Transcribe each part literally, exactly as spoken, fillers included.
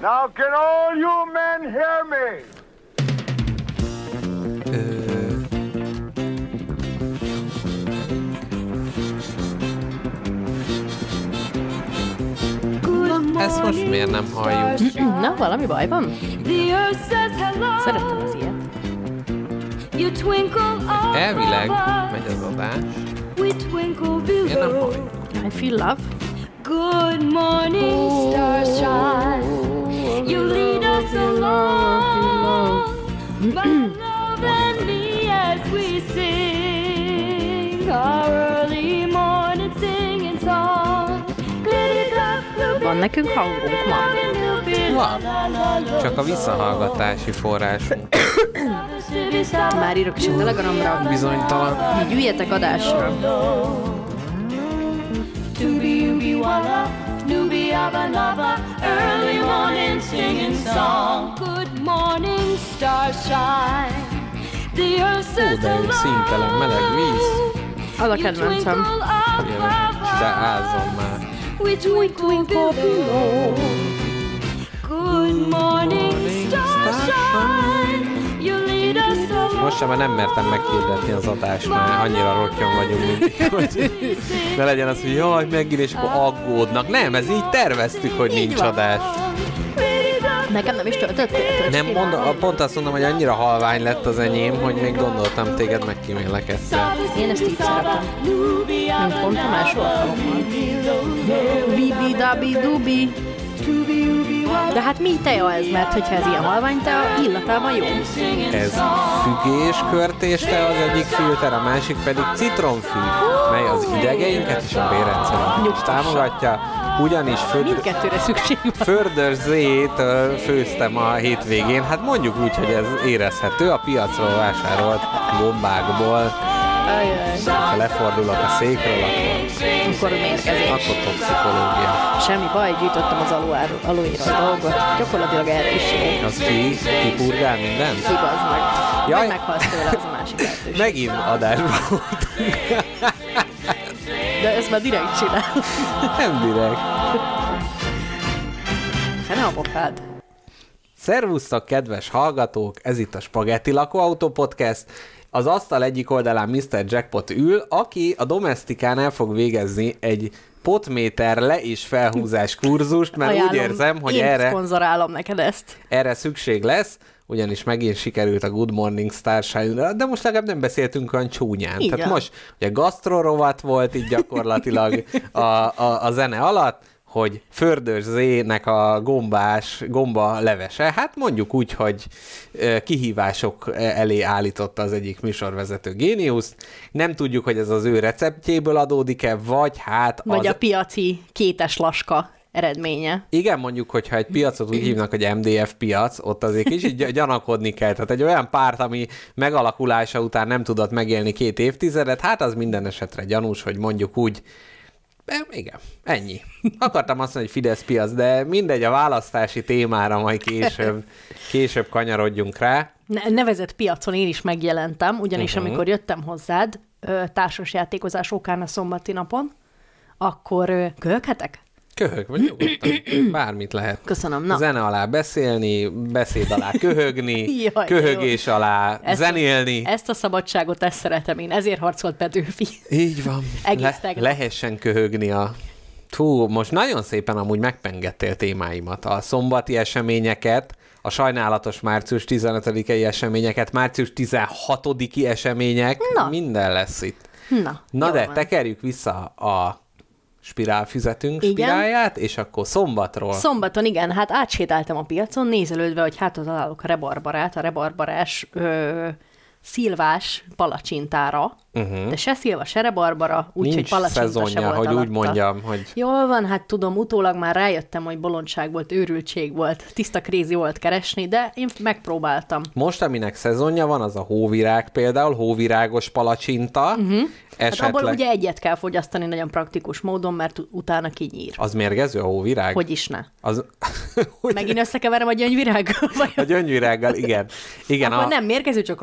Now can all you men hear me? Ezt most miért nem halljuk? Na, valami baj van? Szerettem az ilyet. Elvileg megy az adás. Miért nem halljuk? I feel love. Good morning, starshine. You lead us along. My love and me as we sing our early morning singing song. Van nekünk hangunk ma? Van. Csak a visszahallgatási forrásunk. Már írok is a Telegramra. Bizonytalan. Így üljetek adásra. Early morning singing song. Good morning, starshine. The earth says de jó, színtelen meleg víz. Az a kedvencem. De ázzon már. We twinkle below. Good morning, starshine. You lead us along. Most sem, mert nem mertem meghirdetni az adást, mert annyira rottyon vagyunk mindig, hogy ne legyen az, hogy jaj, megint, és akkor aggódnak. Nem, ez így terveztük, hogy nincs adás. Nekem nem is töltöttél? Nem, mondom, pont azt mondom, hogy annyira halvány lett az enyém, hogy még gondoltam téged megkímélek egyszer. Én ezt így szeretem. Mint pont a más alkalommal. Bibi-dabi-dubi. De hát mi teja ez, mert hogyha ez ilyen halvány tea, illatában jó. Ez fügéskörtés tea az egyik filter, a másik pedig citromfű, mely az idegeinket és a bérrendszert is támogatja. Ugyanis föld... mindkettőre szükség van. Further Z-től főztem a hétvégén, hát mondjuk úgy, hogy ez érezhető, a piacról vásárolt gombákból. Ajaj. Ha lefordulok a székről, akkor, akkor mérgezés. Akkor toxikológia. Semmi baj, gyűjtöttem az alulíról dolgot. Gyakorlatilag erre is jó. Az ki? Kipurgál mindent? Kibazd meg. Jaj. Vagy meghalsz tőle, az a másik lehetőség. Megint adásban voltunk. De ezt már direkt csinál. Nem direkt. Fene a pofád. Szervusztok, kedves hallgatók! Ez itt a Spagetti Lakóautó Podcast. Az asztal egyik oldalán miszter Jackpot ül, aki a Domestikán el fog végezni egy potméter le- és felhúzás kurzust, mert ajánlom, úgy érzem, hogy én erre, szponzorálom neked ezt. erre szükség lesz, ugyanis megint sikerült a Good Morning Starshine, de most legalább nem beszéltünk olyan csúnyán. Igen. Tehát most ugye gasztrorovat volt így gyakorlatilag a, a, a zene alatt, hogy Further Z-nek a gombás, gomba levese, hát mondjuk úgy, hogy kihívások elé állította az egyik műsorvezető géniuszt. Nem tudjuk, hogy ez az ő receptjéből adódik-e, vagy hát az... Vagy a piaci kétes laska eredménye. Igen, mondjuk, hogyha egy piacot úgy hívnak, hogy em dé ef piac, ott azért kicsit gyanakodni kell. Tehát egy olyan párt, ami megalakulása után nem tudott megélni két évtizedet, hát az minden esetre gyanús, hogy mondjuk úgy. E, igen, ennyi. Akartam azt mondani, hogy Fidesz piac, de mindegy, a választási témára majd később, később kanyarodjunk rá. Ne- nevezett piacon én is megjelentem, ugyanis uh-huh. amikor jöttem hozzád társasjátékozás okán a szombati napon, akkor köhöghetek? Köhög, vagy nyugodtan. Bármit lehet. Köszönöm. Na. Zene alá beszélni, beszéd alá köhögni, Jaj, köhögés alá ezt zenélni. A, ezt a szabadságot, ezt szeretem én. Ezért harcolt Petőfi. Így van. Egész Le, lehessen köhögni a... Fú, most nagyon szépen amúgy megpengettél témáimat. A szombati eseményeket, a sajnálatos március tizenötödikei eseményeket, március tizenhatodiki események, Na. minden lesz itt. Na, Na de van. tekerjük vissza a spirálfüzetünk Igen. spirálját, és akkor szombatról. Szombaton, igen, hát átsétáltam a piacon, nézelődve, hogy hát ott találok a rebarbarát, a rebarbarás ö, szilvás palacsintára, uh-huh. de se szilva, se rebarbara, úgyhogy palacsinta szezonja, se volt hogy alatta. úgy mondjam, hogy... Jól van, hát tudom, utólag már rájöttem, hogy bolondság volt, őrültség volt, tiszta krézi volt keresni, de én megpróbáltam. Most, aminek szezonja van, az a hóvirág például, hóvirágos palacsinta. Uh-huh. Esetleg... Hát abból ugye egyet kell fogyasztani nagyon praktikus módon, mert utána kinyír. Az mérgező a hóvirág? Hogy is ne. Az... Megint összekeverem a gyöngyvirággal? A gyöngyvirággal, igen. igen Akkor a... nem mérgező, csak rossz az íze.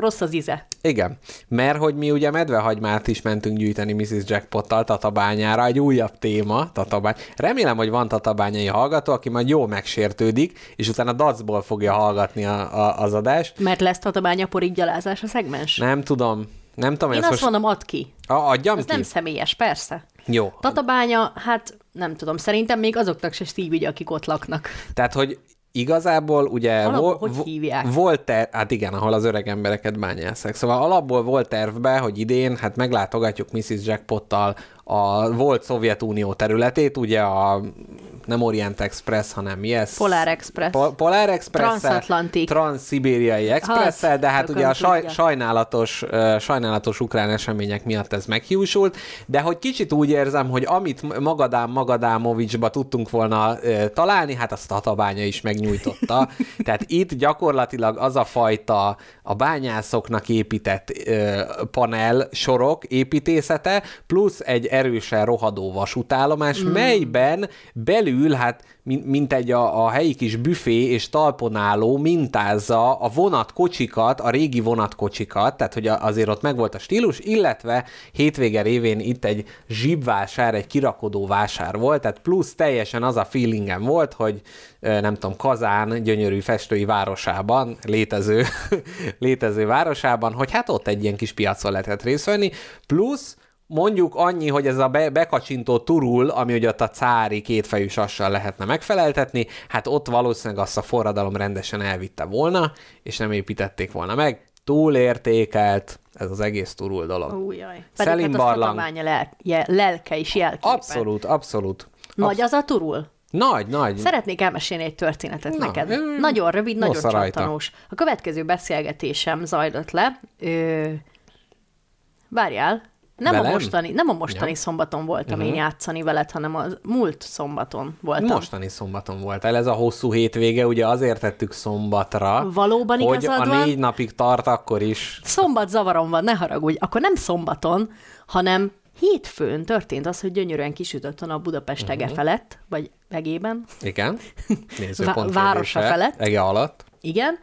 íze. Igen, mert hogy mi ugye medvehagymát is mentünk gyűjteni missus Jackpottal Tatabányára, egy újabb téma, Tatabány. Remélem, hogy van tatabányai hallgató, aki majd jól megsértődik, és utána dacból fogja hallgatni a, a, az adást. Mert lesz Tatabánya poriggyalázás a szegmens? Nem tudom. Nem tudom, Én azt most... mondom, add ki. A, adjam Ez ki? nem személyes, persze. Jó. Tatabánya, hát nem tudom, szerintem még azoknak se szívügy, akik ott laknak. Tehát, hogy igazából ugye Alapból, vo- hogy hívják? volt ter- hát igen, ahol az öreg embereket bányászák. Szóval alapból volt tervbe, hogy idén hát meglátogatjuk missus Jackpottal a volt Szovjetunió területét, ugye a nem Orient Express, hanem mi ez? Polar Express. Po- Polar Express. Transatlantik. Transzszibériai Express-szel, de hát tökön ugye a saj- tudja. sajnálatos, uh, sajnálatos ukrán események miatt ez meghiúsult, de hogy kicsit úgy érzem, hogy amit Magadám Magadámovicsba tudtunk volna uh, találni, hát azt Tatabánya is megnyújtotta. Tehát itt gyakorlatilag az a fajta a bányászoknak épített uh, panel sorok építészete, plusz egy erősen rohadó vasútállomás, mm. melyben belül, hát mint, mint egy a, a helyi kis büfé és talponáló mintázza a vonatkocsikat, a régi vonatkocsikat, tehát hogy azért ott megvolt a stílus, illetve hétvége révén itt egy zsibvásár, egy kirakodó vásár volt, tehát plusz teljesen az a feelingem volt, hogy nem tudom, Kazán gyönyörű festői városában, létező, létező városában, hogy hát ott egy ilyen kis piacon lehetett részt venni, plusz mondjuk annyi, hogy ez a be- bekacsintó turul, ami ugye ott a cári kétfejű sassal lehetne megfeleltetni, hát ott valószínűleg azt a forradalom rendesen elvitte volna, és nem építették volna meg. Túlértékelt ez az egész turul dolog. Újjaj. Szelim Pedig hát a barlang. Tatabánya lel- je- lelke is jelképpen. Abszolút, abszolút. Nagy az a turul? Nagy, nagy. Szeretnék elmesélni egy történetet Na, neked. ö, Nagyon rövid, nagyon hossza rajta. csattanós. A következő beszélgetésem zajlott le. Ö... Várjál. Nem Velem? a mostani, nem a mostani Ja. szombaton voltam Uh-huh. én játszani veled, hanem a múlt szombaton voltam. Mostani szombaton voltál. Ez a hosszú hétvége, ugye azért tettük szombatra, Valóban hogy igazad a van? négy napig tart, akkor is. Szombat zavarom van, ne haragudj. Akkor nem szombaton, hanem hétfőn történt az, hogy gyönyörűen kisütött a nap Budapest ege Uh-huh. felett, vagy egében. Igen. Nézőpont városa kérdése. felett. Ege alatt. Igen.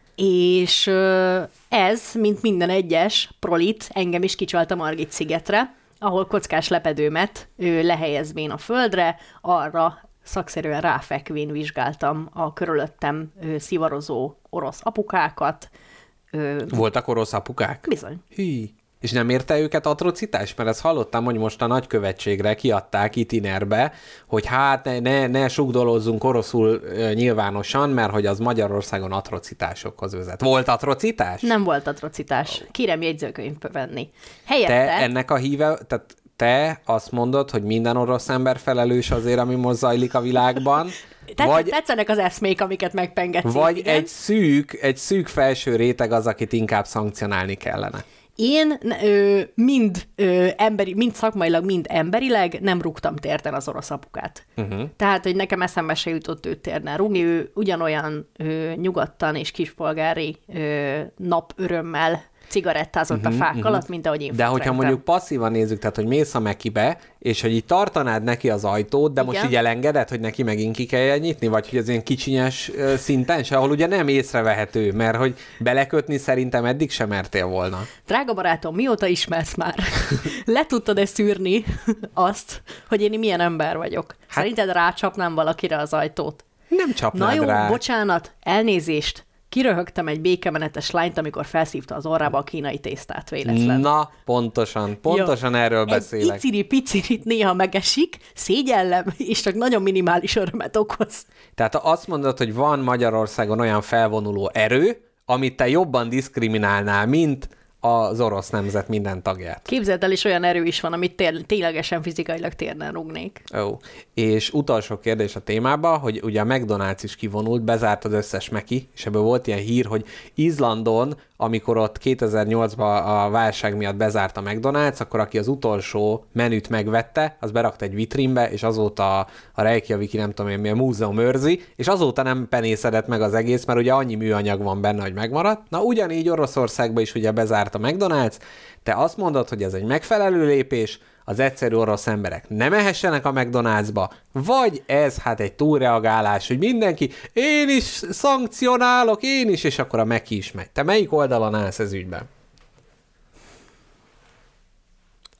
És ö, ez, mint minden egyes prolit, engem is kicsalt a Margit szigetre, ahol kockás lepedőmet ő, lehelyezvén a földre, arra szakszerűen ráfekvén vizsgáltam a körülöttem ő, szivarozó orosz apukákat. Ö, Voltak orosz apukák? bizony. Hű. És nem érte őket atrocitás? Mert ezt hallottam, hogy most a nagykövetségre kiadták itinerbe, hogy hát ne, ne, ne sugdolozzunk oroszul e, nyilvánosan, mert hogy az Magyarországon atrocitásokhoz vezet. Volt atrocitás? Nem volt atrocitás. Kérem jegyzőkönyvbe venni. Helyette... Te ennek a híve, tehát te azt mondod, hogy minden orosz ember felelős azért, ami most zajlik a világban, Tetsz, vagy, tetszenek az eszmék, amiket megpengetsz. vagy igen? egy szűk, egy szűk felső réteg az, akit inkább szankcionálni kellene. Én ö, mind ö, emberi, mind szakmailag, mind emberileg nem rúgtam térden az orosz apukát. Uh-huh. Tehát, hogy nekem eszembe se jutott őt térden rúgni, ő ugyanolyan ö, nyugodtan és kispolgári ö, napörömmel cigarettázott uh-huh, a fák uh-huh. alatt, mint ahogy én De hogyha fetrengtem. mondjuk passzívan nézzük, tehát, hogy mész a Mekibe, és hogy így tartanád neki az ajtót, de Igen. most így elengeded, hogy neki megint ki kell nyitni, vagy hogy az ilyen kicsinyes ö, szinten se, ahol ugye nem észrevehető, mert hogy belekötni szerintem eddig sem mertél volna. Drága barátom, mióta ismersz már? Le tudtad-e szűrni azt, hogy én milyen ember vagyok? Hát... Szerinted rácsapnám valakire az ajtót? Nem csapnád Na jó, rá. bocsánat, elnézést. Kiröhögtem egy békemenetes lányt, amikor felszívta az orrába a kínai tésztát véletlen. Na, pontosan, pontosan Jó. erről Egy beszélek. iciri-picirit néha megesik, szégyellem, és csak nagyon minimális örömet okoz. Tehát ha azt mondod, hogy van Magyarországon olyan felvonuló erő, amit te jobban diszkriminálnál, mint az orosz nemzet minden tagját. Képzeld el, is olyan erő is van, amit tél- ténylegesen fizikailag térden rúgnék. Ó. És utolsó kérdés a témába, hogy ugye a McDonald's is kivonult, bezárt az összes Meki, és ebből volt ilyen hír, hogy Izlandon, amikor ott kétezer-nyolcban a válság miatt bezárt a McDonald's, akkor aki az utolsó menüt megvette, az berakta egy vitrínbe, és azóta a, a Reykjaviki, nem tudom én mi, a múzeum őrzi, és azóta nem penészedett meg az egész, mert ugye annyi műanyag van benne, hogy megmaradt. Na ugyanígy Oroszországban is ugye bezárt a McDonald's, te azt mondod, hogy ez egy megfelelő lépés, az egyszerű orosz emberek nem ehessenek a McDonald'sba, vagy ez hát egy túlreagálás, hogy mindenki, én is szankcionálok, én is, és akkor a Meki is megy. Te melyik oldalon állsz ez ügyben?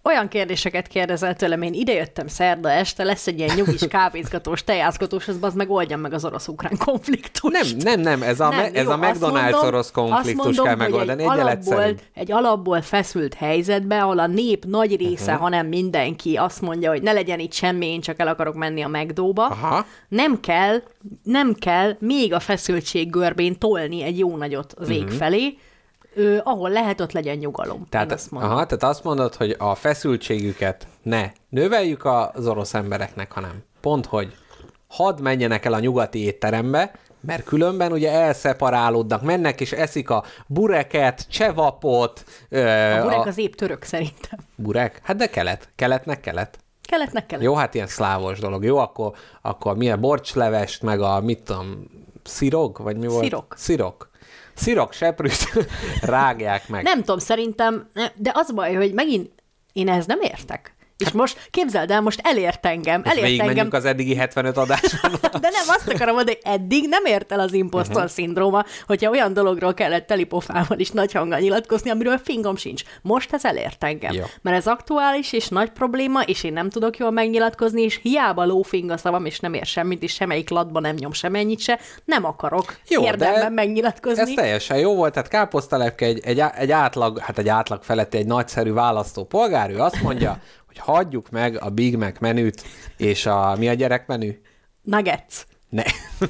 olyan kérdéseket kérdezel tőlem, én idejöttem szerda este, lesz egy ilyen nyugis, kávézgatós, tejázgatós, az meg oldjam meg az orosz-ukrán konfliktust. Nem, nem, nem, ez a, Nem, me, ez jó, a McDonald's orosz konfliktus mondom, kell hogy megoldani, egy egyenlet alapból, szerint. egy alapból feszült helyzetben, ahol a nép nagy része, uh-huh. hanem mindenki azt mondja, hogy ne legyen itt semmi, én csak el akarok menni a McDóba. Aha. Nem kell, nem kell még a feszültség görbén tolni egy jó nagyot az ég uh-huh. felé, Ö, ahol lehet, ott legyen nyugalom. Tehát, azt mondom. aha, tehát azt mondod, hogy a feszültségüket ne növeljük az orosz embereknek, hanem pont, hogy hadd menjenek el a nyugati étterembe, mert különben ugye elszeparálódnak, mennek és eszik a bureket, csevapot. Ö, a burek a... az épp török szerintem. Burek? Hát de kelet. Keletnek kelet. Keletnek kelet. Jó, hát ilyen szlávos dolog. Jó, akkor, akkor milyen borcslevest, meg a, mit tudom, szirog? Vagy mi volt? Szirok. Szirok. Szirok seprűt rágják meg. Nem tudom, szerintem, de az baj, hogy megint én ehhez nem értek. És most képzeld el, most elért engem. És Elért engem. az eddigi hetvenöt adáson. De nem, azt akarom mondani, hogy eddig nem ért el az impostor uh-huh. szindróma, hogyha olyan dologról kellett telipofával is nagy hanggal nyilatkozni, amiről fingom sincs. Most ez elért engem. Jó. Mert ez aktuális és nagy probléma, és én nem tudok jól megnyilatkozni, és hiába lófing a szavam, és nem ér semmit, és semmelyik latban nem nyom semennyit se, nem akarok jó, érdemben megnyilatkozni. Ez teljesen jó volt, tehát Káposztalepke egy, egy, egy átlag, hát egy átlag feletti, egy nagyszerű választópolgár, ő azt mondja, hogy hagyjuk meg a Big Mac menüt, és a, mi a gyerek menü? Nuggets. Ne.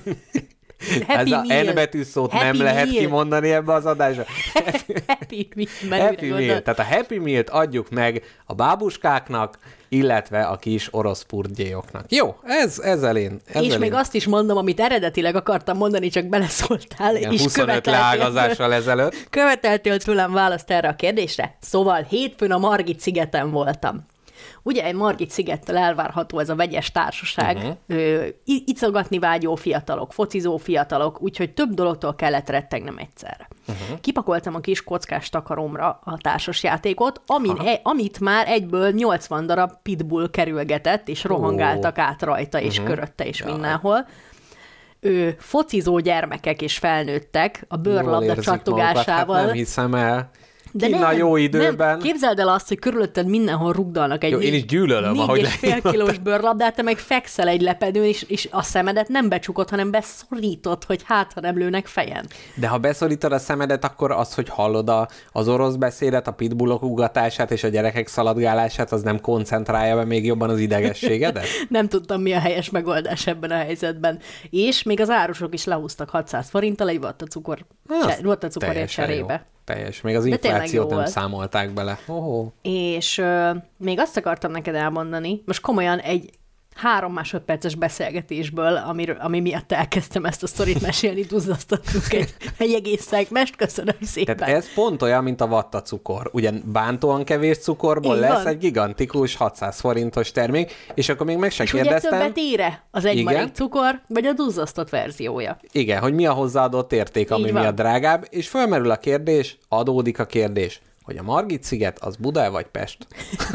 Happy Ez a meal. N betű szót Happy nem lehet meal. kimondani ebbe az adásba. Happy meal. Happy meal. Tehát a Happy Meal-t adjuk meg a bábuskáknak, illetve a kis orosz purgyéjoknak. Jó, ez, ezzel én. Ezzel És én. még azt is mondom, amit eredetileg akartam mondani, csak beleszóltál, Igen, és huszonöt leágazással ezelőtt. Követeltél tőlem választ erre a kérdésre. Szóval hétfőn a Margit szigeten voltam. Ugye egy Margit szigettel elvárható ez a vegyes társaság, uh-huh. ö, icogatni vágyó fiatalok, focizó fiatalok, úgyhogy több dologtól kellett rettegnem egyszerre. Uh-huh. Kipakoltam a kis kockás takaromra a társasjátékot, amin e, amit már egyből nyolcvan darab pitbull kerülgetett, és rohangáltak át rajta, és uh-huh. körötte, és ja. mindenhol. Ő, focizó gyermekek és felnőttek a bőrlabda csattogásával. Hát nem hiszem el. De Kína nem, jó időben. Nem. Képzeld el azt, hogy körülötted mindenhol rugdalnak egy jó, én is gyűlölöm, négy ahogy és fél kilós bőrlabdát, te meg fekszel egy lepedőn, és, és a szemedet nem becsukod, hanem beszorítod, hogy hát, ha nem lőnek fejen. De ha beszorítod a szemedet, akkor az, hogy hallod a, az orosz beszédet, a pitbullok ugatását és a gyerekek szaladgálását, az nem koncentrálja be még jobban az idegességedet? Nem tudtam, mi a helyes megoldás ebben a helyzetben. És még az árusok is lehúztak hatszáz forinttal egy vattacukor, vattacukorért cserébe. Jó. Teljes, még az inflációt nem számolták bele. Oh. És uh, még azt akartam neked elmondani, most komolyan egy három másodperces beszélgetésből, amiről, ami miatt elkezdtem ezt a sztorit mesélni, duzzasztottunk egy, egy egész szegmest, köszönöm szépen. Tehát ez pont olyan, mint a vattacukor. Ugyan bántóan kevés cukorból így lesz van. egy gigantikus hatszáz forintos termék, és akkor még meg se és kérdeztem. ugye többet ére az egymarig cukor, vagy a duzzasztott verziója. Igen, hogy mi a hozzáadott érték, ami miatt drágább, és fölmerül a kérdés, adódik a kérdés, hogy a Margit-sziget az Buda vagy Pest?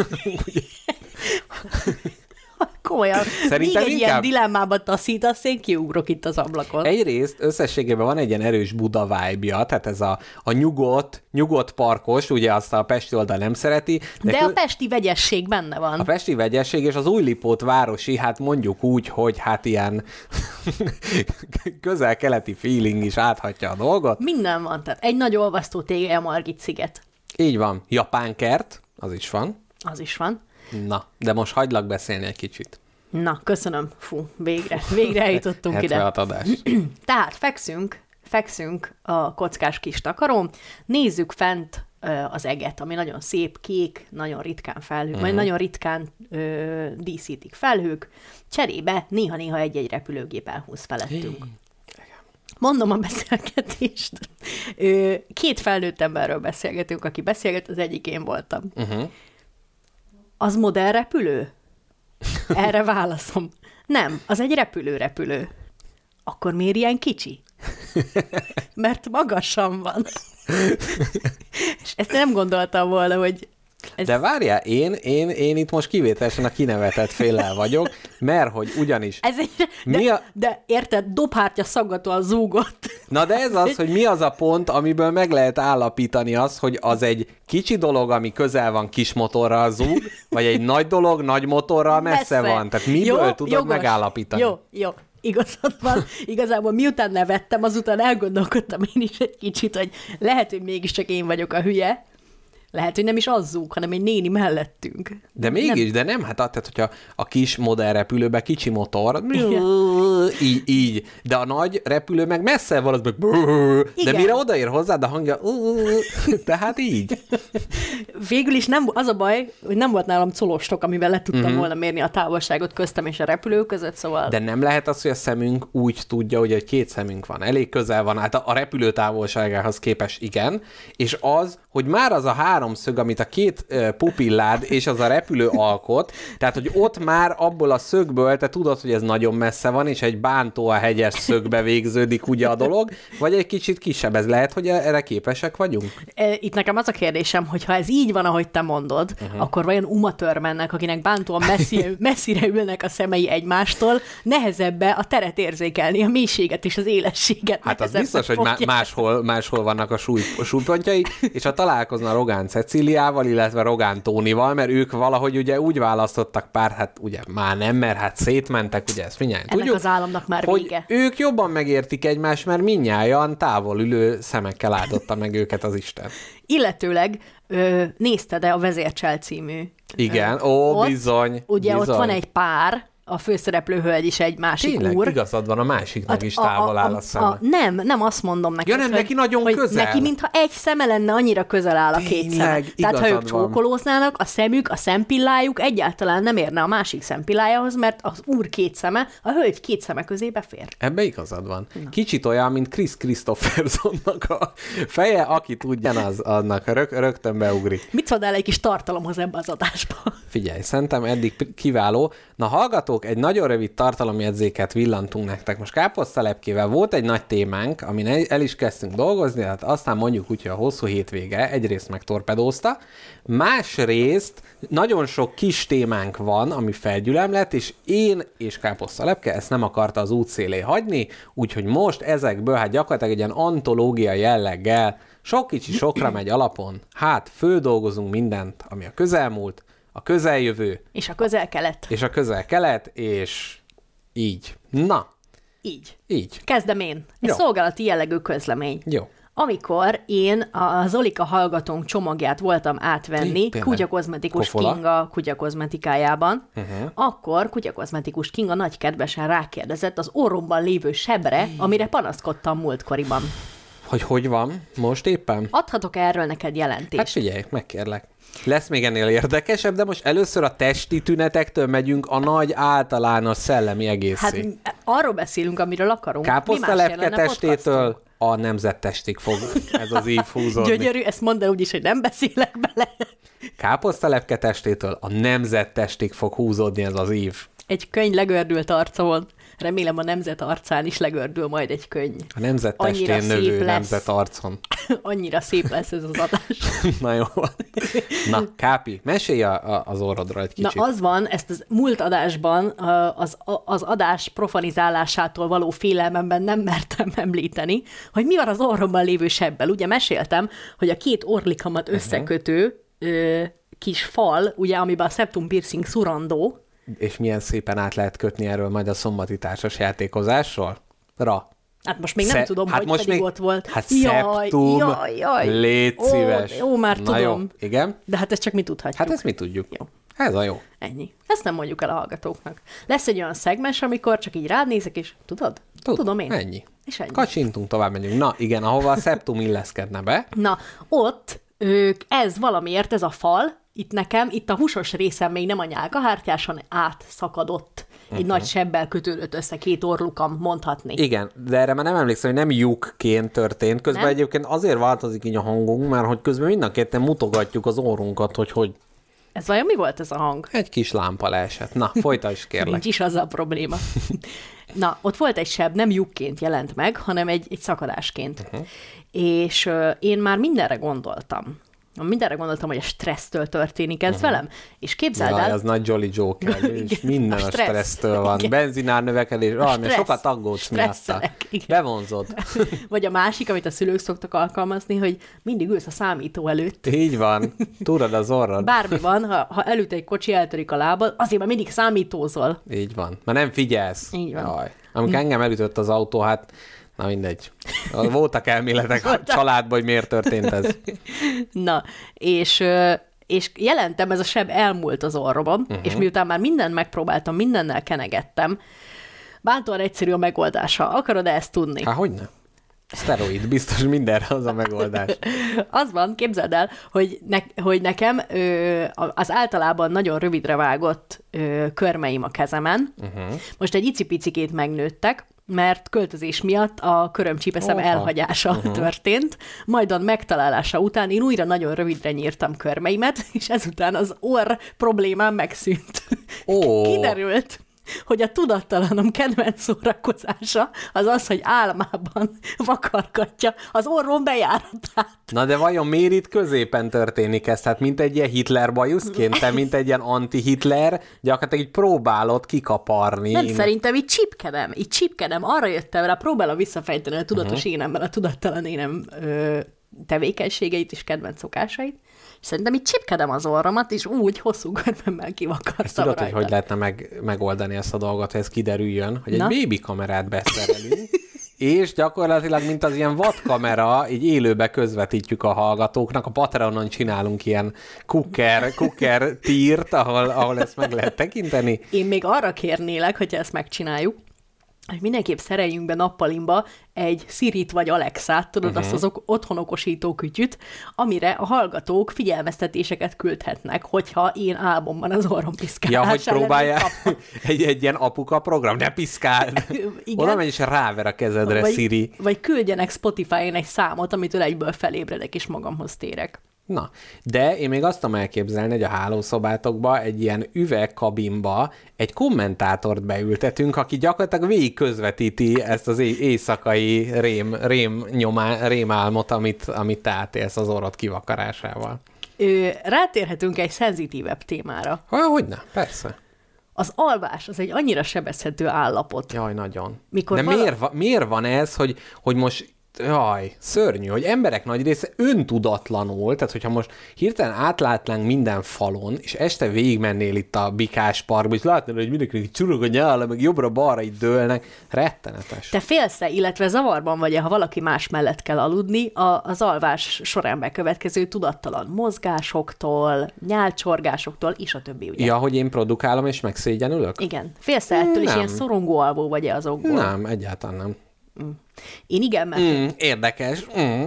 Komolyan. Szerintem még egy inkább... ilyen dilemmába taszítasz, én kiugrok itt az ablakon. Egyrészt összességében van egy ilyen erős Buda vibe-ja, tehát ez a, a nyugodt, nyugodt parkos, ugye azt a pesti oldal nem szereti. De, de kö... a pesti vegyesség benne van. A pesti vegyesség és az Újlipót városi, hát mondjuk úgy, hogy hát ilyen közel-keleti feeling is áthatja a dolgot. Minden van, tehát egy nagy olvasztó tége a Margit-sziget. Így van. Japán kert, az is van. Az is van. Na, de most hagylak beszélni egy kicsit. Na, köszönöm. Fú, végre, végre eljutottunk ide. hetvenhat adás. Tehát fekszünk, fekszünk a kockás kis takarón, nézzük fent ö, az eget, ami nagyon szép, kék, nagyon ritkán felhők, uh-huh. majd nagyon ritkán ö, díszítik felhők, cserébe néha-néha egy-egy repülőgép elhúz felettünk. Mondom a beszélgetést. Ö, két felnőtt emberről beszélgetünk, aki beszélget, az egyik én voltam. Uh-huh. Az modern repülő? Erre válaszom. Nem, az egy repülő-repülő. Akkor miért ilyen kicsi? Mert magasan van. És ezt nem gondoltam volna, hogy... Ez... De várjál, én, én, én itt most kivételesen a kinevetett féllel vagyok, mert hogy ugyanis... Ez egy... de, mi a... de érted, dobhártya szaggatóan zúgott. Na de ez az, hogy mi az a pont, amiből meg lehet állapítani azt, hogy az egy kicsi dolog, ami közel van kis motorral zúg, vagy egy nagy dolog, nagy motorral messze, messze. van. Tehát miből jó, tudod jogos. megállapítani? Jó, jó. Igazad van. Igazából miután nevettem, azután elgondolkodtam én is egy kicsit, hogy lehet, hogy mégiscsak én vagyok a hülye. Lehet, hogy nem is az zúg, hanem egy néni mellettünk. De mégis, nem. de nem, hát tehát, hogyha a kis modellrepülőben kicsi motor, így, így, de a nagy repülő meg messze van, az meg de mire odaér hozzád a hangja, tehát így. Végül is nem, az a baj, hogy nem volt nálam colostok, amivel le tudtam uh-huh. volna mérni a távolságot köztem és a repülő között, szóval... De nem lehet az, hogy a szemünk úgy tudja, hogy egy két szemünk van, elég közel van, hát a repülő távolságához képest igen, és az, hogy már az a háromszög, amit a két uh, pupillád és az a repülő alkot, tehát, hogy ott már abból a szögből te tudod, hogy ez nagyon messze van, és egy bántó a hegyes szögbe végződik ugye a dolog, vagy egy kicsit kisebb. Ez lehet, hogy erre képesek vagyunk? Itt nekem az a kérdésem, hogy ha ez így van, ahogy te mondod, uh-huh. akkor vajon umatörmennek, akinek bántóan messzi, messzire ülnek a szemei egymástól, nehezebbe a teret érzékelni, a mélységet és az élességet. Hát az biztos, hogy má- máshol, máshol vannak a, súly, a súlypontjai, és a találkozna Rogán Cecíliával, illetve Rogán Tónival, mert ők valahogy ugye úgy választottak pár, hát ugye már nem, mert hát szétmentek, ugye ezt mindjárt Ennek tudjuk, az államnak már hogy vége. ők jobban megértik egymást, mert mindnyájan távol ülő szemekkel áldotta meg őket az Isten. Illetőleg ö, nézted-e a Vezércsel című? Igen, ö, ó, ott, bizony. Ugye bizony. ott van egy pár, a főszereplő hölgy is egy másik Tényleg, úr. igazad van, a másiknak Hát is a, távol áll a, a, szeme. a, nem, nem azt mondom neked, ja, nem, hogy, neki nagyon hogy közel. neki mintha egy szeme lenne, annyira közel áll a Tényleg, két szeme. Tehát ha ők van. csókolóznának, a szemük, a szempillájuk egyáltalán nem érne a másik szempillájához, mert az úr két szeme, a hölgy két szeme közé befér. Ebbe igazad van. Na. Kicsit olyan, mint Chris Christophersonnak a feje, aki ugyanaz, annak rög, rögtön beugrik. Mit szólnál egy kis tartalomhoz ebbe az adásba? Figyelj, szerintem eddig kiváló. Na hallgatók, egy nagyon rövid tartalomjegyzéket villantunk nektek. Most káposztalepkével volt egy nagy témánk, amin el is kezdtünk dolgozni, hát aztán mondjuk úgy, hogy a hosszú hétvége egyrészt megtorpedózta, másrészt nagyon sok kis témánk van, ami felgyülemlett, és én és káposztalepke ezt nem akarta az útszélé hagyni, úgyhogy most ezekből hát gyakorlatilag egy ilyen antológia jelleggel sok kicsi sokra megy alapon. Hát földolgozunk mindent, ami a közelmúlt, a közeljövő. És a közel-kelet. És a közel-kelet, és így. Na. Így. Így. Kezdem én. Egy Jó. szolgálati jellegű közlemény. Jó. Amikor én a Zolika hallgatónk csomagját voltam átvenni Tényleg? Kutya Kozmetikus Kofola? Kinga Kutya Kozmetikájában, Uh-huh. akkor Kutya Kozmetikus Kinga nagy kedvesen rákérdezett az orromban lévő sebre, amire panaszkodtam múltkoriban. Hogy hogy van most éppen? Adhatok erről neked jelentést? Hát figyelj, megkérlek. Lesz még ennél érdekesebb, de most először a testi tünetektől megyünk a nagy általános szellemi egészig. Hát arról beszélünk, amiről akarunk. Káposztalepke testétől a nemzettestig fog ez az ív húzódni. Gyönyörű, ezt mondd el úgy is, hogy nem beszélek bele. Káposztalepke testétől a nemzettestig fog húzódni ez az ív. Egy könyv legördült arcon. Remélem a nemzet arcán is legördül majd egy könyv. A nemzet testén növő nemzet arcon. Annyira szép lesz ez az adás. Na jó van. Na, Kápi, mesélj a, a, az orrodról egy kicsit. Na az van, ezt az múlt adásban az, az adás profanizálásától való félelmemben nem mertem említeni, hogy mi van az orromban lévő sebbel. Ugye meséltem, hogy a két orlikamat összekötő ö, kis fal, ugye, amiben a septum piercing szurandó, és milyen szépen át lehet kötni erről majd a szombati társas játékozásról? Ra. Hát most még nem Sze- tudom, hát hogy most pedig még... ott volt. Hát jaj, szeptum, jaj, jaj. légy szíves. Ó, jó, már Na tudom. Jó. Igen? De hát ezt csak mi tudhatjuk. Hát ezt mi tudjuk. Jó. Ez a jó. Ennyi. Ezt nem mondjuk el a hallgatóknak. Lesz egy olyan szegmens, amikor csak így rád nézek, és tudod? Tud, Tudom én. Ennyi. És ennyi. Kacsintunk, tovább megyünk. Na igen, ahova a szeptum illeszkedne be. Na, ott ők, ez valamiért, ez a fal, itt nekem, itt a húsos részem még nem a nyálkahártyáson átszakadott. Egy uh-huh. nagy sebbel kötődött össze két orlukam, mondhatni. Igen, de erre már nem emlékszem, hogy nem lyukként történt. Közben nem? Egyébként azért változik így a hangunk, mert hogy közben mind a ketten mutogatjuk az orrunkat, hogy hogy... Ez vajon mi volt ez a hang? Egy kis lámpa leesett. Na, folytasd kérlek. Nincs is az a probléma. Na, ott volt egy seb, nem lyukként jelent meg, hanem egy, egy szakadásként. Uh-huh. És uh, én már mindenre gondoltam. Mindenre gondoltam, hogy a stressztől történik ez uh-huh. velem, és képzeld Jaj, el... az nagy Jolly Joker, és minden a, a stressz. stressztől van. Igen. Benzinár növekedés, valami, sokat aggódsz miatta. Bevonzod. Vagy a másik, amit a szülők szoktak alkalmazni, hogy mindig ülsz a számító előtt. Így van, túrad az orrod. Bármi van, ha, ha előtt egy kocsi eltörik a lábad, azért már mindig számítózol. Így van, mert nem figyelsz. Így van. Jaj. Amikor engem elütött az autó, hát na mindegy. Voltak elméletek a családban, hogy miért történt ez. Na, és, és jelentem, ez a seb elmúlt az orromon, uh-huh. és miután már mindent megpróbáltam, mindennel kenegettem, bántóan egyszerű a megoldása. Akarod ezt tudni? Há, hogyne? Szteroid, biztos mindenre az a megoldás. Az van, képzeld el, hogy, ne, hogy nekem ö, az általában nagyon rövidre vágott ö, körmeim a kezemen, uh-huh. most egy icipicikét megnőttek, mert költözés miatt a körömcsípeszem Oha. elhagyása uh-huh. történt, majd a megtalálása után én újra nagyon rövidre nyírtam körmeimet, és ezután az orr problémám megszűnt. Oh. Kiderült, hogy a tudattalanom kedvenc szórakozása az az, hogy álmában vakargatja az orrom bejáratát. Na de vajon miért itt középen történik ez? Hát mint egy ilyen Hitler bajuszként, te mint egy ilyen anti-Hitler, gyakorlatilag így próbálod kikaparni. Nem, én... szerintem így csipkedem, így csipkedem, arra jöttem rá, próbálom visszafejteni a tudatos uh-huh. énemben a tudattalan énem ö, tevékenységeit és kedvenc szokásait. Szerintem így csipkedem az orromat, és úgy hosszú körmemmel kivakartam ezt tudod, rajta. hogy hogy lehetne meg, megoldani ezt a dolgot, hogy ez kiderüljön, hogy Na? egy baby kamerát beszerelünk, és gyakorlatilag, mint az ilyen vadkamera, így élőbe közvetítjük a hallgatóknak. A Patreonon csinálunk ilyen kukker, kukker tírt, ahol, ahol ezt meg lehet tekinteni. Én még arra kérnélek, hogyha ezt megcsináljuk, hogy mindenképp szereljünk be nappalimba egy Sirit vagy Alexát, tudod, uh-huh. azt az ok- otthonokosító kütyüt, amire a hallgatók figyelmeztetéseket küldhetnek, hogyha én álmomban az orrom piszkálás. Ja, hogy próbálja egy, egy ilyen apuka program, ne piszkáld! Oda megy és ráver a kezedre, vagy, Siri. Vagy küldjenek Spotify-on egy számot, amitől egyből felébredek és magamhoz térek. Na, de én még azt tudom elképzelni, hogy a hálószobátokba egy ilyen üvegkabinba egy kommentátort beültetünk, aki gyakorlatilag végig közvetíti ezt az éjszakai rém, rém, nyomá, rémálmot, amit, amit átélsz az orrod kivakarásával. Ö, rátérhetünk egy szenzitívebb témára. Ha, hogyne, persze. Az alvás az egy annyira sebezhető állapot. Jaj, nagyon. Mikor de vala... miért, va, miért van ez, hogy, hogy most jaj, szörnyű, hogy emberek nagy része öntudatlanul, tehát hogyha most hirtelen átlátnánk minden falon, és este végigmennél itt a Bikás parkba, és látnál, hogy mindenkinek csurog a nyála, meg jobbra-balra így dőlnek, rettenetes. Te félsz-e, illetve zavarban vagy-e, ha valaki más mellett kell aludni, a, az alvás során bekövetkező tudattalan mozgásoktól, nyálcsorgásoktól, és a többi, ugye? Ja, hogy én produkálom, és megszégyenülök? Igen. Félsz-e ettől, és ilyen szorongó alvó vagy-e azokból? Nem, egyáltalán nem. Mm. Én igen, mert... Mm, érdekes. Mm.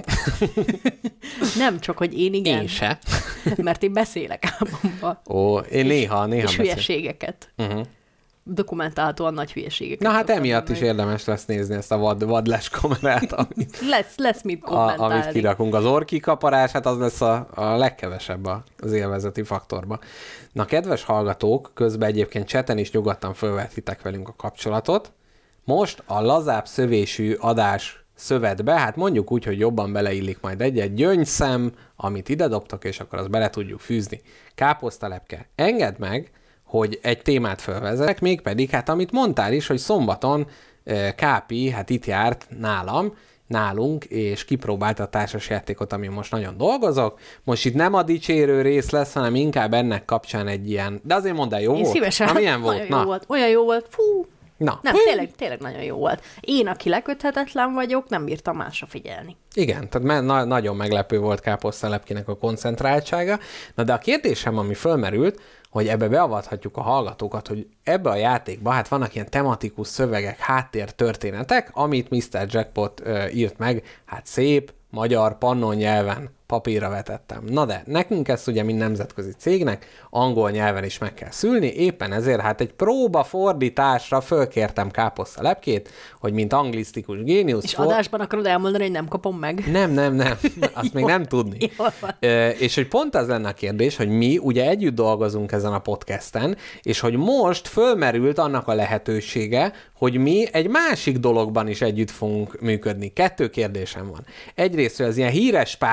Nem csak, hogy én igen. Én se. Mert én beszélek álmomban. Ó, én néha, néha És beszél. hülyeségeket. Uh-huh. Dokumentálhatóan nagy hülyeségeket. Na hát emiatt is érdemes lesz nézni ezt a vad, vadlás kamerát, amit, lesz, lesz mit kommentálni. A, amit kirakunk. Az orrkikaparás, hát az lesz a, a legkevesebb az élvezeti faktorba. Na, kedves hallgatók, közben egyébként chaten is nyugodtan fölvethitek velünk a kapcsolatot. Most a lazább szövésű adás szövetbe, hát mondjuk úgy, hogy jobban beleillik majd egy-egy gyöngyszem, amit ide dobtok, és akkor azt bele tudjuk fűzni. Káposztalepke, engedd meg, hogy egy témát fölvezetek, mégpedig, hát amit mondtál is, hogy szombaton Kápi, hát itt járt nálam, nálunk, és kipróbálta a társasjátékot, ami most nagyon dolgozok. Most itt nem a dicsérő rész lesz, hanem inkább ennek kapcsán egy ilyen, de azért mondd el, jó Én volt? Szívesen. Na, milyen volt? Jó volt? Olyan jó volt, fú! Na. Nem, tényleg, tényleg nagyon jó volt. Én, aki leköthetetlen vagyok, nem bírtam másra figyelni. Igen, tehát na- nagyon meglepő volt Káposztalepkének a koncentráltsága. Na de a kérdésem, ami fölmerült, hogy ebbe beavathatjuk a hallgatókat, hogy ebbe a játékba hát vannak ilyen tematikus szövegek, háttértörténetek, amit miszter Jackpot ö, írt meg, hát szép, magyar, pannon nyelven papírra vetettem. Na de, nekünk ezt ugye, mint nemzetközi cégnek, angol nyelven is meg kell szülni, éppen ezért hát egy próba fordításra fölkértem Káposztalepkét, hogy mint anglisztikus géniusz... És for... adásban akarod elmondani, hogy nem kapom meg? Nem, nem, nem. Azt még nem tudni. E, és hogy pont az lenne a kérdés, hogy mi ugye együtt dolgozunk ezen a podcasten, és hogy most fölmerült annak a lehetősége, hogy mi egy másik dologban is együtt fogunk működni. Kettő kérdésem van. Egyrészt, hogy az ilyen híres párosok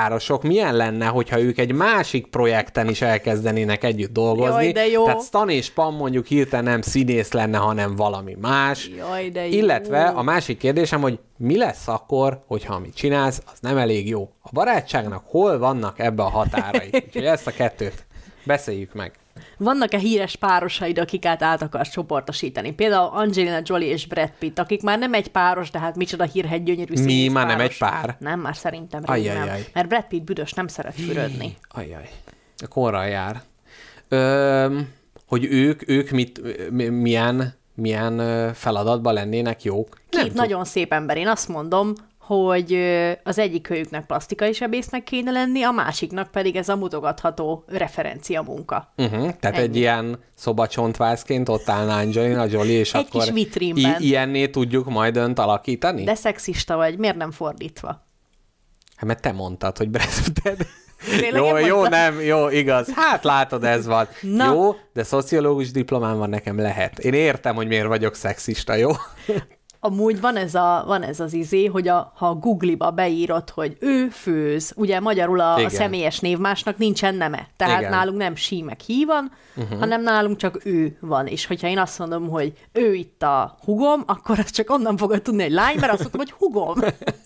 gondoltok, milyen lenne, hogyha ők egy másik projekten is elkezdenének együtt dolgozni. Jaj, de jó. Tehát Stan és Pam mondjuk hirtelen nem színész lenne, hanem valami más. Jaj, de jó. Illetve a másik kérdésem, hogy mi lesz akkor, hogyha amit csinálsz, az nem elég jó. A barátságnak hol vannak ebbe a határai? Úgyhogy ezt a kettőt beszéljük meg. Vannak-e híres párosaid, akiket át akarsz csoportosítani? Például Angelina Jolie és Brad Pitt, akik már nem egy páros, de hát micsoda hírhegy gyönyörű színész Mi? Már nem páros. egy pár? Nem, már szerintem rég nem. Ajajaj. Mert Brad Pitt büdös nem szeret fürödni. Ajaj. Korral jár. Ö, hogy ők, ők mit, milyen, milyen feladatban lennének jók? Két nem nagyon tud. szép ember. Én azt mondom, hogy az egyik kölyüknek plastikai sebésznek kéne lenni, a másiknak pedig ez a mutogatható referencia munka. Uh-huh. Tehát Ennyi. egy ilyen szobacsontvázként ott állna Angelina Jolie, és egy akkor kis vitrínben. I- ilyenné tudjuk majd önt alakítani? De szexista vagy, miért nem fordítva? Hát mert te mondtad, hogy Brad Pitt. Tényleg Jó, én jó, mondtam? nem, jó, igaz. Hát látod, ez van. Na. Jó, de szociológus diplomám van, nekem lehet. Én értem, hogy miért vagyok szexista, jó? Amúgy van ez, a, van ez az izé, hogy a, ha a Google-ba beírod, hogy ő főz, ugye magyarul a, a személyes névmásnak nincsen neme. Tehát Igen. nálunk nem sí meg hí van, uh-huh. hanem nálunk csak ő van. És hogyha én azt mondom, hogy ő itt a hugom, akkor azt csak onnan fogod tudni, hogy lány, mert azt mondom, hogy hugom.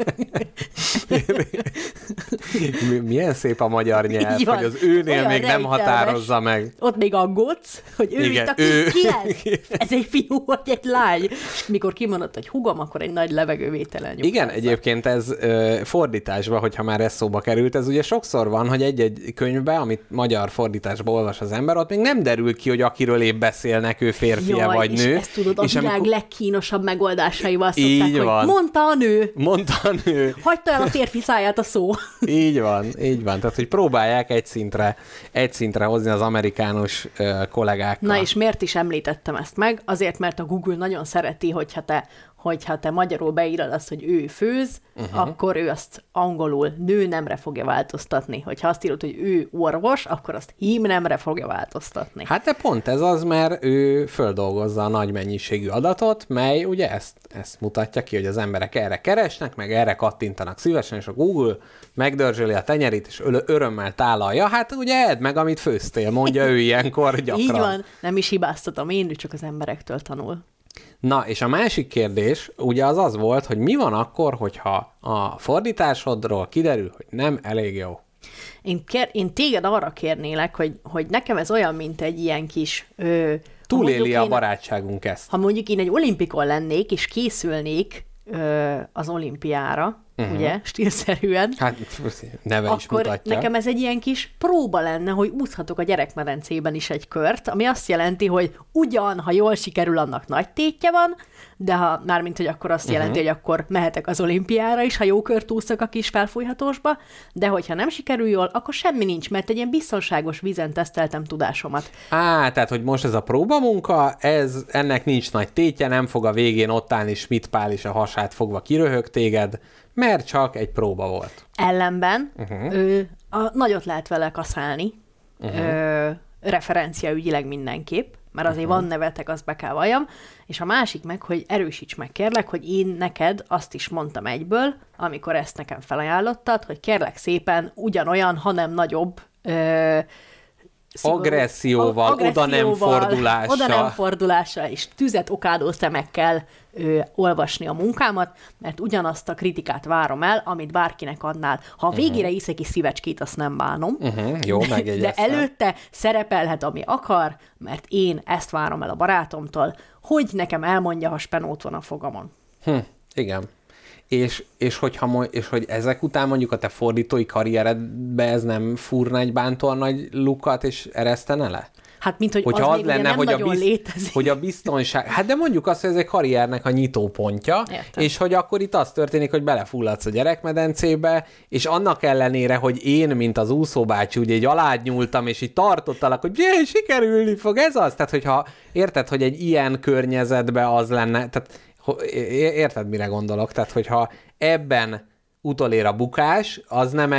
Milyen szép a magyar nyelv, hogy az őnél Olyan még nem rejtelmes. határozza meg. Ott még aggódsz, hogy ő Igen, itt a ő. ki, ki ez? Ez egy fiú vagy egy lány. És mikor kimondott, hogy hugom, akkor egy nagy levegővételen nyugtázza. Igen, egyébként ez ö, fordításban, hogyha már ez szóba került, ez ugye sokszor van, hogy egy-egy könyvben, amit magyar fordításban olvas az ember, ott még nem derül ki, hogy akiről épp beszélnek, ő férfi Jaj, vagy és nő. ezt tudod, a és világ amikor... legkínosabb megoldásaival Így szokták, van. hogy mondta a nő, Mondta a nő. hagyta el a férfi száját a szó. Így van, így van. Tehát, hogy próbálják egy szintre, egy szintre hozni az amerikánus uh, kollégákkal. Na és miért is említettem ezt meg? Azért, mert a Google nagyon szereti, hogyha te, hogyha te magyarul beírod azt, hogy ő főz, uh-huh. akkor ő azt angolul nő nemre fogja változtatni. Hogyha azt írod, hogy ő orvos, akkor azt hím nemre fogja változtatni. Hát de pont ez az, mert ő földolgozza a nagy mennyiségű adatot, mely ugye ezt, ezt mutatja ki, hogy az emberek erre keresnek, meg erre kattintanak szívesen, és a Google megdörzsöli a tenyerét, és ör- örömmel tálalja. Hát ugye edd meg, amit főztél, mondja ő ilyenkor gyakran. Így van, nem is hibáztatom én, ő csak az emberektől tanul. Na, és a másik kérdés ugye az az volt, hogy mi van akkor, hogyha a fordításodról kiderül, hogy nem elég jó. Én, kér, én téged arra kérnélek, hogy, hogy nekem ez olyan, mint egy ilyen kis... Ö, Túléli a én, barátságunk ezt. Ha mondjuk én egy olimpikon lennék, és készülnék ö, az olimpiára, uh-huh. ugye, stílszerűen, Hát neve is akkor mutatja. nekem ez egy ilyen kis próba lenne, hogy úszhatok a gyerekmedencében is egy kört, ami azt jelenti, hogy ugyan, ha jól sikerül, annak nagy tétje van, de ha mármint, hogy akkor azt jelenti, uh-huh. hogy akkor mehetek az olimpiára is, ha jó kört úszok a kis felfújhatósba, de hogyha nem sikerül jól, akkor semmi nincs, mert egy ilyen biztonságos vízen teszteltem tudásomat. Á, tehát, hogy most ez a próbamunka, ez, ennek nincs nagy tétje, nem fog a végén ott állni Schmidt Pál is a hasát fogva kiröhög téged, mert csak egy próba volt. Ellenben Uh-huh. ö, a, nagyot lehet vele kaszálni, Uh-huh. ö, referenciaügyileg mindenképp, mert azért uh-huh. van nevetek, azt be kell valljam, és a másik meg, hogy erősíts meg, kérlek, hogy én neked azt is mondtam egyből, amikor ezt nekem felajánlottad, hogy kérlek szépen ugyanolyan, hanem nagyobb ö, szigorú, Agresszióval, oda nem fordulással. Oda nem fordulással, és tüzet okádó szemekkel ö, olvasni a munkámat, mert ugyanazt a kritikát várom el, amit bárkinek adnál. Ha a végére uh-huh. isz egy kis szívecskét, azt nem bánom. Uh-huh. Jó, megjegyeztem. De előtte szerepelhet, ami akar, mert én ezt várom el a barátomtól, hogy nekem elmondja, ha spenót van a fogamon. Hm, igen. És, és, hogyha, és hogy ezek után mondjuk a te fordítói karrieredbe ez nem fúrna egy bántóan nagy lukat, és eresztene le? Hát, mint hogy Hogyha az, az még lenne, nem hogy nagyon a, biz, létezik. hogy a biztonság... Hát de mondjuk azt, hogy ez egy karriernek a nyitópontja, Értem. és hogy akkor itt az történik, hogy belefulladsz a gyerekmedencébe, és annak ellenére, hogy én, mint az úszóbácsi, ugye egy alád nyúltam, és így tartottalak, hogy jé, sikerülni fog, ez az? Tehát, hogyha érted, hogy egy ilyen környezetben az lenne... Tehát, érted, mire gondolok? Tehát, hogyha ebben utolér a bukás, az nem -e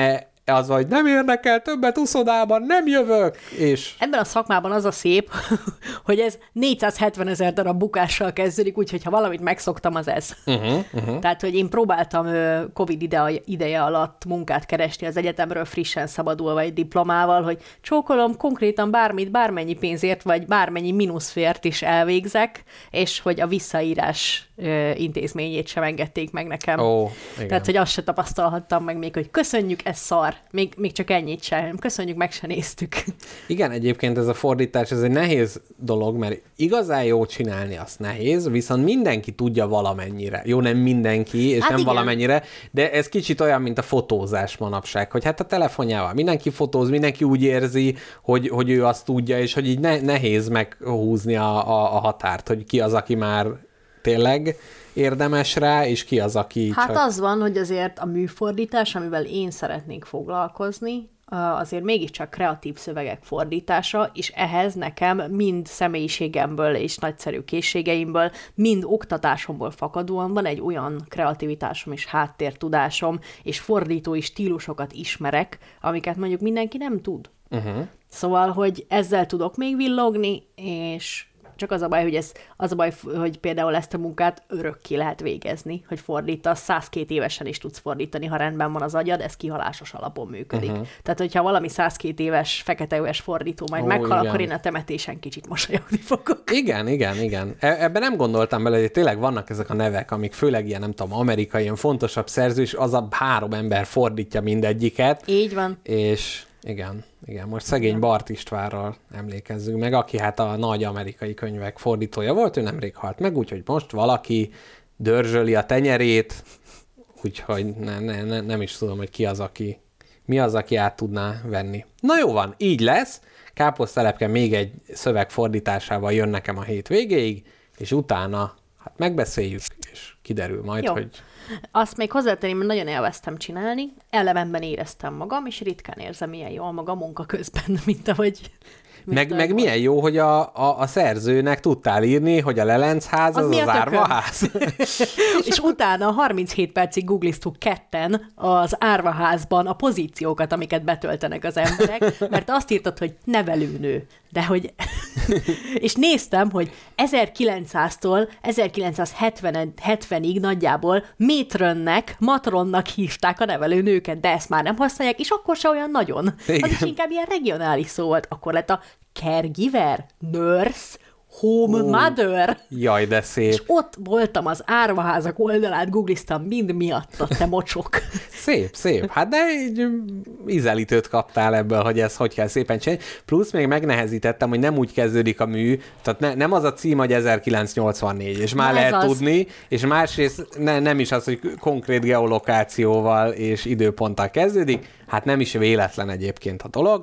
az, hogy nem érdekel, többet uszodában nem jövök, és... Ebben a szakmában az a szép, hogy ez négyszázhetvenezer darab bukással kezdődik, úgyhogy ha valamit megszoktam, az ez. Uh-huh, uh-huh. Tehát, hogy én próbáltam Covid ide, ideje alatt munkát keresni az egyetemről frissen szabadulva egy diplomával, hogy csókolom, konkrétan bármit, bármennyi pénzért, vagy bármennyi mínuszfért is elvégzek, és hogy a visszaírás ö, intézményét sem engedték meg nekem. Ó, Tehát, hogy azt se tapasztalhattam meg még, hogy köszönjük, ez szar. Még, még csak ennyit sem. Köszönjük, meg se néztük. Igen, egyébként ez a fordítás, ez egy nehéz dolog, mert igazán jó csinálni, azt nehéz, viszont mindenki tudja valamennyire. Jó, nem mindenki, és hát nem igen. valamennyire, de ez kicsit olyan, mint a fotózás manapság, hogy hát a telefonjával mindenki fotóz, mindenki úgy érzi, hogy, hogy ő azt tudja, és hogy így ne, nehéz meghúzni a, a, a határt, hogy ki az, aki már tényleg érdemes rá, és ki az, aki Hát csak... az van, hogy azért a műfordítás, amivel én szeretnék foglalkozni, azért mégiscsak kreatív szövegek fordítása, és ehhez nekem mind személyiségemből és nagyszerű készségeimből, mind oktatásomból fakadóan van egy olyan kreativitásom és háttértudásom, és fordítói stílusokat ismerek, amiket mondjuk mindenki nem tud. Uh-huh. Szóval, hogy ezzel tudok még villogni, és csak az a baj, hogy ez, az a baj, hogy például ezt a munkát örökké lehet végezni, hogy fordítasz, százkét évesen is tudsz fordítani, ha rendben van az agyad, ez kihalásos alapon működik. Uh-huh. Tehát, hogyha valami százkét éves, feketeüves fordító majd Ó, meghal, igen. akkor én a temetésen kicsit mosolyogni fogok. Igen, igen, igen. Ebben nem gondoltam bele, hogy tényleg vannak ezek a nevek, amik főleg ilyen, nem tudom, amerikai, ilyen fontosabb szerző, és az a három ember fordítja mindegyiket. Így van. És... Igen, igen. Most szegény Bart Istvánról emlékezzünk meg, aki hát a nagy amerikai könyvek fordítója volt, ő nemrég halt meg, úgyhogy most valaki dörzsöli a tenyerét, úgyhogy ne, ne, ne, nem is tudom, hogy ki az, aki, mi az, aki át tudná venni. Na jó van, így lesz. Káposztelepke még egy szöveg fordításával jön nekem a hét végéig, és utána hát megbeszéljük, és kiderül majd, jó. hogy... Azt még hozzátenném, mert nagyon élveztem csinálni, elevenben éreztem magam, és ritkán érzem ilyen jól magam munka közben, mint ahogy... Mint meg, meg milyen jó, hogy a, a, a szerzőnek tudtál írni, hogy a Lelencház az az, az árvaház. És utána harminchét percig googliztuk ketten az árvaházban a pozíciókat, amiket betöltenek az emberek, mert azt írtad, hogy nevelőnő. De hogy... és néztem, hogy ezerkilencszáztól ezerkilencszázhetvenig nagyjából métrönnek, matronnak hívták a nevelőnőket, de ezt már nem használják, és akkor se olyan nagyon. Igen. Az is inkább ilyen regionális szó volt. Akkor lett a caregiver, nurse, home oh, mother. Jaj, de szép. És ott voltam az árvaházak oldalát, googliztam mind miatta, te mocsok. Szép, szép. Hát de egy ízelítőt kaptál ebből, hogy ez hogy kell szépen csinálni. Plusz még megnehezítettem, hogy nem úgy kezdődik a mű, tehát ne, nem az a cím, hogy ezerkilencszáznyolcvannégy, és már Na lehet tudni, és másrészt ne, nem is az, hogy konkrét geolokációval és időponttal kezdődik, hát nem is véletlen egyébként a dolog.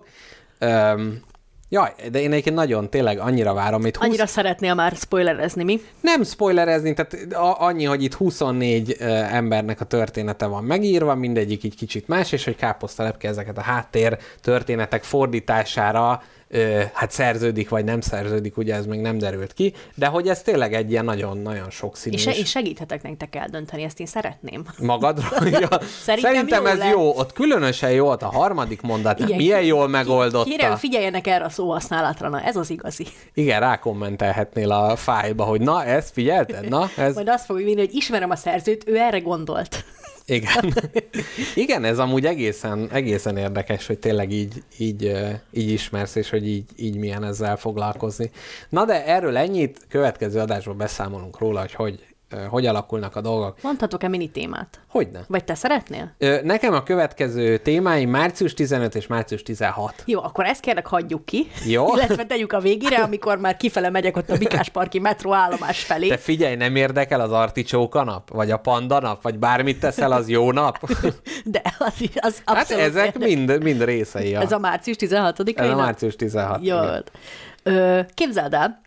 Öm, Jaj, de én egyébként nagyon tényleg annyira várom, hogy... húsz... Annyira szeretnél már spoilerezni, mi? Nem spoilerezni, tehát annyi, hogy itt huszonnégy embernek a története van megírva, mindegyik így kicsit más, és hogy Káposztelepke ezeket a háttér történetek fordítására ö, hát szerződik, vagy nem szerződik, ugye ez még nem derült ki, de hogy ez tényleg egy ilyen nagyon-nagyon sokszínű. És én segíthetek nektek eldönteni, ezt én szeretném. Magadra? Ja. Szerintem, Szerintem jó ez lett. Jó, ott különösen jó, ott a harmadik mondat, igen, milyen jól megoldotta. Kérem, figyeljenek erre a szóhasználatra, na ez az igazi. Igen, rákommentelhetnél a fájlba, hogy na, ezt figyelted? Na, ez... Majd azt fogjuk vinni, hogy ismerem a szerzőt, ő erre gondolt. Igen. Igen, ez amúgy egészen, egészen érdekes, hogy tényleg így, így, így ismersz, és hogy így, így milyen ezzel foglalkozni. Na de erről ennyit, következő adásban beszámolunk róla, hogy hogy, hogy alakulnak a dolgok. Mondhatok-e mini témát? Hogyne. Vagy te szeretnél? Nekem a következő témáim március tizenötödike és március tizenhatodika. Jó, akkor ezt kérlek hagyjuk ki. Jó. Illetve tegyük a végére, amikor már kifele megyek ott a Bikásparki metróállomás felé. Te figyelj, nem érdekel az articsóka nap? Vagy a panda nap? Vagy bármit teszel, az jó nap? De az, az hát abszolút ezek mind, mind részei. A... Ez a március tizenhatodika. Ez a március tizenhatodika. Jó. Képzeld el,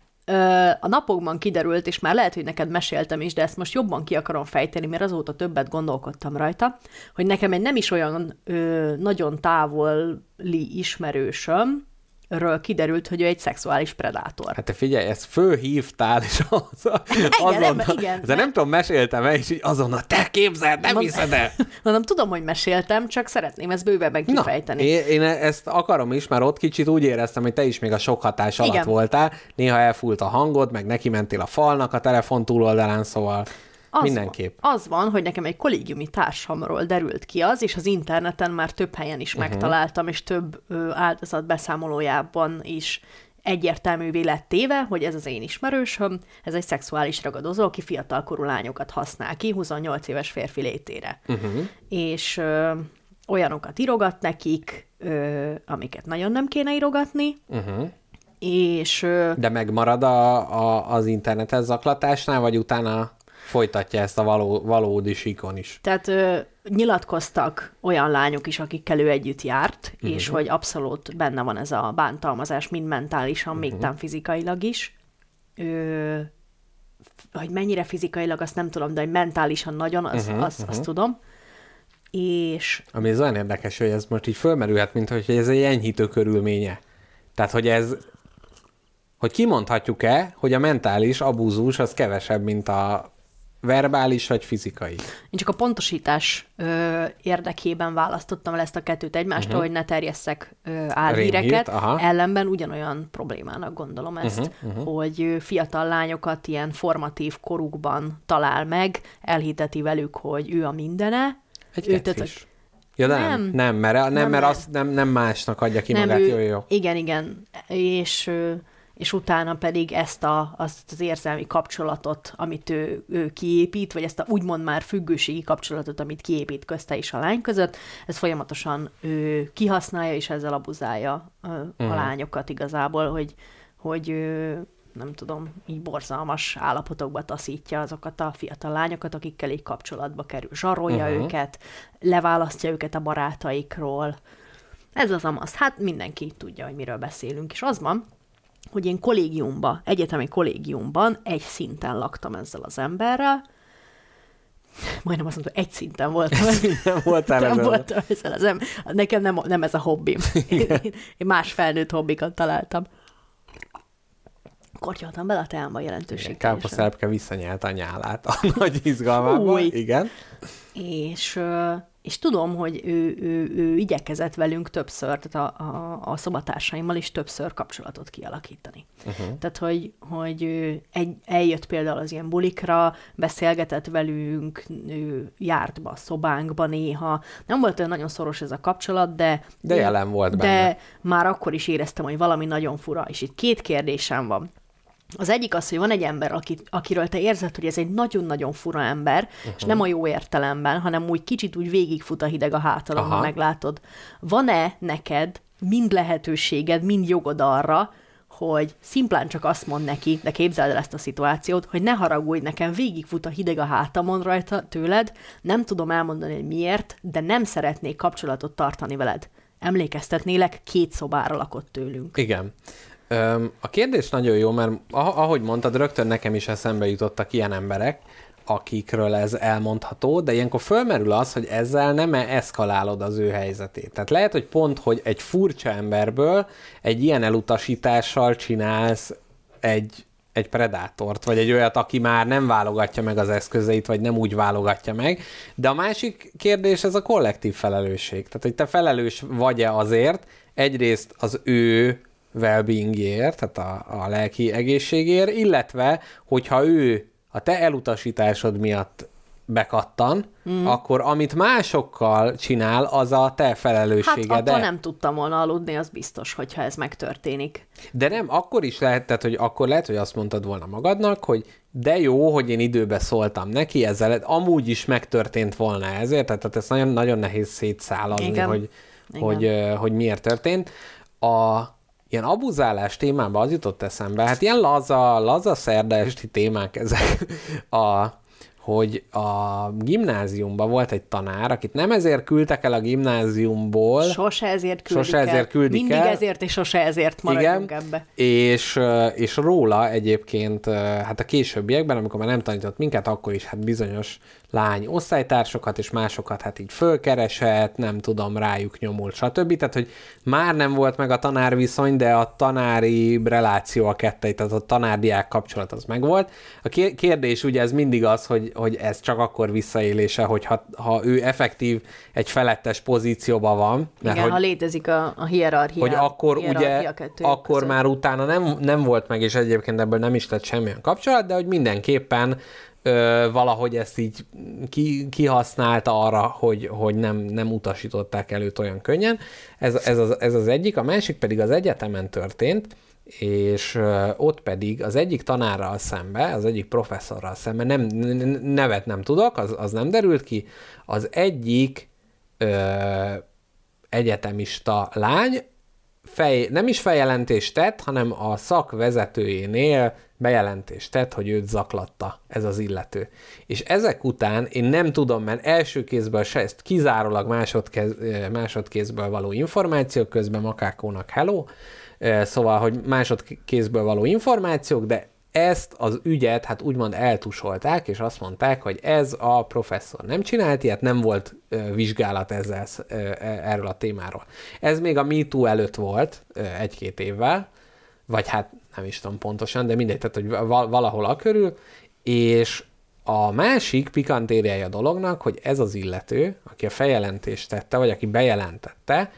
a napokban kiderült, és már lehet, hogy neked meséltem is, de ezt most jobban ki akarom fejteni, mert azóta többet gondolkodtam rajta, hogy nekem egy nem is olyan ö, nagyon távoli ismerősöm ről kiderült, hogy ő egy szexuális predátor. Hát te figyelj, ezt fölhívtál, és az, azonnal, nem, igen, de nem tudom, meséltem el, és így azonnal, te képzeld, nem hiszed el! Mondom, tudom, hogy meséltem, csak szeretném ezt bővebben kifejteni. Na, én, én ezt akarom is, mert ott kicsit úgy éreztem, hogy te is még a sok hatás alatt igen. voltál, néha elfúlt a hangod, meg neki mentél a falnak a telefon túloldalán, szóval az mindenképp. Van, az van, hogy nekem egy kollégiumi társamról derült ki az, és az interneten már több helyen is uh-huh. megtaláltam, és több ö, áldozat beszámolójában is egyértelművé lett téve, hogy ez az én ismerősöm, ez egy szexuális ragadozó, aki fiatalkorú lányokat használ ki, huszonnyolc éves férfi létére. Uh-huh. És ö, olyanokat írogat nekik, ö, amiket nagyon nem kéne írogatni, uh-huh. és... Ö, De megmarad a, a, az internetes zaklatásnál, vagy utána folytatja ezt a való, valódi síkon is? Tehát ö, nyilatkoztak olyan lányok is, akikkel ő együtt járt, uh-huh. és hogy abszolút benne van ez a bántalmazás, mind mentálisan, uh-huh. még nem fizikailag is. Ö, hogy mennyire fizikailag, azt nem tudom, de hogy mentálisan nagyon, az, uh-huh. azt, azt uh-huh. tudom. És... Ami ez olyan érdekes, hogy ez most így fölmerülhet, mint hogy ez egy enyhítő körülménye. Tehát, hogy ez... Hogy kimondhatjuk-e, hogy a mentális abúzus az kevesebb, mint a verbális vagy fizikai? Én csak a pontosítás ö, érdekében választottam el ezt a kettőt egymástól, uh-huh. hogy ne terjesszek ö, álhíreket. Ellenben ugyanolyan problémának gondolom ezt, uh-huh, uh-huh. hogy fiatal lányokat ilyen formatív korukban talál meg, elhiteti velük, hogy ő a mindene. Egy kettfis. Ja, nem, nem, nem, mert, nem, nem, mert azt nem, nem másnak adja ki nem, magát, ő, jó, jó. Igen, igen, és... és utána pedig ezt a, azt az érzelmi kapcsolatot, amit ő, ő kiépít, vagy ezt a úgymond már függőségi kapcsolatot, amit kiépít közte és a lány között, ez folyamatosan ő kihasználja, és ezzel abuzálja a, uh-huh. a lányokat igazából, hogy, hogy ő, nem tudom, így borzalmas állapotokba taszítja azokat a fiatal lányokat, akikkel így kapcsolatba kerül. Zsarolja uh-huh. őket, leválasztja őket a barátaikról. Ez az amaz. Hát mindenki tudja, hogy miről beszélünk. És az van, hogy én kollégiumban, egyetemi kollégiumban egy szinten laktam ezzel az emberrel. Majdnem azt mondtam, egy szinten voltam. Egy szinten voltál nem ezzel. voltam ezzel az ember. Nekem nem, nem ez a hobbim. Én, én más felnőtt hobbikat találtam. Kortyoltam bele a teámba jelentőség. Káposztelepke visszanyelt a nyálát a nagy izgalmában. Fúj. Igen. És... És tudom, hogy ő, ő, ő igyekezett velünk többször, tehát a, a, a szobatársaimmal is többször kapcsolatot kialakítani. Uh-huh. Tehát, hogy, hogy ő egy, eljött például az ilyen bulikra, beszélgetett velünk, ő járt be a szobánkba néha. Nem volt olyan nagyon szoros ez a kapcsolat, de... De jelen volt de benne. De már akkor is éreztem, hogy valami nagyon fura. És itt két kérdésem van. Az egyik az, hogy van egy ember, aki, akiről te érzed, hogy ez egy nagyon-nagyon fura ember, uh-huh. és nem a jó értelemben, hanem úgy kicsit úgy végigfut a hideg a hátadon, ha meglátod. Van-e neked mind lehetőséged, mind jogod arra, hogy szimplán csak azt mond neki, de képzeld el ezt a szituációt, hogy ne haragudj, nekem végigfut a hideg a hátamon rajta tőled, nem tudom elmondani, hogy miért, de nem szeretnék kapcsolatot tartani veled. Emlékeztetnélek, két szobára lakott tőlünk. Igen. A kérdés nagyon jó, mert ahogy mondtad, rögtön nekem is eszembe jutottak ilyen emberek, akikről ez elmondható, de ilyenkor fölmerül az, hogy ezzel nem eszkalálod az ő helyzetét. Tehát lehet, hogy pont, hogy egy furcsa emberből egy ilyen elutasítással csinálsz egy, egy predátort, vagy egy olyat, aki már nem válogatja meg az eszközeit, vagy nem úgy válogatja meg. De a másik kérdés, ez a kollektív felelősség. Tehát, hogy te felelős vagy-e azért, egyrészt az ő well-beingért, tehát a, a lelki egészségért, illetve, hogyha ő a te elutasításod miatt bekattan, mm. akkor amit másokkal csinál, az a te felelősséged. Hát attól nem tudtam volna aludni, az biztos, hogyha ez megtörténik. De nem, akkor is lehet, tehát, hogy akkor lehet, hogy azt mondtad volna magadnak, hogy de jó, hogy én időbe szóltam neki, ezzel amúgy is megtörtént volna ezért, tehát ezt nagyon, nagyon nehéz szétszálazni, Igen. hogy, Igen. Hogy, hogy miért történt. A ilyen abuzálás témában az jutott eszembe, hát ilyen laza, laza szerda esti témák ezek, a, hogy a gimnáziumban volt egy tanár, akit nem ezért küldtek el a gimnáziumból. Sose ezért küldik sose ezért küldik Mindig el. ezért és sose ezért maradjunk Igen, ebbe. És, és róla egyébként, hát a későbbiekben, amikor már nem tanított minket, akkor is hát bizonyos lány osztálytársokat és másokat hát így fölkeresett, nem tudom, rájuk nyomult, stb. Tehát, hogy már nem volt meg a tanárviszony, de a tanári reláció a kettei, tehát a tanár-diák kapcsolat az megvolt. A kérdés ugye ez mindig az, hogy, hogy ez csak akkor visszaélése, hogyha ha ő effektív egy felettes pozícióban van. Mert Igen, hogy, ha létezik a, a hierarchia. hogy akkor ugye, akkor között. már utána nem, nem volt meg, és egyébként ebből nem is lett semmilyen kapcsolat, de hogy mindenképpen Ö, valahogy ezt így ki, kihasználta arra, hogy, hogy nem, nem utasították előtt olyan könnyen. Ez, ez, az, ez az egyik, a másik pedig az egyetemen történt, és ö, ott pedig az egyik tanárral szembe, az egyik professzorral szembe, nem, nevet nem tudok, az, az nem derült ki, az egyik ö, egyetemista lány fej, nem is feljelentést tett, hanem a szakvezetőjénél bejelentést tett, hogy őt zaklatta ez az illető. És ezek után én nem tudom, mert első kézből se, ezt kizárólag másodkéz, másodkézből való információk, közben Makákónak hello, szóval, hogy másodkézből való információk, de ezt az ügyet hát úgymond eltusolták, és azt mondták, hogy ez a professzor nem csinált ilyet, nem volt ö, vizsgálat ezzel, ö, erről a témáról. Ez még a MeToo előtt volt ö, egy-két évvel, vagy hát nem is tudom pontosan, de mindegy, tehát hogy valahol a körül, és a másik pikantériája a dolognak, hogy ez az illető, aki a feljelentést tette, vagy aki bejelentette,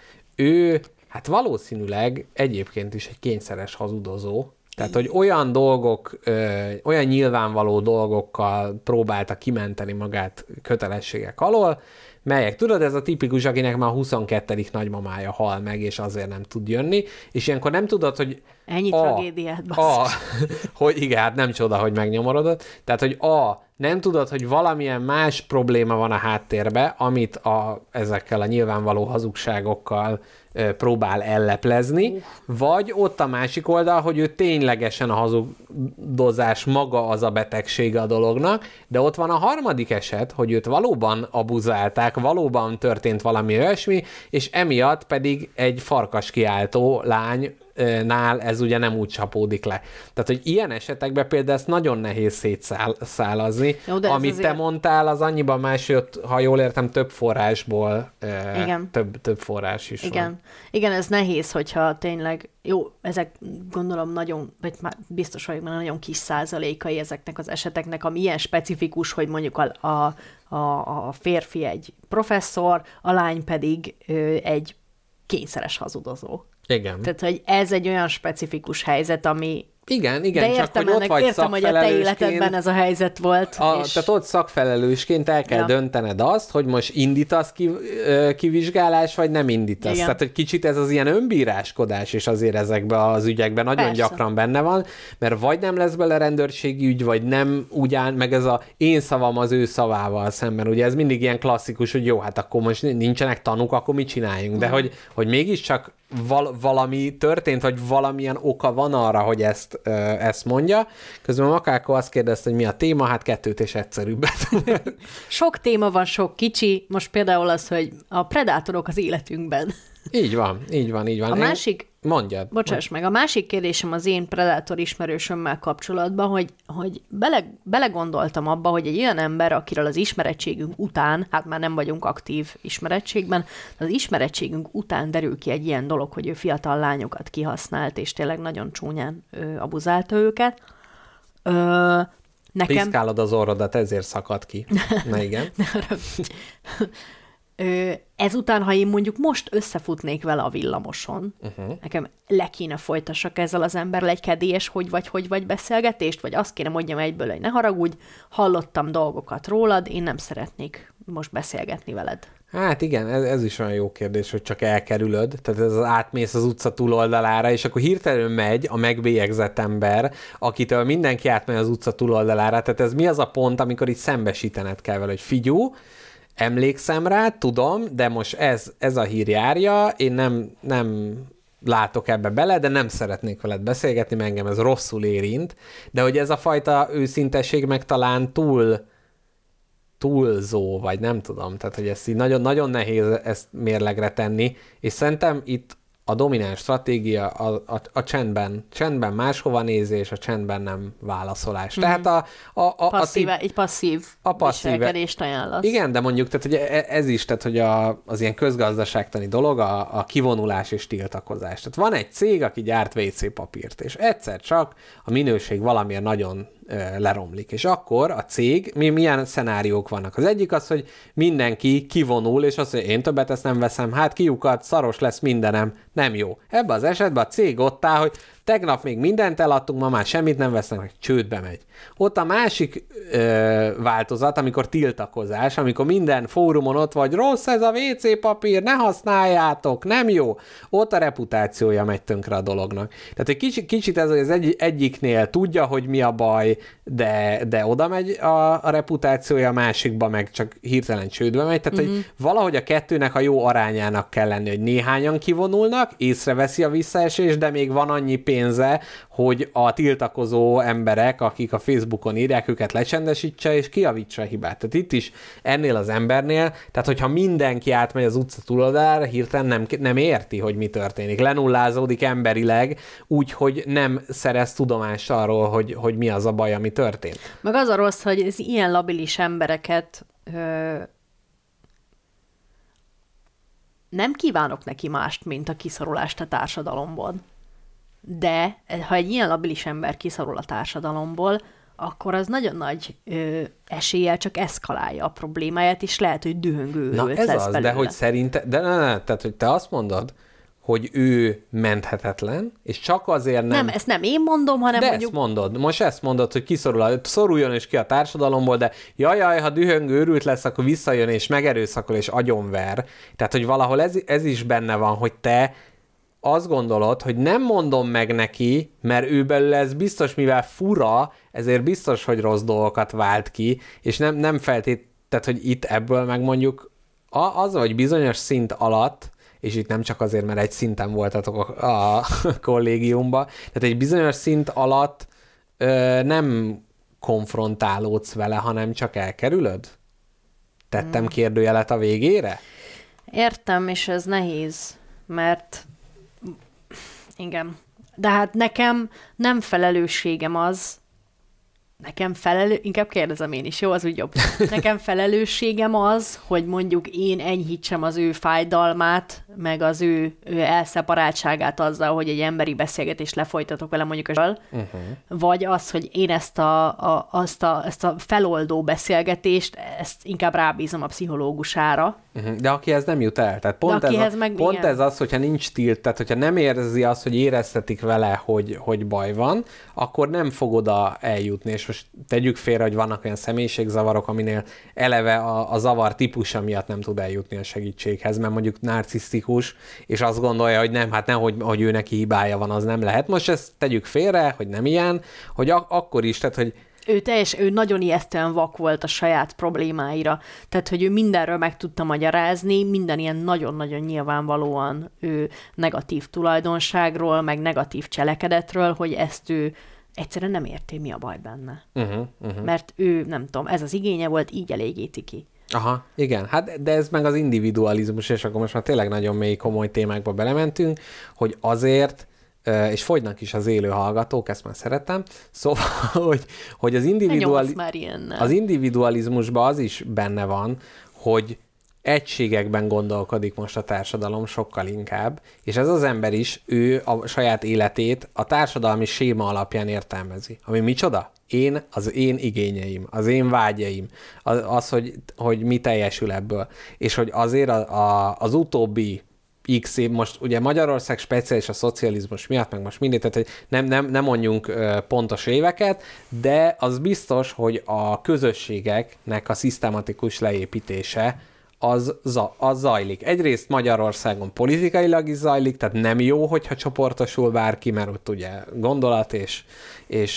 ő hát valószínűleg egyébként is egy kényszeres hazudozó, tehát, hogy olyan dolgok, ö, olyan nyilvánvaló dolgokkal próbálta kimenteni magát kötelességek alól, melyek, tudod, ez a tipikus, akinek már a huszonkettedik nagymamája hal meg, és azért nem tud jönni, és ilyenkor nem tudod, hogy Ennyi a, tragédiát, a, hogy igen, hát nem csoda, hogy megnyomorodott, tehát, hogy a, nem tudod, hogy valamilyen más probléma van a háttérben, amit a, ezekkel a nyilvánvaló hazugságokkal ö, próbál elleplezni, uh. vagy ott a másik oldal, hogy ő ténylegesen a hazugdozás maga az a betegsége a dolognak, de ott van a harmadik eset, hogy őt valóban abuzálták, valóban történt valami olyasmi, és emiatt pedig egy farkaskiáltó lány nál ez ugye nem úgy csapódik le. Tehát, hogy ilyen esetekben például ezt nagyon nehéz szétszálazni. Jó, amit azért... te mondtál, az annyiban más jött, ha jól értem, több forrásból, Igen. Több, több forrás is Igen. van. Igen, ez nehéz, hogyha tényleg, jó, ezek gondolom nagyon, vagy már biztos vagyok, mert nagyon kis százalékai ezeknek az eseteknek, ami ilyen specifikus, hogy mondjuk a, a, a, a férfi egy professzor, a lány pedig ö, egy kényszeres hazudozó. Igen. Tehát, hogy ez egy olyan specifikus helyzet, ami... Igen, igen, de csak értem, hogy ott ennek, vagy értem, hogy a te életedben ez a helyzet volt. A, és... Tehát ott szakfelelősként el kell ja. döntened azt, hogy most indítasz ki, kivizsgálás, vagy nem indítasz. Igen. Tehát, hogy kicsit ez az ilyen önbíráskodás is azért ezekben az ügyekben nagyon Persze. gyakran benne van, mert vagy nem lesz bele rendőrségi ügy, vagy nem úgy áll, meg ez a én szavam az ő szavával szemben. Ugye ez mindig ilyen klasszikus, hogy jó, hát akkor most nincsenek tanúk, akkor mit csináljunk? De mm. hogy, hogy mégiscsak val- valami történt, vagy valamilyen oka van arra, hogy ezt ezt mondja. Közben Makáko azt kérdezte, hogy mi a téma, hát kettőt és egyszerűbbet. Sok téma van, sok kicsi. Most például az, hogy a predátorok az életünkben. Így van, így van, így van. A Én... másik... Mondjad. Bocsáss meg, a másik kérdésem az én predátor ismerősömmel kapcsolatban, hogy, hogy bele, belegondoltam abba, hogy egy olyan ember, akiről az ismerettségünk után, hát már nem vagyunk aktív ismerettségben, az ismerettségünk után derül ki egy ilyen dolog, hogy ő fiatal lányokat kihasznált, és tényleg nagyon csúnyán ö, abuzálta őket. Ö, nekem... Piszkálod az orrodat, ezért szakad ki. Na igen. Ezután, ha én mondjuk most összefutnék vele a villamoson, uh-huh. nekem le kéne folytassak ezzel az emberrel egy kedélyes hogy vagy, hogy vagy beszélgetést, vagy azt kéne mondjam egyből, hogy ne haragudj, hallottam dolgokat rólad, én nem szeretnék most beszélgetni veled. Hát igen, ez, ez is olyan jó kérdés, hogy csak elkerülöd, tehát ez az átmész az utca túloldalára, és akkor hirtelen megy a megbélyegzett ember, akitől mindenki átmegy az utca túloldalára, tehát ez mi az a pont, amikor itt szembesítened kell vele, hogy figyú, emlékszem rá, tudom, de most ez, ez a hír járja, én nem, nem látok ebbe bele, de nem szeretnék veled beszélgetni, mert engem ez rosszul érint, de hogy ez a fajta őszintesség meg talán túl túlzó, vagy nem tudom, tehát hogy ezt így nagyon, nagyon nehéz ezt mérlegre tenni, és szerintem itt a domináns stratégia a, a, a csendben, csendben máshova nézés, a csendben nem válaszolás. Mm-hmm. Tehát a... a, a, passzív, a egy passzív, a passzív viselkedést ajánlasz. Igen, de mondjuk, tehát hogy ez is, tehát hogy a, az ilyen közgazdaságtani dolog a, a kivonulás és tiltakozás. Tehát van egy cég, aki gyárt vé cé papírt, és egyszer csak a minőség valamiért nagyon leromlik. És akkor a cég, mi, milyen szenáriók vannak? Az egyik az, hogy mindenki kivonul, és azt mondja, én többet ezt nem veszem, hát kiukat, szaros lesz mindenem, nem jó. Ebben az esetben a cég ott áll, hogy tegnap még mindent eladtunk, ma már semmit nem vesznek, meg csődbe megy. Ott a másik ö, változat, amikor tiltakozás, amikor minden fórumon ott vagy, rossz ez a vé cé papír, ne használjátok, nem jó. Ott a reputációja megy tönkre a dolognak. Tehát egy kicsit, kicsit ez az egy, egyiknél tudja, hogy mi a baj, de, de oda megy a, a reputációja, a másikba meg csak hirtelen csődbe megy. Tehát, mm-hmm. hogy valahogy a kettőnek a jó arányának kell lenni, hogy néhányan kivonulnak, észreveszi a visszaesés, de még van annyi pénze, hogy a tiltakozó emberek, akik a Facebookon írják, őket lecsendesítse és kijavítsa a hibát. Tehát itt is ennél az embernél, tehát hogyha mindenki átmegy az utca túloldalára, hirtelen nem, nem érti, hogy mi történik. Lenullázódik emberileg úgy, hogy nem szerez tudomást arról, hogy, hogy mi az a baj, ami történt. Meg az a rossz, hogy ez ilyen labilis embereket ö, nem kívánok neki mást, mint a kiszorulást a társadalomból. De ha egy ilyen labilis ember kiszorul a társadalomból, akkor az nagyon nagy ö, eséllyel csak eszkalálja a problémáját, és lehet, hogy dühöngő Na ez lesz az, belőle. de hogy szerinte, de ne, ne, tehát hogy te azt mondod, hogy ő menthetetlen, és csak azért nem... Nem, ezt nem én mondom, hanem de mondjuk... ezt mondod, most ezt mondod, hogy kiszorul, szoruljon is ki a társadalomból, de jajjaj, ha dühöngő őrült lesz, akkor visszajön és megerőszakol és agyonver. Tehát, hogy valahol ez, ez is benne van, hogy te azt gondolod, hogy nem mondom meg neki, mert ő belőle ez biztos, mivel fura, ezért biztos, hogy rossz dolgokat vált ki, és nem, nem feltét, tehát, hogy itt ebből meg mondjuk az, vagy bizonyos szint alatt, és itt nem csak azért, mert egy szinten voltatok a, a kollégiumban, tehát egy bizonyos szint alatt ö, nem konfrontálódsz vele, hanem csak elkerülöd? Tettem kérdőjelet a végére? Értem, és ez nehéz, mert igen. De hát nekem nem felelősségem az, nekem felelő, inkább kérdezem én is, jó, az úgy jobb. Nekem felelősségem az, hogy mondjuk én enyhítsem az ő fájdalmát, meg az ő, ő elszeparáltságát azzal, hogy egy emberi beszélgetést lefolytatok vele mondjuk a uh-huh. vagy az, hogy én ezt a, a, azt a, ezt a feloldó beszélgetést, ezt inkább rábízom a pszichológusára. Uh-huh. De akihez nem jut el. Tehát pont, ez, a, meg, pont ez az, hogyha nincs tilt, tehát hogyha nem érzi azt, hogy éreztetik vele, hogy, hogy baj van, akkor nem fog oda eljutni. És most tegyük félre, hogy vannak olyan személyiségzavarok, aminél eleve a, a zavar típusa miatt nem tud eljutni a segítséghez, mert mondjuk narcisztikus, és azt gondolja, hogy nem, hát nem, hogy, hogy ő neki hibája van, az nem lehet. Most ezt tegyük félre, hogy nem ilyen, hogy ak- akkor is, tehát, hogy Ő teljes, ő nagyon ijesztően vak volt a saját problémáira. Tehát, hogy ő mindenről meg tudta magyarázni, minden ilyen nagyon-nagyon nyilvánvalóan ő negatív tulajdonságról, meg negatív cselekedetről, hogy ezt ő egyszerűen nem érti, mi a baj benne. Uh-huh, uh-huh. Mert ő, nem tudom, ez az igénye volt, így elégíti ki. Aha, igen. Hát de ez meg az individualizmus, és akkor most már tényleg nagyon mély, komoly témákba belementünk, hogy azért, és fogynak is az élő hallgatók, ezt már szeretem, szóval, hogy, hogy az, individuali... az individualizmusban az is benne van, hogy egységekben gondolkodik most a társadalom sokkal inkább, és ez az ember is, ő a saját életét a társadalmi séma alapján értelmezi. Ami micsoda? Én, az én igényeim, az én vágyaim, az, az hogy, hogy mi teljesül ebből. És hogy azért a, a, az utóbbi x év, most ugye Magyarország speciális a szocializmus miatt, meg most mindig, tehát hogy nem, nem, nem mondjunk ö, pontos éveket, de az biztos, hogy a közösségeknek a szisztematikus leépítése az, az zajlik. Egyrészt Magyarországon politikailag is zajlik, tehát nem jó, hogyha csoportosul bárki, mert ott ugye gondolat és, és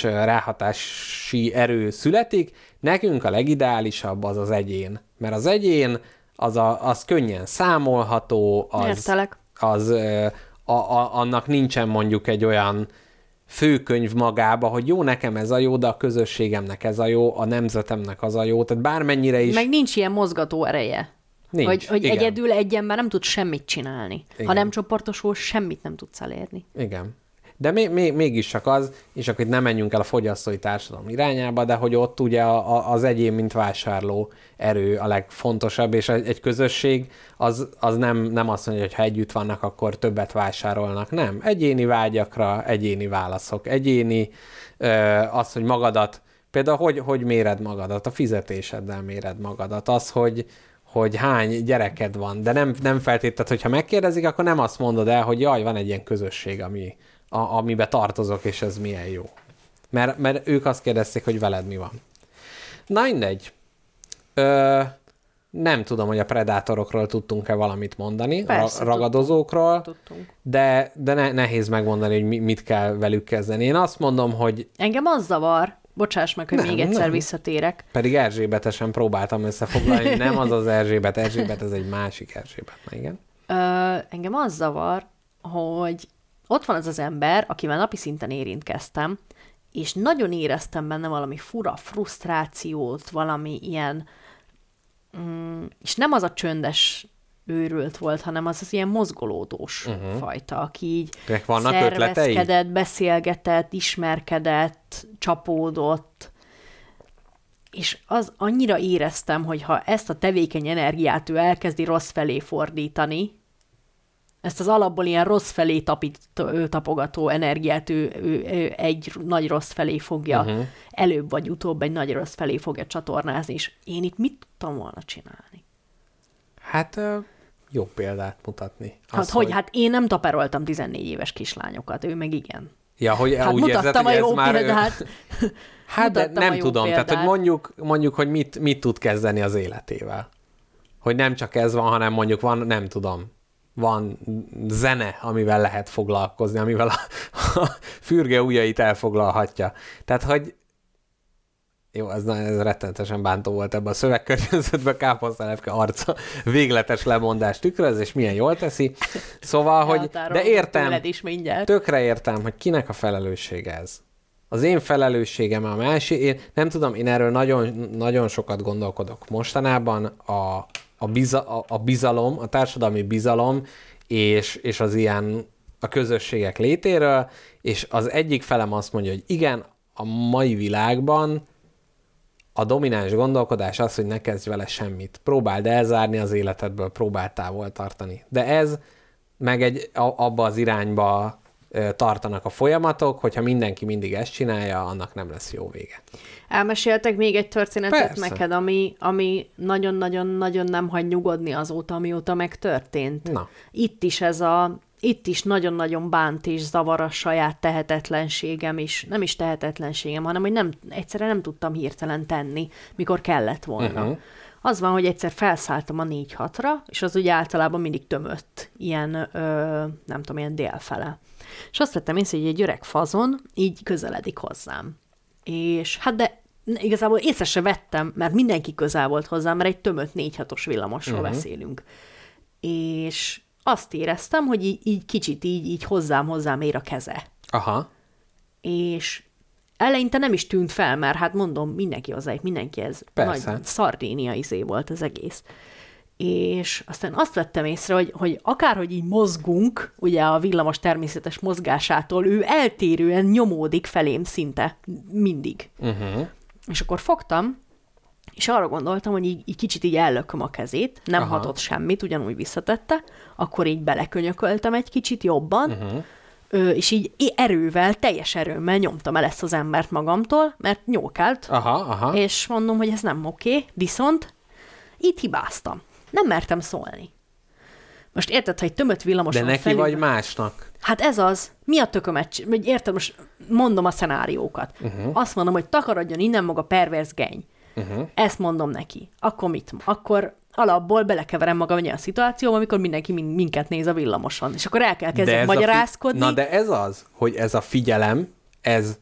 ráhatási erő születik. Nekünk a legideálisabb az az egyén, mert az egyén az, a, az könnyen számolható, az, az a, a, annak nincsen mondjuk egy olyan főkönyv magába, hogy jó, nekem ez a jó, de a közösségemnek ez a jó, a nemzetemnek az a jó, tehát bármennyire is... Meg nincs ilyen mozgató ereje. Nincs, hogy hogy egyedül egy ember nem tud semmit csinálni. Igen. Ha nem csoportosul, semmit nem tudsz elérni. Igen. De még, még, mégis csak az, és akkor itt nem menjünk el a fogyasztói társadalom irányába, de hogy ott ugye a, a, az egyén, mint vásárló erő a legfontosabb, és egy, egy közösség az, az nem, nem azt mondja, hogy ha együtt vannak, akkor többet vásárolnak. Nem. Egyéni vágyakra, egyéni válaszok, egyéni ö, az, hogy magadat, például hogy, hogy méred magadat, a fizetéseddel méred magadat, az, hogy hogy hány gyereked van, de nem, nem feltétlenül, hogyha megkérdezik, akkor nem azt mondod el, hogy jaj, van egy ilyen közösség, ami, a, amiben tartozok, és ez milyen jó. Mert, mert ők azt kérdezték, hogy veled mi van. Na mindegy. Ö, nem tudom, hogy a predátorokról tudtunk-e valamit mondani, Persze, ra- ragadozókról, tudtunk. de, de ne, nehéz megmondani, hogy mi, mit kell velük kezdeni. Én azt mondom, hogy... Engem az zavar, bocsáss meg, hogy nem, még egyszer nem. visszatérek. Pedig Erzsébetesen próbáltam összefoglalni, nem az az Erzsébet, Erzsébet, ez egy másik Erzsébet, na igen. Ö, engem az zavar, hogy ott van az az ember, akivel napi szinten érintkeztem, és nagyon éreztem benne valami fura frusztrációt, valami ilyen, mm, és nem az a csöndes őrült volt, hanem az az ilyen mozgolódós uh-huh. fajta, aki így szervezkedett, beszélgetett, ismerkedett, csapódott, és az annyira éreztem, hogy ha ezt a tevékeny energiát ő elkezdi rossz felé fordítani, ezt az alapból ilyen rossz felé tapít, tapogató energiát ő, ő, ő egy nagy rossz felé fogja, uh-huh. előbb vagy utóbb egy nagy rossz felé fogja csatornázni, és én itt mit tudtam volna csinálni? Hát jó példát mutatni. Az, hát hogy, hogy hát én nem taperoltam tizennégy éves kislányokat, ő meg igen. Ja, hogy hát úgy érzed, hogy ez már... Példát. Hát de nem tudom, példát. Tehát hogy mondjuk, mondjuk hogy mit, mit tud kezdeni az életével. Hogy nem csak ez van, hanem mondjuk van, nem tudom, van zene, amivel lehet foglalkozni, amivel a, a fürge ujjait elfoglalhatja. Tehát, hogy jó, ez, ez rettenetesen bántó volt ebben a szövegkörnyezetben, káposztelepke arca végletes lemondást tükröz, és milyen jól teszi. Szóval, hogy de értem, tökre értem, hogy kinek a felelőssége ez. Az én felelősségem a másik, én nem tudom, én erről nagyon, nagyon sokat gondolkodok mostanában, a, a, biza, a, a bizalom, a társadalmi bizalom, és, és az ilyen a közösségek létéről, és az egyik felem azt mondja, hogy igen, a mai világban a domináns gondolkodás az, hogy ne kezdj vele semmit. Próbáld elzárni az életedből, próbáld távol tartani. De ez meg egy, a, abba az irányba e, tartanak a folyamatok, hogyha mindenki mindig ezt csinálja, annak nem lesz jó vége. Elmeséltek még egy történetet Persze. neked, ami, ami nagyon-nagyon-nagyon nem hagy nyugodni azóta, amióta megtörtént. Na. Itt is ez a Itt is nagyon-nagyon bánt és zavar a saját tehetetlenségem is. Nem is tehetetlenségem, hanem hogy nem, egyszerűen nem tudtam hirtelen tenni, mikor kellett volna. Uh-huh. Az van, hogy egyszer felszálltam a négy hatra, és az ugye általában mindig tömött, ilyen, ö, nem tudom, ilyen délfele. És azt vettem észre, hogy egy öreg fazon így közeledik hozzám. És hát de igazából észre se vettem, mert mindenki közel volt hozzám, mert egy tömött négy hatos villamosról uh-huh. beszélünk. És azt éreztem, hogy így, így kicsit így, így hozzám-hozzám ér a keze. Aha. És eleinte nem is tűnt fel, mert hát mondom, mindenki hozzájuk, mindenki ez Persze. nagy Szardénia izé volt az egész. És aztán azt vettem észre, hogy, hogy akárhogy így mozgunk, ugye a villamos természetes mozgásától, ő eltérően nyomódik felém szinte mindig. Uh-huh. És akkor fogtam, és arra gondoltam, hogy így, így kicsit így ellököm a kezét, nem Aha. hatott semmit, ugyanúgy visszatette, akkor így belekönyököltem egy kicsit jobban, uh-huh. ö, és így erővel, teljes erőmmel nyomtam el ezt az embert magamtól, mert nyókált, aha, aha. és mondom, hogy ez nem oké, viszont itt hibáztam. Nem mertem szólni. Most érted, ha egy tömött villamoson De neki felül... vagy másnak? Hát ez az. Mi a tökömet? Vagy érted, most mondom a szenáriókat. Uh-huh. Azt mondom, hogy takarodjon innen maga perverz geny. Uh-huh. Ezt mondom neki. Akkor mit? Akkor alapból belekeverem magam egy olyan szituációba, amikor mindenki minket néz a villamoson. És akkor el kell kezdeni magyarázkodni. Fi... Na de ez az, hogy ez a figyelem, ez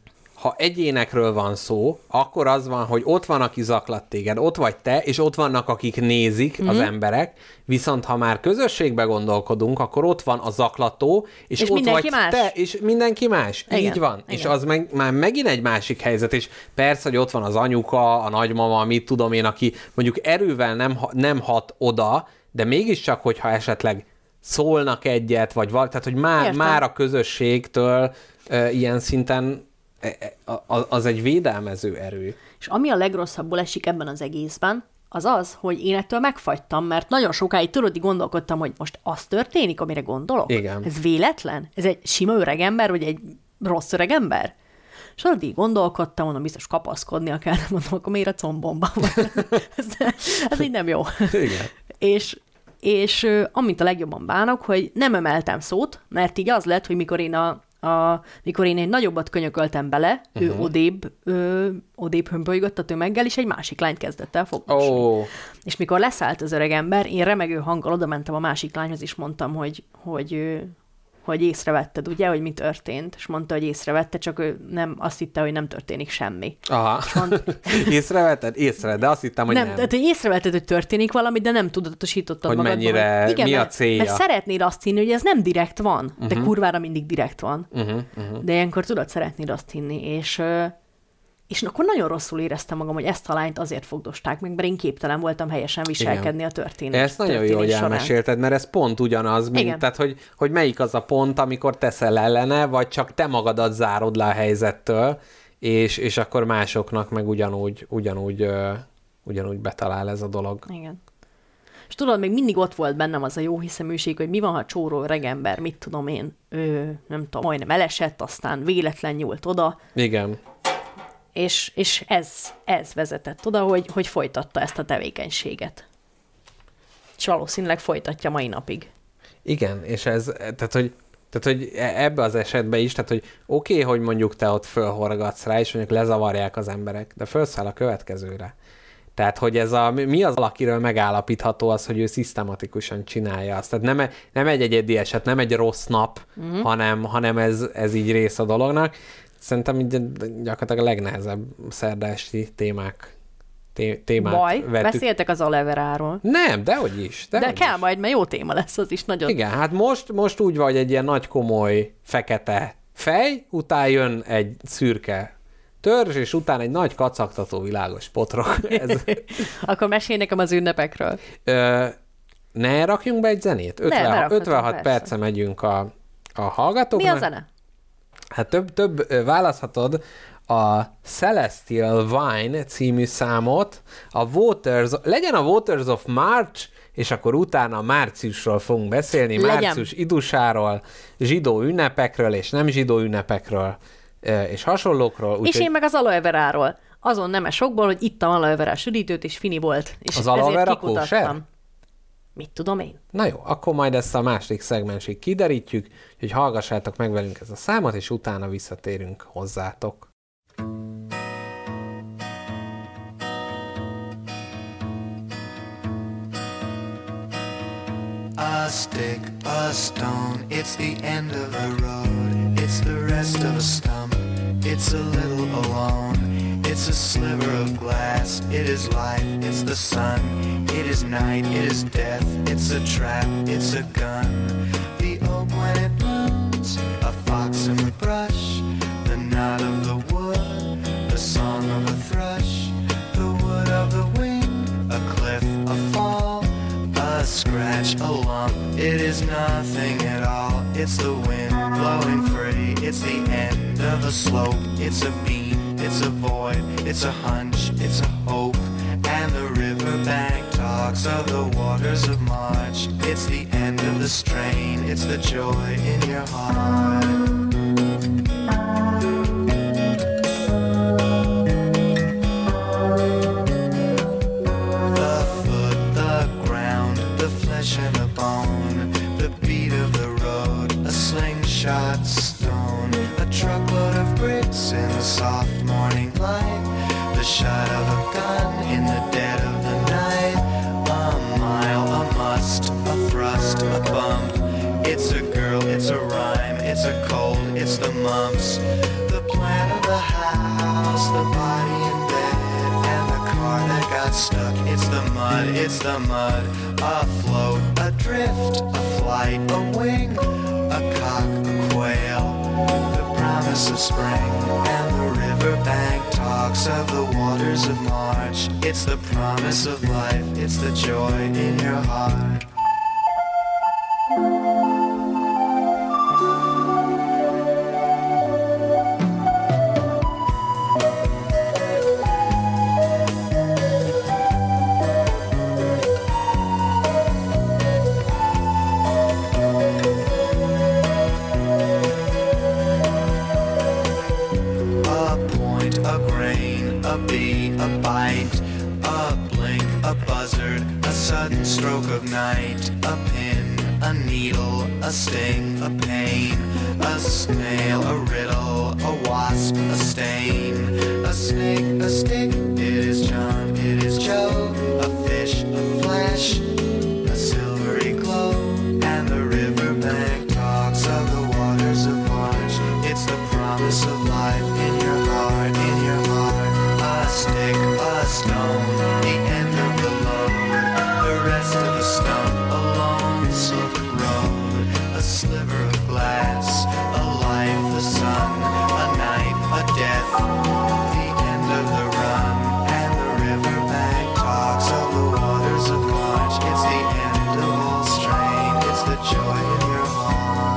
ha egyénekről van szó, akkor az van, hogy ott van, aki zaklat téged, ott vagy te, és ott vannak, akik nézik, mm-hmm. az emberek, viszont ha már közösségbe gondolkodunk, akkor ott van a zaklató, és, és ott vagy más. te, és mindenki más. Igen. Így van. Igen. És az meg, már megint egy másik helyzet, és persze, hogy ott van az anyuka, a nagymama, mit tudom én, aki mondjuk erővel nem, nem hat oda, de mégiscsak, hogyha esetleg szólnak egyet, vagy val- tehát, hogy már, már a közösségtől e, ilyen szinten e, e, az egy védelmező erő. És ami a legrosszabbul esik ebben az egészben, az az, hogy én ettől megfagytam, mert nagyon sokáig tudod, gondolkodtam, hogy most az történik, amire gondolok? Igen. Ez véletlen? Ez egy sima öregember, vagy egy rossz öregember? És addig gondolkodtam, mondom, biztos kapaszkodnia kell, mondom, akkor miért a combomban van? ez, ez így nem jó. Igen. és és uh, amit a legjobban bánok, hogy nem emeltem szót, mert így az lett, hogy mikor én a, a mikor én egy nagyobbat könyököltem bele, uh-huh. ő odébb, ő, odébb hömpölygött a tömeggel, és egy másik lányt kezdett el fogmosni. Oh. És mikor leszállt az öreg ember, én remegő hanggal oda mentem a másik lányhoz, és mondtam, hogy, hogy, hogy észrevetted, ugye, hogy mi történt, és mondta, hogy észrevette, csak ő nem, azt hitte, hogy nem történik semmi. Aha. Mond... észrevetted? Észre, de azt hittem, hogy nem. nem. Tehát, hogy észrevetted, hogy történik valami, de nem tudatosítottad hogy magadban. mennyire, hogy igen, mi a mert, célja. mert szeretnéd azt hinni, hogy ez nem direkt van, uh-huh. de kurvára mindig direkt van. Uh-huh, uh-huh. De ilyenkor tudod, szeretnéd azt hinni, és... És akkor nagyon rosszul éreztem magam, hogy ezt a lányt azért fogdosták meg, mert én képtelen voltam helyesen viselkedni igen. a történet. Ezt nagyon jó, hogy elmesélted, mert ez pont ugyanaz, mint, igen. tehát, hogy, hogy melyik az a pont, amikor teszel ellene, vagy csak te magadat zárod le a helyzettől, és, és akkor másoknak meg ugyanúgy, ugyanúgy, uh, ugyanúgy betalál ez a dolog. Igen. És tudod, még mindig ott volt bennem az a jó hiszeműség, hogy mi van, ha csóró regember, mit tudom én, ő, nem tudom, majdnem elesett, aztán véletlen nyúlt oda. Igen. És, és ez, ez vezetett oda, hogy, hogy folytatta ezt a tevékenységet. És valószínűleg folytatja mai napig. Igen, és ez, tehát hogy, tehát, hogy ebbe az esetben is, tehát, hogy oké, okay, hogy mondjuk te ott fölhorgatsz rá, és mondjuk lezavarják az emberek, de felszáll a következőre. Tehát, hogy ez a, mi az valakiről megállapítható az, hogy ő szisztematikusan csinálja azt. Tehát nem, nem egy egyedi eset, nem egy rossz nap, mm-hmm. hanem, hanem ez, ez így rész a dolognak. Szerintem így gyakorlatilag a legnehezebb szerdási témák, té, témát Baj, vettük. beszéltek az aloe-veráról. Nem, dehogy is. Dehogy De kell is. majd, mert jó téma lesz az is nagyon. Igen, hát most, most úgy vagy egy ilyen nagy komoly fekete fej, utána jön egy szürke törzs, és utána egy nagy kacagtató világos potrok. Ez... Akkor mesélj nekem az ünnepekről. Ö, ne rakjunk be egy zenét? ötven, ötvenhat perce megyünk a, a hallgatóknak. Mi a zene? Hát több, több választhatod a Celestial Wine című számot, a Waters, legyen a Waters of March, és akkor utána márciusról fogunk beszélni, legyen. Március idusáról, zsidó ünnepekről és nem zsidó ünnepekről, és hasonlókról. És én meg az aloe-veráról. Azon nemes okból, hogy ittam aloe-verás üdítőt, és fini volt. És az ezért aloe-vera kikutattam. kóser? Mit tudom én? Na jó, akkor majd ezt a második szegmensig kiderítjük, hogy hallgassátok meg velünk ezt a számot, és utána visszatérünk hozzátok. A stick, a stone, it's the end of the road. It's the rest of a stump, it's a little alone. It's a sliver of glass, it is life, it's the sun. It is night, it is death, it's a trap, it's a gun. The oak when it blooms, a fox in the brush. The knot of the wood, the song of a thrush. The wood of the wind, a cliff, a fall. A scratch, a lump, it is nothing at all. It's the wind blowing free, it's the end of a slope. It's a beam, it's a void, it's a hunch, it's a hope. And the riverbank talks of the waters of March. It's the end of the strain, it's the joy in your heart. And a bone, the beat of the road, a slingshot stone, a truckload of bricks in the soft morning light, the shot of a gun in the dead of the night, a mile, a must, a thrust, a bump. It's a girl, it's it's a rhyme, it's a cold, it's the mumps. The plant of the house, the body in bed, and the car that got stuck. It's the mud, it's the mud. Afloat, adrift, a flight, a wing, a cock, a quail. The promise of spring, and the riverbank talks of the waters of March. It's the promise of life, it's the joy in your heart. Stroke of night, a pin, a needle, a sting, a pain, a snail, a riddle, a wasp, a stain, a snake, a stick, it is John, it is Joe, a fish, a flash, a silvery glow, and the riverbank talks of the waters of March. It's the promise of life in your heart, in your heart, a stick, a stone, the end of the load. Rest of a stump, a lone silver road, a sliver of glass, a life, the sun, a night, a death, the end of the run, and the riverbank talks of the waters of March. It's the end of all strain, it's the joy in your heart.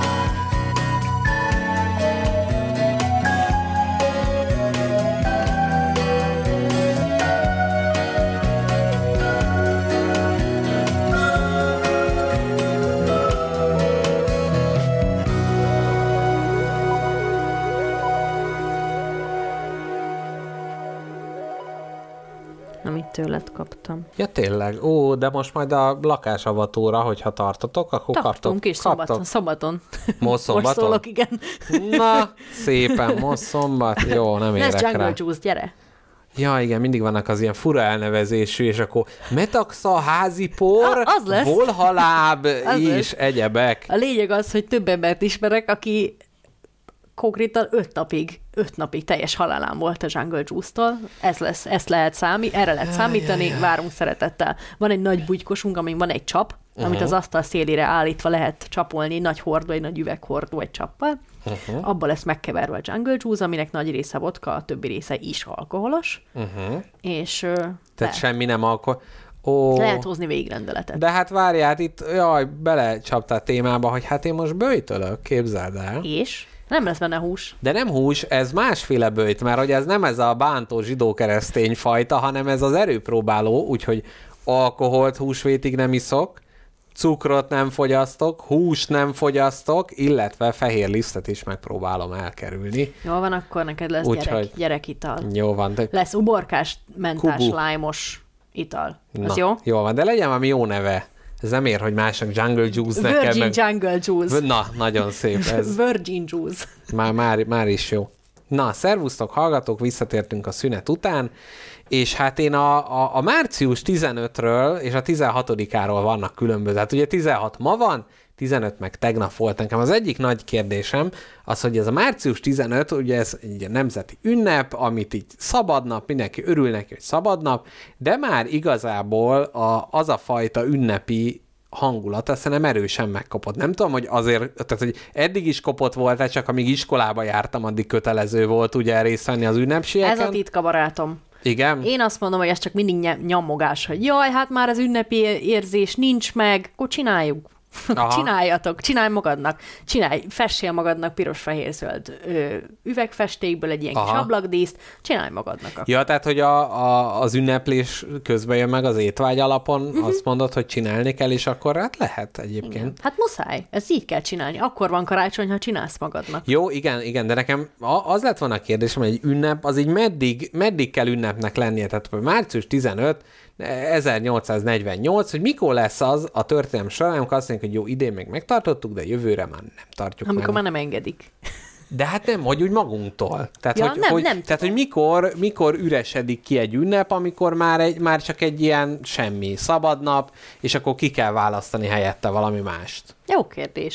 Tőled kaptam. Ja, tényleg. Ó, de most majd a lakásavatóra, hogyha tartotok, akkor kaptok. Tartunk is szombaton. Szombaton. Most szombaton? Most szólok, igen. Na, szépen, most szombat. Jó, nem érek rá. Ez Jungle rá. Juice, gyere. Ja, igen, mindig vannak az ilyen fura elnevezésű, és akkor metaxa, házipor, az lesz. bolhaláb Az és lesz. egyebek. A lényeg az, hogy több embert ismerek, aki konkrétan öt napig, öt napig teljes halálán volt a Jungle Juice-tól. Ez lesz, ezt lehet számí, erre lehet számítani, várunk szeretettel. Van egy nagy bugykosunk, amin van egy csap, uh-huh. amit az asztal szélére állítva lehet csapolni, nagy hordó, egy nagy üveghordó egy csappal. Uh-huh. Abba lesz megkeverve a Jungle Juice, aminek nagy része vodka, a többi része is alkoholos. Uh-huh. És... Tehát le, semmi nem alkohol. Ó, lehet hozni végrendeletet. De hát várját, itt jaj, belecsaptál témába, hogy hát én most böjtölök, képzeld el. És? Nem lesz benne hús. De nem hús, ez másféle böjt, mert hogy ez nem ez a bántó zsidó-keresztény fajta, hanem ez az erőpróbáló, úgyhogy alkoholt húsvétig nem iszok, cukrot nem fogyasztok, húst nem fogyasztok, illetve fehér lisztet is megpróbálom elkerülni. Jó van, akkor neked lesz Úgy, gyerek, hogy... gyerekital. Jó van. De... Lesz uborkás, mentás, Kubu. lájmos ital. Na, Ez jó? Jó van, de legyen valami jó neve. Ez nem ér, hogy másnak Jungle Juice nekem. Virgin meg... Jungle Juice. Na, nagyon szép ez. Virgin Juice. Már, már, már is jó. Na, szervusztok, hallgatók, visszatértünk a szünet után, és hát én a, a, a március tizenötödikéről és a tizenhatodikáról vannak különböző. Hát ugye tizenhat ma van, tizenöt meg tegnap volt nekem. Az egyik nagy kérdésem az, hogy ez a március tizenöt, ugye ez egy nemzeti ünnep, amit így szabadnap, mindenki örül neki, hogy szabadnap, de már igazából a, az a fajta ünnepi hangulat, azt nem erősen megkapott. Nem tudom, hogy azért, tehát, hogy eddig is kopott volt, csak amíg iskolába jártam, addig kötelező volt ugye részt venni az ünnepségeken. Ez a titka, barátom. Igen? Én azt mondom, hogy ez csak mindig ny- nyomogás, hogy jaj, hát már az ünnepi érzés nincs meg, akkor csináljuk. Csináljatok, csinálj magadnak, csinálj, fessél magadnak piros-fehér-zöld üvegfestékből egy ilyen Aha. kis ablakdíszt, csinálj magadnak. Akkor. Ja, tehát, hogy a, a, az ünneplés közben jön meg az étvágy alapon, uh-huh. azt mondod, hogy csinálni kell, és akkor hát lehet egyébként. Igen. Hát muszáj, ez így kell csinálni. Akkor van karácsony, ha csinálsz magadnak. Jó, igen, igen, de nekem az lett volna a kérdésem, hogy egy ünnep, az így meddig, meddig kell ünnepnek lennie? Tehát március tizenötödike ezernyolcszáznegyvennyolc, hogy mikor lesz az a történelem során, amikor azt mondjuk, hogy jó, idén még megtartottuk, de jövőre már nem tartjuk Amikor meg. már nem engedik. De hát nem, hogy úgy magunktól. Tehát, ja, hogy, nem, hogy, nem tehát, hogy mikor, mikor üresedik ki egy ünnep, amikor már, egy, már csak egy ilyen semmi szabadnap, és akkor ki kell választani helyette valami mást. Jó kérdés.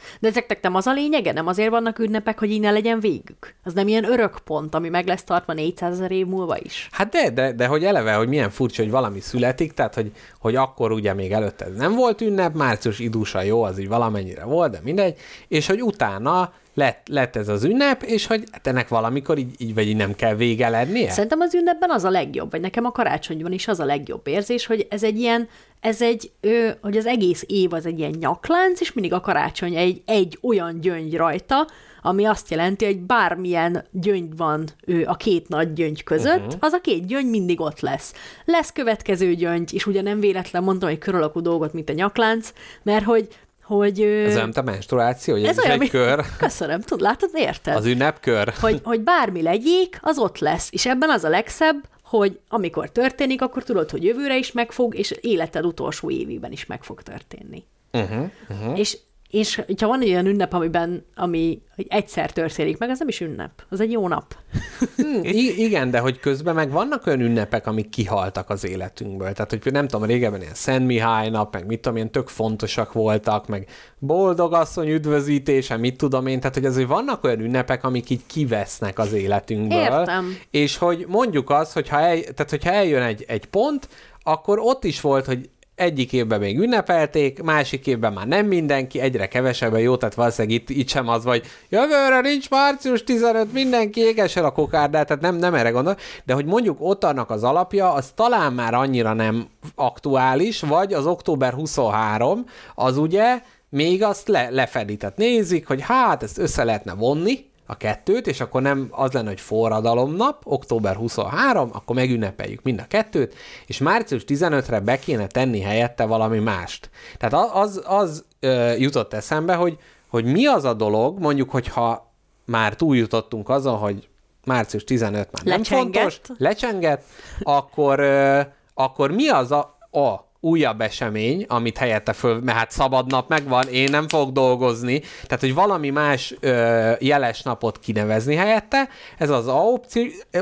De ezeknek nem az a lényege? Nem azért vannak ünnepek, hogy így ne legyen végük? Az nem ilyen örök pont, ami meg lesz tartva négyszázezer év múlva is? Hát de, de, de hogy eleve, hogy milyen furcsa, hogy valami születik, tehát hogy, hogy akkor ugye még előtte ez nem volt ünnep, március idúsa jó, az így valamennyire volt, de mindegy, és hogy utána lett, lett ez az ünnep, és hogy hát ennek valamikor így, így vagy így nem kell vége lennie? Szerintem az ünnepben az a legjobb, vagy nekem a karácsonyban is az a legjobb érzés, hogy ez egy ilyen, ez egy, ö, hogy az egész év az egy ilyen nyaklánc, és mindig a karácsony egy, egy olyan gyöngy rajta, ami azt jelenti, hogy bármilyen gyöngy van ő, a két nagy gyöngy között, uh-huh. az a két gyöngy mindig ott lesz. Lesz következő gyöngy, és ugye nem véletlen mondtam egy kör alakú dolgot, mint a nyaklánc, mert hogy hogy... Ez olyan, a menstruáció, hogy ez, ez olyan, egy kör. Köszönöm, tud, látod, érted? Az ünnepkör. Hogy, hogy bármi legyék, az ott lesz. És ebben az a legszebb, hogy amikor történik, akkor tudod, hogy jövőre is meg fog, és életed utolsó évében is meg fog történni. Uh-huh, uh-huh. És És ha van egy olyan ünnep, amiben, ami hogy egyszer történik meg, az nem is ünnep. Az egy jó nap. Hmm, igen, de hogy közben meg vannak olyan ünnepek, amik kihaltak az életünkből. Tehát, hogy nem tudom, régebben ilyen Szent Mihály nap, meg mit tudom, ilyen tök fontosak voltak, meg boldogasszony üdvözítése, mit tudom én. Tehát, hogy azért vannak olyan ünnepek, amik így kivesznek az életünkből. Értem. És hogy mondjuk azt, hogyha, el, tehát, hogyha eljön egy, egy pont, akkor ott is volt, hogy egyik évben még ünnepelték, másik évben már nem mindenki, egyre kevesebben, jó, tehát valószínűleg itt, itt sem az, vagy jövőre nincs március tizenöt, mindenki éges el a kokárdát, tehát nem, nem erre gondol, de hogy mondjuk ott annak az alapja, az talán már annyira nem aktuális, vagy az október huszonharmadika, az ugye még azt le, lefedi, tehát nézik, hogy hát ezt össze lehetne vonni, a kettőt, és akkor nem az lenne, hogy forradalomnap, október huszonharmadika, akkor megünnepeljük mind a kettőt, és március tizenötödikére be kéne tenni helyette valami mást. Tehát az, az ö, jutott eszembe, hogy, hogy mi az a dolog, mondjuk, hogyha már túljutottunk azon, hogy március tizenötödike már nem lecsengett. fontos, lecsengett, akkor, ö, akkor mi az a, a újabb esemény, amit helyette föl, mert hát szabad nap megvan, én nem fogok dolgozni, tehát, hogy valami más ö, jeles napot kinevezni helyette, ez az A opció,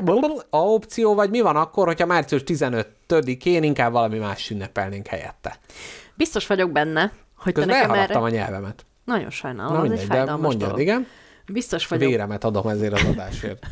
A opció, vagy mi van akkor, hogyha március tizenötödikén inkább valami más ünnepelnénk helyette. Biztos vagyok benne, hogy közben te nekem elhaladtam erre... a nyelvemet. Nagyon sajnálom, Na, az mindegy, egy de fájdalmas mondjad, dolog. igen. Biztos vagyok. Véremet adom ezért az adásért.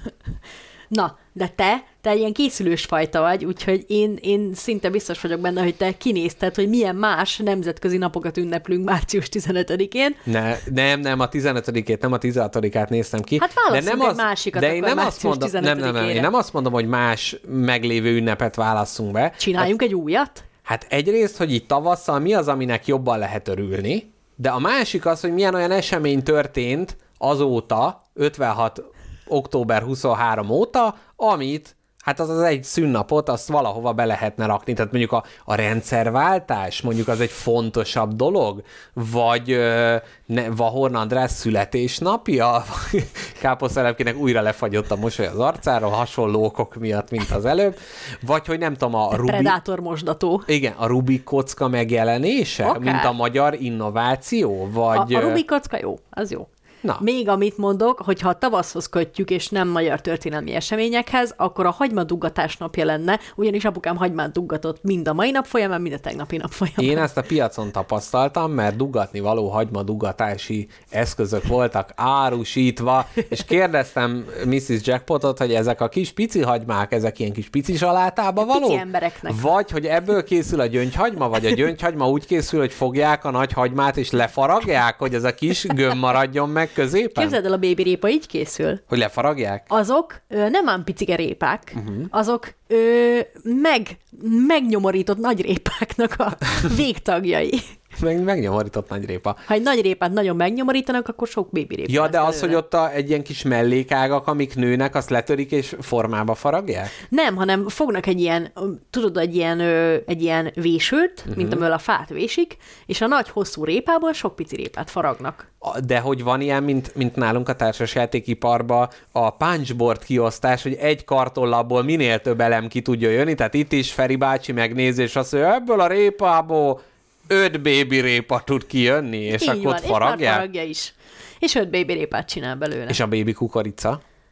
Na, de te, te ilyen készülős fajta vagy, úgyhogy én, én szinte biztos vagyok benne, hogy te kinézted, hogy milyen más nemzetközi napokat ünneplünk március tizenötödikén. Ne, nem, nem, a tizenötödikét, nem a tizenhatodikát néztem ki. Hát válasszunk de nem egy az, másikat, de én akkor nem azt mondom, nem, nem, nem, én nem azt mondom, hogy más meglévő ünnepet válasszunk be. Csináljunk hát, egy újat? Hát egyrészt, hogy itt tavasszal mi az, aminek jobban lehet örülni, de a másik az, hogy milyen olyan esemény történt azóta, ötvenhat október huszonharmadika óta, amit, hát az az egy szünnapot, azt valahova be lehetne rakni. Tehát mondjuk a, a rendszerváltás, mondjuk az egy fontosabb dolog, vagy ö, ne, Vahorn András születésnapja, Káposztelepkének újra lefagyott a mosoly az arcáról, hasonló okok miatt, mint az előbb, vagy hogy nem tudom, a Rubik... Predátor mosdató. Igen, a Rubik kocka megjelenése, Akár. mint a magyar innováció, vagy... A, a Rubik kocka jó, az jó. Na. Még amit mondok, hogyha a tavaszhoz kötjük, és nem magyar történelmi eseményekhez, akkor a hagymaduggatás napja lenne, ugyanis apukám hagymát duggatott mind a mai nap folyamán, mind a tegnapi nap folyamán. Én ezt a piacon tapasztaltam, mert duggatni való hagymaduggatási eszközök voltak árusítva, és kérdeztem missziz Jackpotot, hogy ezek a kis pici hagymák, ezek ilyen kis pici salátába való? Pici embereknek. Vagy, hogy ebből készül a gyöngyhagyma, vagy a gyöngyhagyma úgy készül, hogy fogják a nagy hagymát, és lefaragják, hogy ez a kis gömb maradjon meg középen? Képzeld el, a baby répa így készül. Hogy lefaragják? Azok ö, nem ám picike répák, uh-huh. azok ö, meg, megnyomorított nagy répáknak a végtagjai. Meg, megnyomorított nagy répa. Ha egy nagy répát nagyon megnyomorítanak, akkor sok baby répa. Ja, de az, belőle. hogy ott a, egy ilyen kis mellékágak, amik nőnek, azt letörik és formába faragják? Nem, hanem fognak egy ilyen, tudod, egy ilyen, ö, egy ilyen vésőt, uh-huh. mint amivel a fát vésik, és a nagy hosszú répából sok pici répát faragnak. De hogy van ilyen, mint, mint nálunk a társasjátékiparban a punchboard kiosztás, hogy egy kartonlapból minél több elem ki tudja jönni, tehát itt is Feri bácsi megnézi, és azt mondja, ebből a répából öt baby répa tud kijönni, és így akkor van, ott faragják. És már faragja is. És öt baby répát csinál belőle. És a baby kukorica?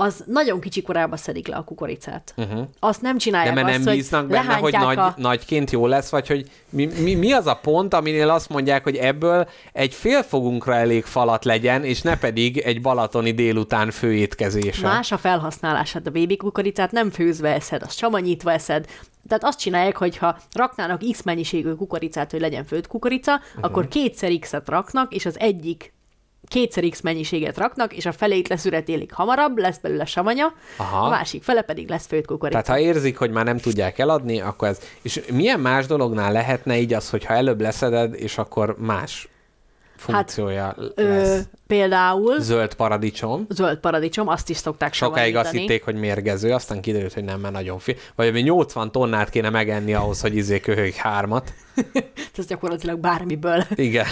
az nagyon kicsi korában szedik le a kukoricát. Uh-huh. Azt nem csinálják de mert azt, nem bíznak hogy benne, hogy nagy, a... nagyként jó lesz, vagy hogy mi, mi, mi az a pont, aminél azt mondják, hogy ebből egy félfogunkra elég falat legyen, és ne pedig egy balatoni délután főétkezése. Más a felhasználását, a bébi kukoricát nem főzve eszed, azt savanyítva eszed. Tehát azt csinálják, hogy ha raknának X mennyiségű kukoricát, hogy legyen főtt kukorica, uh-huh. akkor kétszer X-et raknak, és az egyik kétszer X mennyiséget raknak, és a felét leszüretélik hamarabb, lesz belőle savanya, aha. a másik fele pedig lesz főtt kukorica. Tehát ha érzik, hogy már nem tudják eladni, akkor ez... És milyen más dolognál lehetne így az, hogyha előbb leszeded, és akkor más funkciója hát, lesz? Ö, például... Zöld paradicsom. Zöld paradicsom, azt is szokták sokáig savanyítani. azt hitték, hogy mérgező, aztán kiderült, hogy nem, mert nagyon fél. Vagy nyolcvan tonnát kéne megenni ahhoz, hogy izé köhög hármat. Ez gyakorlatilag bármiből. Igen.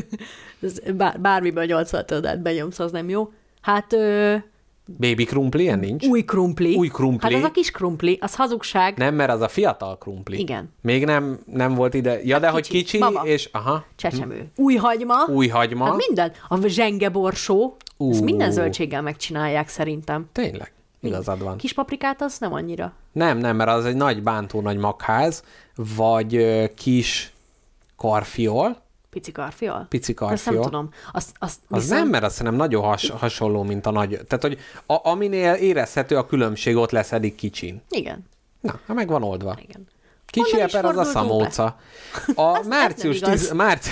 Ez bár, bármiből nyolcvan tonnát benyomsz, az nem jó. Hát... Ö... Baby krumpli, ilyen nincs? Új krumpli. Új krumpli. Hát az a kis krumpli, az hazugság. Nem, mert az a fiatal krumpli. Igen. Még nem, nem volt ide. Ja, hát de kicsi, hogy kicsi, baba. És aha. Csecsemő. Hm. Új hagyma. Új hagyma. Hát minden. A zsengeborsó. Uh. Ezt minden zöldséggel megcsinálják szerintem. Tényleg. Igazad van. Kis paprikát az nem annyira. Nem, nem, mert az egy nagy bántó, nagy magház, vagy ö, kis karfiol. Pici karfiol? Pici karfiol. Azt nem tudom. Azt, azt az viszont... nem, mert azt nem nagyon has, hasonló, mint a nagy. Tehát, hogy a, aminél érezhető a különbség, ott lesz eddig kicsin. Igen. Na, ha meg van oldva. Igen. Kicsi eper az a szamóca. A ez, március... ez tiz... Márci...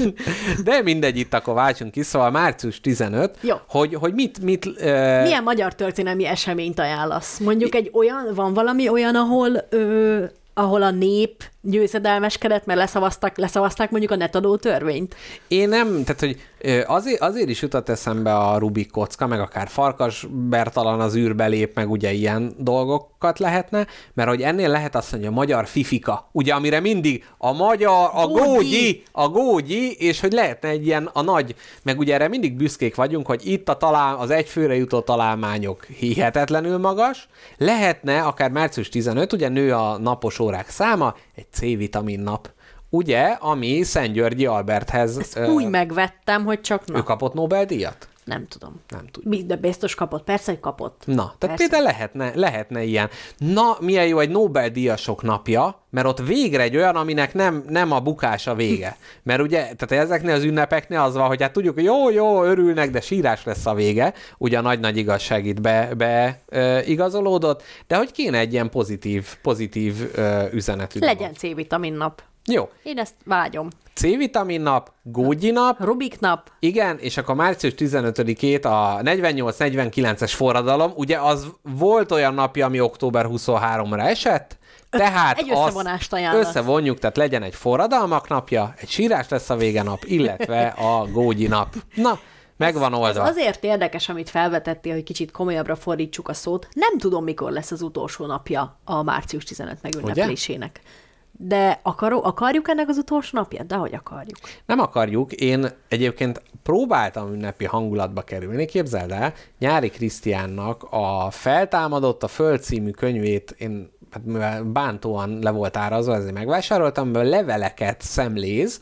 De mindegy, itt akkor váltsunk ki, szóval március tizenötödike, Jó. hogy, hogy mit... mit uh... Milyen magyar történelmi eseményt ajánlasz? Mondjuk egy olyan, van valami olyan, ahol... Ö... ahol a nép győzedelmeskedett, mert leszavazták, leszavazták mondjuk a netadó törvényt? Én nem, tehát hogy azért, azért is jutott eszembe a Rubik kocka, meg akár Farkas Bertalan az űrbe lép, meg ugye ilyen dolgokat lehetne, mert hogy ennél lehet azt mondani, a magyar fifika, ugye amire mindig a magyar, a gógyi, gógyi a gógyi, és hogy lehetne egy ilyen a nagy, meg ugye erre mindig büszkék vagyunk, hogy itt a talál, az egyfőre jutó találmányok hihetetlenül magas, lehetne akár március tizenötödike, ugye nő a napos órák száma, egy C-vitamin nap, ugye, ami Szent-Györgyi Alberthez... Ezt uh, úgy megvettem, hogy csak na. Ő kapott Nobel-díjat? Nem tudom. Nem tudom. De biztos kapott, persze, hogy kapott. Na, tehát persze. például lehetne, lehetne ilyen. Na, milyen jó egy Nobel-díjasok napja, mert ott végre egy olyan, aminek nem, nem a bukás a vége. Mert ugye, tehát ezeknél az ünnepeknél az van, hogy hát tudjuk, hogy jó, jó, örülnek, de sírás lesz a vége. Ugye a nagy-nagy igazság itt be, be e, igazolódott, de hogy kéne egy ilyen pozitív, pozitív e, üzenetű. Legyen C-vitamin nap. Jó. Én ezt vágyom. C-vitamin nap, Gógyi nap. Rubik nap. Igen, és akkor március tizenötödikét a negyvennyolc negyvenkilences forradalom, ugye az volt olyan napja, ami október huszonharmadikára esett, tehát egy összevonást ajánlasz. Összevonjuk, tehát legyen egy forradalmak napja, egy sírás lesz a vége nap, illetve a Gógyi nap. Na, megvan oldva. Ez azért érdekes, amit felvetettél, hogy kicsit komolyabbra fordítsuk a szót. Nem tudom, mikor lesz az utolsó napja a március tizenötödike megünneplésének. Ugye? De akar, akarjuk ennek az utolsó napját? De hogy akarjuk? Nem akarjuk. Én egyébként próbáltam ünnepi hangulatba kerülni. Képzeld el, Nyári Krisztiánnak a Feltámadott a Föld című könyvét én hát mivel bántóan le volt árazva, ezért megvásároltam, mert leveleket szemléz,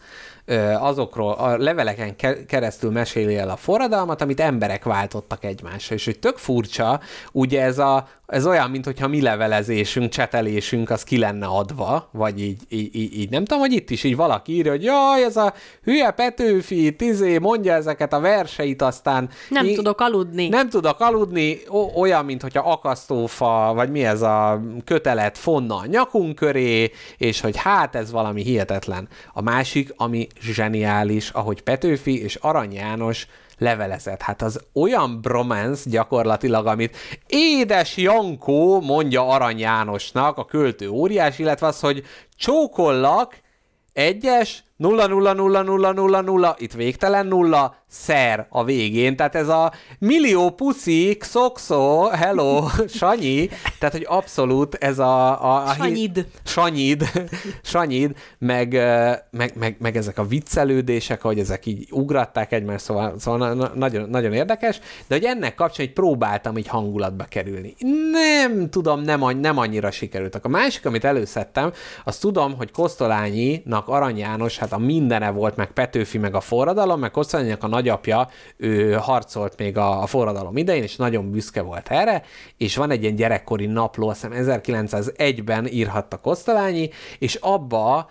azokról a leveleken keresztül meséli el a forradalmat, amit emberek váltottak egymásra. És hogy tök furcsa, ugye ez, a, ez olyan, mintha mi levelezésünk, csetelésünk, az ki lenne adva, vagy így, így, így, így nem tudom, hogy itt is így valaki írja, hogy jaj, ez a hülye Petőfi, tizé, mondja ezeket a verseit, aztán... Nem í- tudok aludni. Nem tudok aludni, o- olyan, mintha akasztófa, vagy mi ez a kötelet fonna a nyakunk köré, és hogy hát ez valami hihetetlen. A másik, ami zseniális, ahogy Petőfi és Arany János levelezett. Hát az olyan bromance gyakorlatilag, amit édes Jankó mondja Arany Jánosnak, a költő óriás, illetve az, hogy csókollak, egyes, nulla nulla nulla nulla nulla nulla, itt végtelen nulla, szer a végén, tehát ez a millió puszi, szokszó, hello, Sanyi, tehát hogy abszolút ez a... a, a Sanyid. Sanyid, Sanyid, meg, meg, meg, meg ezek a viccelődések, hogy ezek így ugratták egymást, szóval, szóval na, nagyon, nagyon érdekes, de hogy ennek kapcsán így próbáltam így hangulatba kerülni. Nem tudom, nem, nem annyira sikerültek. A másik, amit előszedtem, azt tudom, hogy Kosztolányinak Arany János, hát tehát a mindene volt, meg Petőfi, meg a forradalom, meg Kosztolánynak a nagyapja, ő harcolt még a, a forradalom idején, és nagyon büszke volt erre, és van egy ilyen gyerekkori napló, azt hiszem ezerkilencszázegyben írhatta Kosztolányi, és abba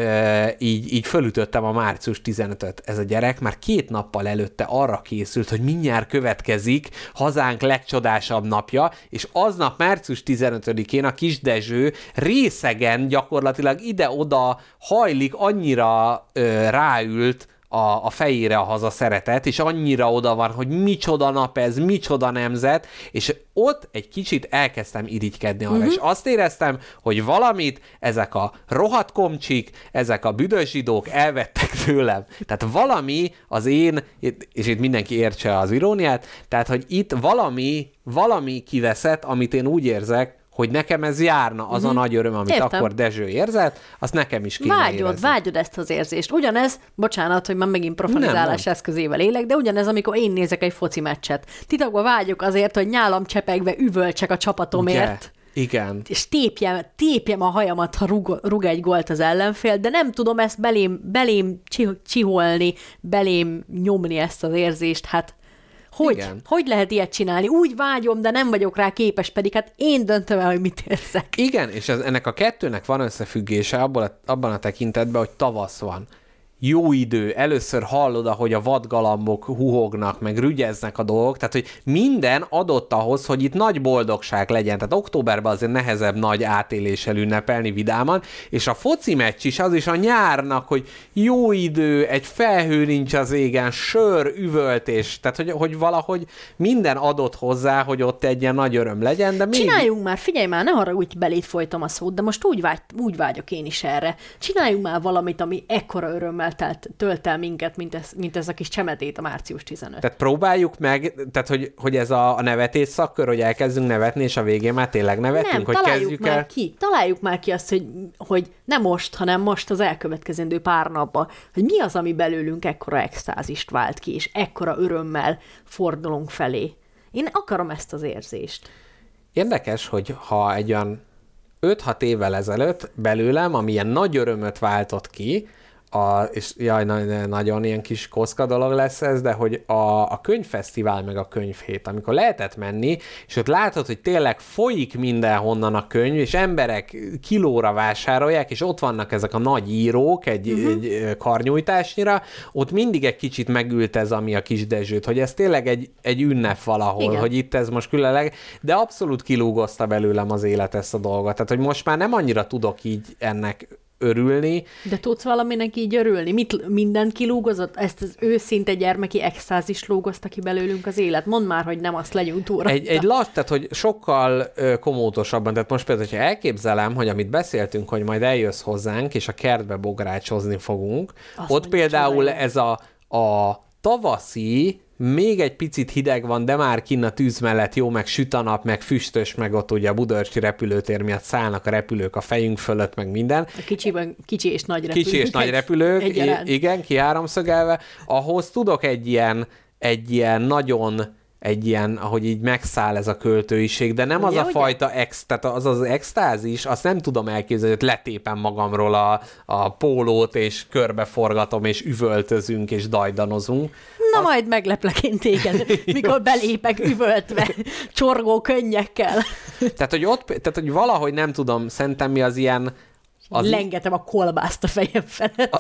Ö, így, így fölütöttem a március tizenötöt. Ez a gyerek már két nappal előtte arra készült, hogy mindjárt következik hazánk legcsodásabb napja, és aznap március tizenötödikén a Kis Dezső részegen gyakorlatilag ide-oda hajlik, annyira ö, ráült a, a fejére a haza szeretet, és annyira oda van, hogy micsoda nap ez, micsoda nemzet, és ott egy kicsit elkezdtem irigykedni arra, uh-huh. és azt éreztem, hogy valamit ezek a rohadt komcsik, ezek a büdös zsidók elvettek tőlem. Tehát valami az én, és itt mindenki értse az iróniát, tehát, hogy itt valami, valami kiveszett, amit én úgy érzek, hogy nekem ez járna, az uh-huh. a nagy öröm, amit Értem. Akkor Dezső érzett, azt nekem is kéne vágyod, érezni. Vágyod ezt az érzést. Ugyanez, bocsánat, hogy már megint profanizálás eszközével élek, de ugyanez, amikor én nézek egy foci meccset. Titokban vágyok azért, hogy nyálam csepegve üvöltsek a csapatomért. Ugye? Igen. És tépjem, tépjem a hajamat, ha rúg, rúg egy gólt az ellenfél, de nem tudom ezt belém, belém csiholni, belém nyomni ezt az érzést, hát Hogy? Hogy lehet ilyet csinálni? Úgy vágyom, de nem vagyok rá képes, pedig hát én döntöm el, hogy mit érzek. Igen, és ez, ennek a kettőnek van összefüggése abban a, abban a tekintetben, hogy tavasz van. Jó idő, először hallod, ahogy a vadgalambok huhognak, meg rügyeznek a dolgok, tehát hogy minden adott ahhoz, hogy itt nagy boldogság legyen. Tehát októberben azért nehezebb nagy átéléssel ünnepelni vidáman, és a foci meccs is, az is a nyárnak, hogy jó idő, egy felhő nincs az égen, sör, üvöltés, tehát hogy, hogy valahogy minden adott hozzá, hogy ott egy ilyen nagy öröm legyen, de még... Csináljunk már, figyelj már, ne haragudj, belét folytom a szót, de most úgy, vágy, úgy vágyok én is erre. Csináljunk már valamit, ami ekkora örömmel telt, tölt el minket, mint ez, mint ez a kis csemetét a március tizenötödike. Tehát próbáljuk meg, tehát hogy, hogy ez a, a nevetés szakkör, hogy elkezdünk nevetni, és a végén már tényleg nevetünk, nem, hogy találjuk kezdjük már el... ki, találjuk már ki azt, hogy, hogy nem most, hanem most az elkövetkezendő pár napban, hogy mi az, ami belőlünk ekkora extázist vált ki, és ekkora örömmel fordulunk felé. Én akarom ezt az érzést. Érdekes, hogy ha egy olyan öt-hat évvel ezelőtt belőlem, ami ilyen nagy örömöt váltott ki, a, és jaj, na, nagyon ilyen kis koszka dolog lesz ez, de hogy a, a könyvfesztivál meg a könyvhét, amikor lehetett menni, és ott látod, hogy tényleg folyik mindenhonnan a könyv, és emberek kilóra vásárolják, és ott vannak ezek a nagy írók egy, uh-huh. egy karnyújtásnyira, ott mindig egy kicsit megült ez, ami a Kis Dezsőt, hogy ez tényleg egy, egy ünnep valahol, igen. hogy itt ez most különleg, de abszolút kilúgozta belőlem az élet ezt a dolgot. Tehát, hogy most már nem annyira tudok így ennek örülni. De tudsz valaminek így örülni? Mit, mindent kilúgozott? Ezt az őszinte gyermeki extázis lúgozta ki belőlünk az élet? Mondd már, hogy nem azt legyünk túl. Egy, egy lass, tehát hogy sokkal ö, komótosabban, tehát most például, hogyha elképzelem, hogy amit beszéltünk, hogy majd eljössz hozzánk, és a kertbe bográcsozni fogunk, azt ott például ez a, a tavaszi, még egy picit hideg van, de már kinn a tűz mellett jó, meg süt a nap, meg füstös, meg ott ugye a budaörsi repülőtér miatt szállnak a repülők a fejünk fölött, meg minden. A kicsiben, kicsi és nagy repülők. Kicsi és nagy repülők, egy, igen, kiháromszögelve. Ahhoz tudok egy ilyen, egy ilyen nagyon, egy ilyen, ahogy így megszáll ez a költőiség, de nem ugye, az a ugye? Fajta ex, tehát az az extázis, azt nem tudom elképzelni, hogy letépem magamról a, a pólót, és körbeforgatom, és üvöltözünk, és dajdanozunk. Na azt... majd megleplek én téged, mikor belépek üvöltve, csorgó könnyekkel. Tehát, hogy ott, tehát, hogy valahogy nem tudom, szerintem mi az ilyen... Az lengetem a kolbászt a fejem felett.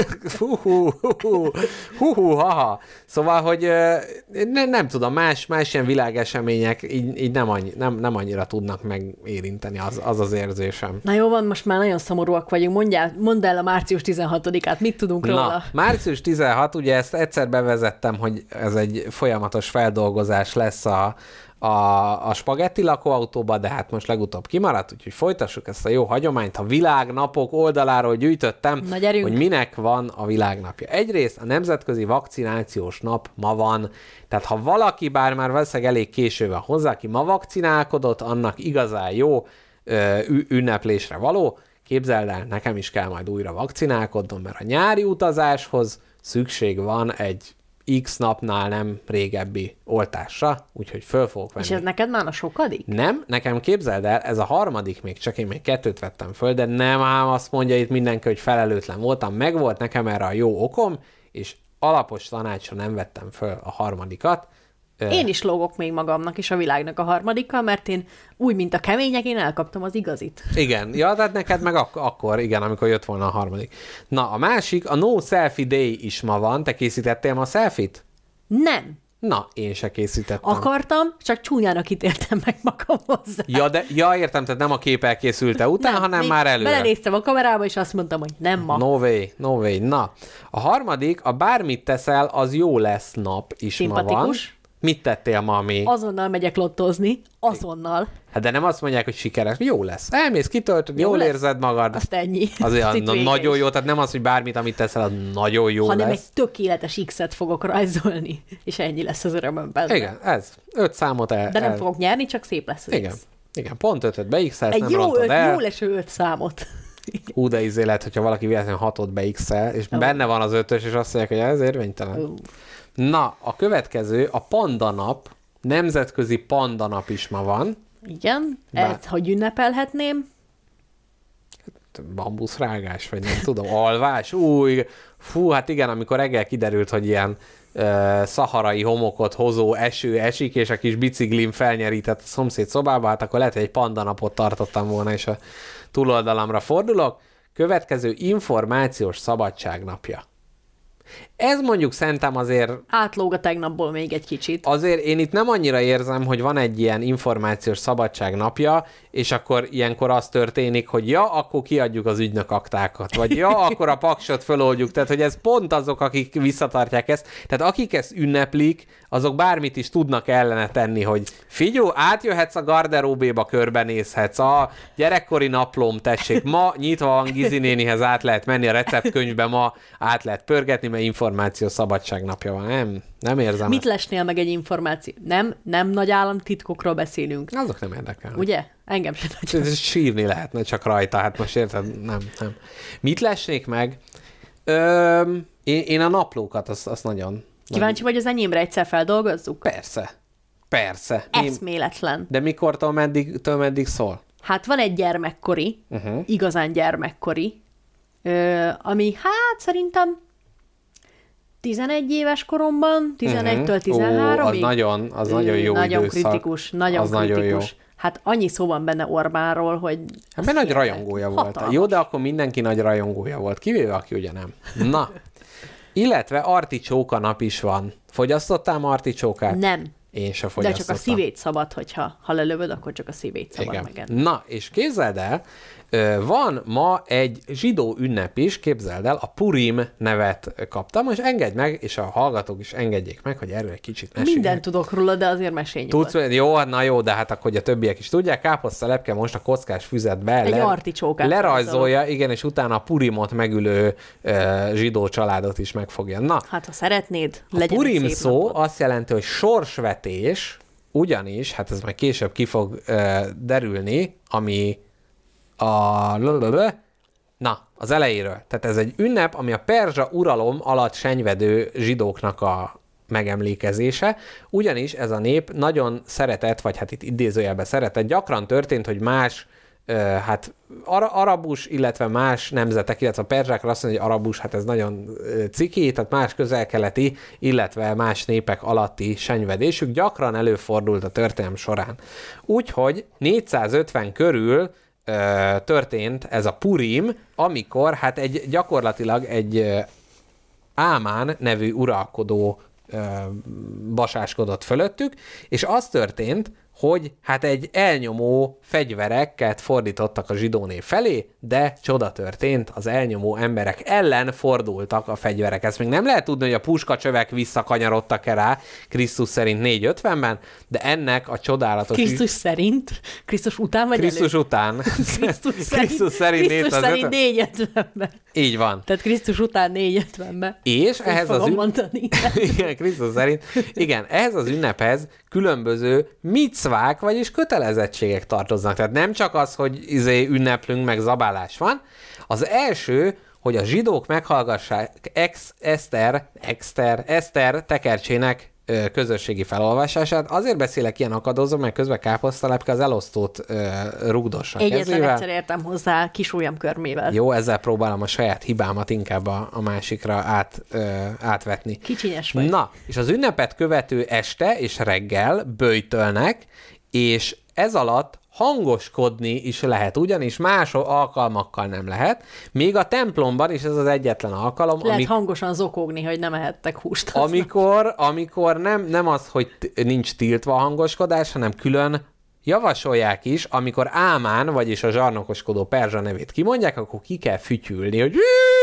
Hú-hú, hú-hú, hú-hú, haha. Szóval, hogy ne, nem tudom, más, más ilyen világesemények így, így nem, annyi, nem, nem annyira tudnak megérinteni, az, az az érzésem. Na jó van, most már nagyon szomorúak vagyunk. Mondjál, mondd el a március tizenhatodikát, mit tudunk Na, róla? március tizenhat, ugye ezt egyszer bevezettem, hogy ez egy folyamatos feldolgozás lesz a a, a spagetti lakóautóba, de hát most legutóbb kimaradt, úgyhogy folytassuk ezt a jó hagyományt. A világnapok oldaláról gyűjtöttem, hogy minek van a világnapja. Egyrészt a Nemzetközi Vakcinációs Nap ma van, tehát ha valaki, bár már valószínűleg elég késő van hozzá, aki ma vakcinálkodott, annak igazán jó ö, ünneplésre való. Képzeld el, nekem is kell majd újra vakcinálkodnom, mert a nyári utazáshoz szükség van egy X napnál nem régebbi oltásra, úgyhogy föl fogok venni. És ez neked már a sokadik? Nem, nekem képzeld el, ez a harmadik még, csak én még kettőt vettem föl, de nem ám azt mondja itt mindenki, hogy felelőtlen voltam. Megvolt nekem erre a jó okom, és alapos tanácsra nem vettem föl a harmadikat. Én is lógok még magamnak és a világnak a harmadikkal, mert én úgy, mint a kemények, én elkaptam az igazit. Igen, ja, tehát neked meg ak- akkor, igen, amikor jött volna a harmadik. Na, a másik, a No Selfie Day is ma van. Te készítettél ma selfie-t? Nem. Na, én se készítettem. Akartam, csak csúnyának ítéltem meg magam hozzá. Ja, de, ja, értem, tehát nem a kép elkészülte után, Nem, hanem még már előre. Belenéztem a kamerába, és azt mondtam, hogy nem ma. No way, no way. Na, a harmadik, a bármit teszel, az jó lesz nap is ma van. Szimpatikus. Mit tettél ma még? Azonnal megyek lottozni, azonnal. Hát de nem azt mondják, hogy sikeres. Jó lesz. Elmész, kitöltöd, Jó jól lesz. érzed magad. Azt ennyi. Azért Azt itt na, vége nagyon is. jó, tehát nem az, hogy bármit, amit teszel, az nagyon jó Hanem lesz. egy tökéletes X-et fogok rajzolni, és ennyi lesz az örömömben. Igen, ez. Öt számot el... De nem el... fogok nyerni, csak szép lesz az Igen. X. Igen, pont ötöt beixelsz, Egy nem jó, rontod öt, el. jó leső öt számot. Hú, de izé lehet, hogyha valaki véletlenül hatot beixel, és Ó. benne van az ötös, és azt mondják, hogy ez érvénytelen. Ó. Na, a következő, a panda nap. Nemzetközi panda nap is ma van. Igen, Bár- ezt hogy ünnepelhetném? Bambuszrágás, vagy nem tudom, alvás. Új, fú, hát igen, amikor reggel kiderült, hogy ilyen uh, szaharai homokot hozó eső esik, és a kis biciklim felnyerített a szomszéd szobába, hát akkor lehet, hogy egy panda napot tartottam volna, és a túloldalamra fordulok. Következő információs szabadság napja. Ez mondjuk szerintem azért Átlóg a tegnapból még egy kicsit. Azért én itt nem annyira érzem, hogy van egy ilyen információs szabadság napja, és akkor ilyenkor az történik, hogy ja, akkor kiadjuk az ügynök aktákat, vagy ja, akkor a paksot föloldjuk. Tehát, hogy ez pont azok, akik visszatartják ezt. Tehát akik ezt ünneplik, azok bármit is tudnak ellene tenni, hogy figyelj, átjöhetsz a garderóbéba, körbenézhetsz, a gyerekkori naplóm, tessék, ma nyitva van Gizi nénihez, át lehet menni a receptkönyvbe, ma át lehet pörgetni, mert információs szabadság napja van. Nem, nem érzem Mit ezt. lesnél meg egy információ? Nem, nem nagy államtitkokról beszélünk. Azok nem érdekelnek. Ugye? Engem sem nagyon. Ez sírni lehetne csak rajta, hát most érted? Nem, nem. Mit lesnék meg? Öm, én, én a naplókat, azt, azt nagyon... Kíváncsi vagy az enyémre, egyszer feldolgozzuk? Persze. Persze. Én, Eszméletlen. de mikortól meddig, től meddig szól? Hát van egy gyermekkori, Uh-huh. igazán gyermekkori, ö, ami hát szerintem tizenegy éves koromban, tizenegytől tizenháromig. Ó, az nagyon, az nagyon jó Nagyon időszak. kritikus, nagyon az nagyon kritikus. jó. Hát annyi szó van benne Orbánról, hogy... Hát mert nagy rajongója volt. Hatalmas. Jó, de akkor mindenki nagy rajongója volt, kivéve aki ugye nem. Na, illetve articsóka nap is van. Fogyasztottál ma articsókát? Nem. Én se De fogyasztottam. csak a szívét szabad, hogyha ha lelövöd, akkor csak a szívét szabad Igen. megenni. Na, és képzeld el, ö, van ma egy zsidó ünnep is, képzeld el, a Purim nevet kaptam, és engedj meg, és a hallgatók is engedjék meg, hogy erről egy kicsit meséljünk. Mindent tudok róla, de azért mesélj nyugodt. Tudsz, jó, na jó, de hát akkor hogy a többiek is tudják, káposzta lepke most a kockás füzetbe Egy articsókát lerajzolja, igen, és utána a Purimot megülő ö, zsidó családot is megfogja. Na, Hát, ha szeretnéd, a legyen Purim egy szép szó napod. azt jelenti, hogy sorsvetés, ugyanis, hát ez majd később ki fog ö, derülni, ami a... Na, az elejéről. Tehát ez egy ünnep, ami a perzsa uralom alatt senyvedő zsidóknak a megemlékezése, ugyanis ez a nép nagyon szeretett, vagy hát itt idézőjelben szeretett, gyakran történt, hogy más ö, hát ara- arabus, illetve más nemzetek, illetve a perzsákra azt mondja, hogy arabus, hát ez nagyon ö, ciki, tehát más közel-keleti, illetve más népek alatti senyvedésük gyakran előfordult a történelem során. Úgyhogy négyszázötven körül ö, történt ez a Purim, amikor hát egy gyakorlatilag egy ö, Ámán nevű uralkodó ö, basáskodott fölöttük, és az történt, hogy hát egy elnyomó fegyvereket fordítottak a zsidó nép felé, de csoda történt, az elnyomó emberek ellen fordultak a fegyverek. Ezt még nem lehet tudni, hogy a puskacsövek visszakanyarodtak-e rá Krisztus szerint négyszázötvenben, de ennek a csodálatos... Krisztus szerint? Krisztus után vagy Krisztus előtt? után. Krisztus szerint, Krisztus szerint Krisztus szerint négyszázötven. négyszázötvenben. Így van. Tehát Krisztus után négyszázötvenben. És Így ehhez az fogom ün... mondani. Igen, Krisztus szerint. Igen, ehhez az ünnephez különböző micvák, vagyis kötelezettségek tartoznak. Tehát nem csak az, hogy izé ünneplünk, meg zabálás van. Az első, hogy a zsidók meghallgassák ex Eszter, Exter, Eszter tekercsének ö, közösségi felolvasását. Azért beszélek ilyen akadozó, mert közben Káposztalepke az elosztót ö, rugdossa Egyetlen kezével. egyszer értem hozzá kis ujjam körmével. Jó, ezzel próbálom a saját hibámat inkább a, a másikra át, ö, átvetni. Kicsinyes vagy. Na, és az ünnepet követő este és reggel böjtölnek, és ez alatt hangoskodni is lehet, ugyanis más alkalmakkal nem lehet. Még a templomban is ez az egyetlen alkalom, Lehet amik, hangosan zokogni, hogy nem ehettek húst. aznap. amikor, amikor nem, nem az, hogy t- nincs tiltva a hangoskodás, hanem külön javasolják is, amikor Ámán, vagyis a zsarnokoskodó perzsa nevét kimondják, akkor ki kell fütyülni, hogy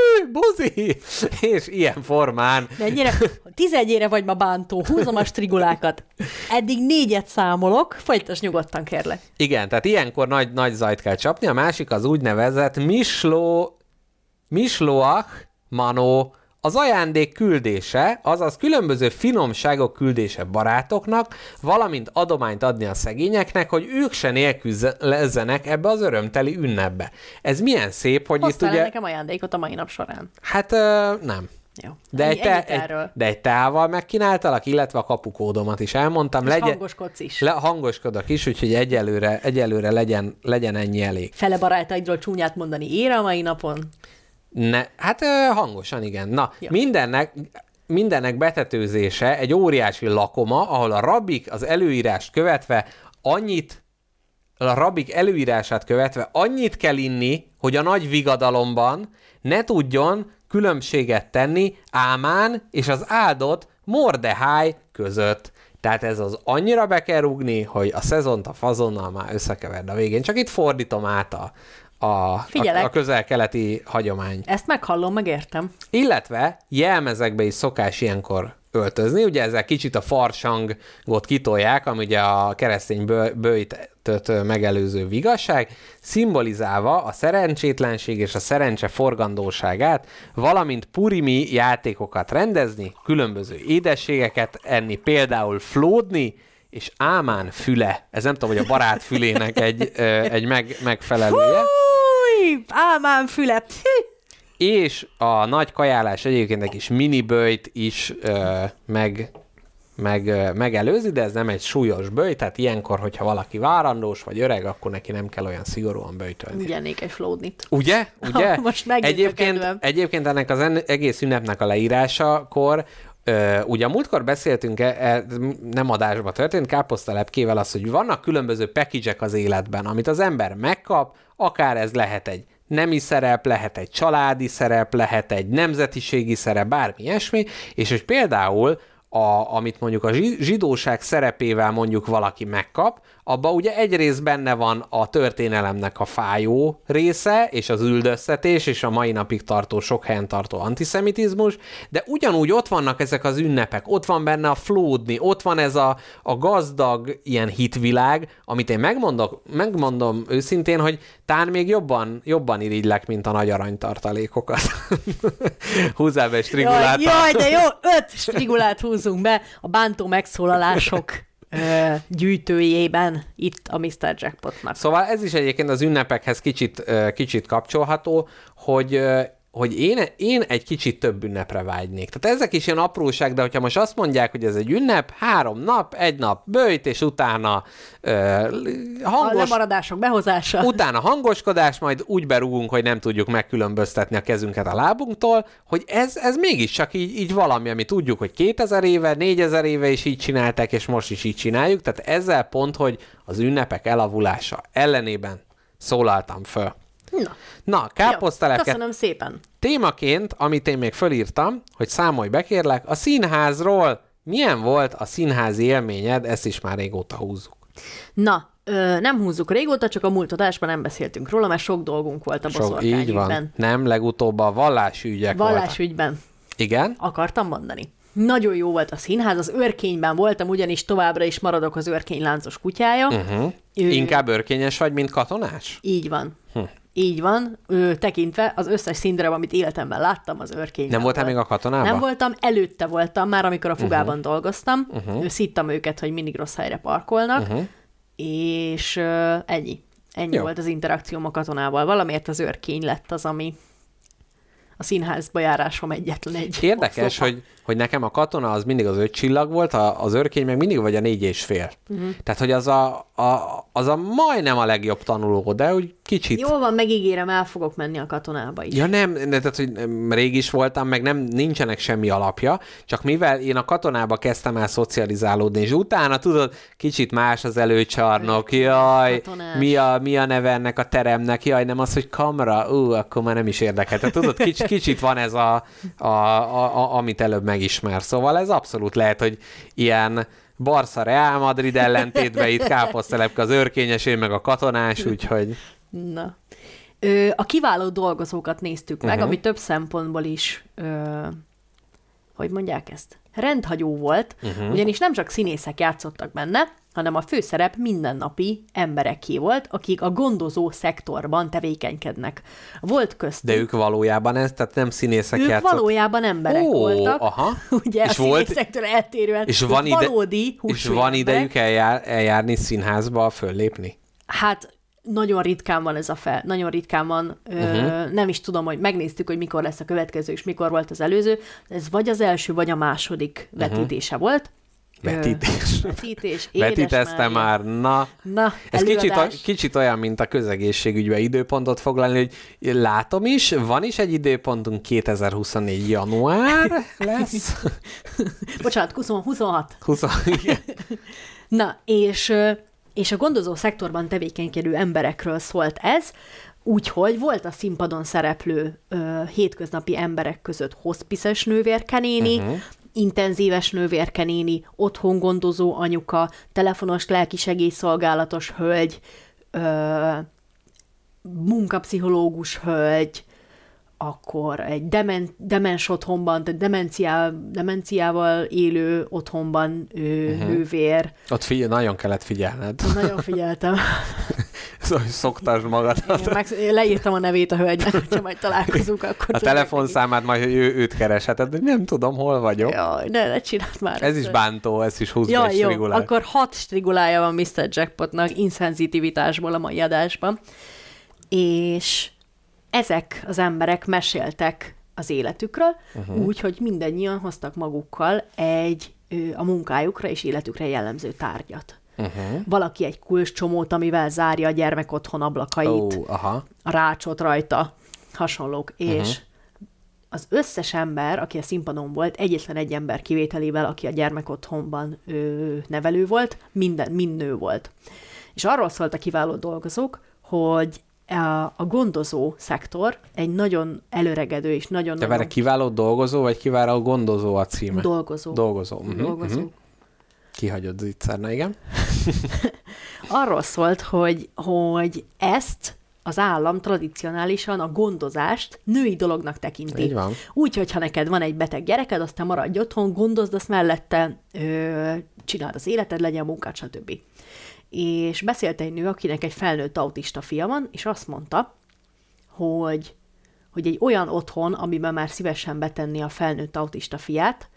buzi, és ilyen formán. De ennyire, tizedjére vagy ma bántó, húzom a strigulákat. Eddig négyet számolok, folytasd nyugodtan, kérlek. Igen, tehát ilyenkor nagy, nagy zajt kell csapni. A másik az úgynevezett misló, misloach manó, az ajándék küldése, azaz különböző finomságok küldése barátoknak, valamint adományt adni a szegényeknek, hogy ők se nélkülözzenek ebbe az örömteli ünnepbe. Ez milyen szép, hogy Hoztál itt ugye... nekem ajándékot a mai nap során. Hát ö, nem. Jó. De Ennyi- egy, te, ennyit egy, erről. de egy tával megkínáltalak, illetve a kapukódomat is elmondtam. És Legyen, hangoskodsz is. Le, hangoskodok is, úgyhogy egyelőre, egyelőre legyen, legyen ennyi elég. Fele barátaidról csúnyát mondani ér a mai napon. Ne, hát ö, hangosan, igen. Na, Ja. mindennek, mindennek betetőzése egy óriási lakoma, ahol a rabbik az előírást követve annyit, a rabbik előírását követve annyit kell inni, hogy a nagy vigadalomban ne tudjon különbséget tenni Ámán és az áldott Mordeháj között. Tehát ez az annyira be kell rúgni, hogy a szezont a fazonnal már összekeverd a végén. Csak itt fordítom át a, a, a, Figyelek. a közel-keleti hagyományt. Ezt meghallom, megértem. Illetve jelmezekbe is szokás ilyenkor öltözni, ugye ezzel kicsit a farsangot kitolják, ami ugye a keresztény bő, bőjtöt megelőző vigasság, szimbolizálva a szerencsétlenség és a szerencse forgandóságát, valamint purimi játékokat rendezni, különböző édességeket enni, például flódni, és Ámán füle, ez nem tudom, hogy a barát fülének egy, ö, egy meg, megfelelője. Új, Ámán füle. És a nagy kajálás egyébként egy kis miniböjt is ö, meg, meg, ö, megelőzi, de ez nem egy súlyos böjt, tehát ilyenkor, hogyha valaki várandós vagy öreg, akkor neki nem kell olyan szigorúan böjtölni. Ugyanék egy flódnit. Ugye? Ugye? Most megint a egyébként, kedvem. egyébként ennek az en- egész ünnepnek a leírásakor, ö, ugye a múltkor beszéltünk, e, e, nem adásba történt, Káposztalepkével az, hogy vannak különböző package-ek az életben, amit az ember megkap, akár ez lehet egy nemi szerep, lehet egy családi szerep, lehet egy nemzetiségi szerep, bármi ilyesmi, és hogy például a, amit mondjuk a zsidóság szerepével mondjuk valaki megkap, abban ugye egyrészt benne van a történelemnek a fájó része, és az üldöztetés, és a mai napig tartó, sok helyen tartó antiszemitizmus, de ugyanúgy ott vannak ezek az ünnepek, ott van benne a flódni, ott van ez a, a gazdag ilyen hitvilág, amit én megmondok, megmondom őszintén, hogy tán még jobban, jobban irigylek, mint a nagy aranytartalékokat. Húzzál be egy strigulát. Jaj, jaj, de jó, öt strigulát húzunk be a bántó megszólalások ö, gyűjtőjében itt a miszter Jackpotnak. Szóval ez is egyébként az ünnepekhez kicsit, ö, kicsit kapcsolható, hogy, ö, hogy én, én egy kicsit több ünnepre vágynék. Tehát ezek is ilyen apróság, de hogyha most azt mondják, hogy ez egy ünnep, három nap, egy nap böjt, és utána ö, hangos... A lemaradások behozása. Utána hangoskodás, majd úgy berúgunk, hogy nem tudjuk megkülönböztetni a kezünket a lábunktól, hogy ez, ez mégiscsak így, így valami, ami tudjuk, hogy kétezer éve, négyezer éve is így csinálták, és most is így csináljuk, tehát ezzel pont, hogy az ünnepek elavulása ellenében szólaltam föl. Na, Na, Káposztalepke köszönöm szépen. témaként, amit én még fölírtam, hogy számolj be kérlek, a színházról milyen volt a színházi élményed, ezt is már régóta húzzuk. Na, ö, nem húzzuk régóta, csak a múlt adásban nem beszéltünk róla, mert sok dolgunk volt a Sok, így boszorkányügyben. van. Nem, legutóbb a vallási ügyek voltak. Vallásügyben. Igen? Akartam mondani. Nagyon jó volt a színház, az Őrkényben voltam, ugyanis továbbra is maradok az Őrkény láncos kutyája. Uh-huh. Ő... Inkább örkényes vagy, mint katonás? Így van. Hm. Így van, ő, tekintve az összes színdarab, amit életemben láttam, az Őrkényben Nem voltál volt. még a katonában? Nem voltam, előtte voltam, már amikor a Fugában uh-huh. dolgoztam. Uh-huh. Uh-huh. Szittam őket, hogy mindig rossz helyre parkolnak, uh-huh. és uh, ennyi. Ennyi Jó. volt az interakcióm a katonával. Valamiért az Őrkény lett az, ami, a színházba járásom egyetlen egy. Érdekes, szopa. hogy, hogy nekem a katona az mindig az öt csillag volt, a, az őrkény meg mindig vagy a négy és fél. Uh-huh. Tehát, hogy az a, a, az a majdnem a legjobb tanuló, de úgy kicsit... Jól van, megígérem, el fogok menni a katonába is. Ja nem, de tehát, hogy rég is voltam, meg nem, nincsenek semmi alapja, csak mivel én a katonába kezdtem el szocializálódni, és utána tudod, kicsit más az előcsarnok, jaj, mi a, mi a neve ennek a teremnek, jaj, nem az, hogy kamra, ú, akkor már nem is érdekel. Tehát tudod, kicsit, kicsit van ez a, a, a, a, amit előbb megismer. Szóval ez abszolút lehet, hogy ilyen Barca Real Madrid ellentétben itt káposztelepke az őrkényes, én meg a katonás, úgyhogy... Na. Ö, a kiváló dolgozókat néztük meg, Uh-huh. ami több szempontból is, ö, hogy mondják ezt, rendhagyó volt, uh-huh. ugyanis nem csak színészek játszottak benne, hanem a főszerep mindennapi embereké volt, akik a gondozó szektorban tevékenykednek. Volt köztük... De ők valójában ez, tehát nem színészek Ők játszott. valójában emberek Ó, voltak, aha. ugye És a volt- színészektől eltérően, És van, ide, valódi és van idejük eljár, eljárni színházba, föllépni? Hát nagyon ritkán van ez a fel, nagyon ritkán van, uh-huh. ö, nem is tudom, hogy megnéztük, hogy mikor lesz a következő, és mikor volt az előző, ez vagy az első, vagy a második uh-huh. vetítése volt. Vetítés. Ö, vetítés, Vetítezte már, na. Na, Ez kicsit, előadás. kicsit olyan, mint a közegészségügyben időpontot foglalni, hogy látom is, van is egy időpontunk, kétezer-huszonnégy január lesz. Bocsánat, huszonhat. húsz, igen. Na, és, ö, és a gondozó szektorban tevékenykedő emberekről szólt ez, úgyhogy volt a színpadon szereplő ö, hétköznapi emberek között hospices nővérkenéni, uh-huh. intenzíves nővérkenéni, otthon gondozó anyuka, telefonos lelkisegélyszolgálatos hölgy, ö, munkapszichológus hölgy, akkor egy demen, demens otthonban, tehát demenciá, demenciával élő otthonban ő, uh-huh. nővér. Ott figyel, nagyon kellett figyelned. Nagyon figyeltem. Szóval szoktasd magadat. Én meg, én leírtam a nevét a hölgynek, hogyha majd találkozunk, akkor... A telefonszámát majd ő, őt keresheted, de nem tudom, hol vagyok. Jaj, ne, ne csináld már. Ez is bántó, ez is húsz Jaj, jó, strigulál. akkor hat strigulája van miszter Jackpotnak inszenzitivitásból a mai adásban. És ezek az emberek meséltek az életükről, uh-huh. úgy, hogy mindannyian hoztak magukkal egy ő, a munkájukra és életükre jellemző tárgyat. Uh-huh. Valaki egy kulcscsomót, amivel zárja a gyermek otthon ablakait, oh, aha. a rácsot rajta, hasonlók, és uh-huh. az összes ember, aki a színpadon volt, egyetlen egy ember kivételével, aki a gyermek otthonban ő, nevelő volt, minden, mind nő volt. És arról szólt a kiváló dolgozók, hogy a, a gondozó szektor egy nagyon előregedő és nagyon... De várj, kiváló dolgozó, vagy kiváló gondozó a címe? Dolgozó. Dolgozó. Uh-huh, Dolgozó. Uh-huh. Kihagyott zicserna, igen. Arról szólt, hogy, hogy ezt az állam tradicionálisan a gondozást női dolognak tekinti. Így van. Úgy, hogyha neked van egy beteg gyereked, aztán maradj otthon, gondozd azt mellette, ö, csináld az életed, legyen munkád, stb. És beszélt egy nő, akinek egy felnőtt autista fia van, és azt mondta, hogy, hogy egy olyan otthon, amiben már szívesen betenni a felnőtt autista fiát,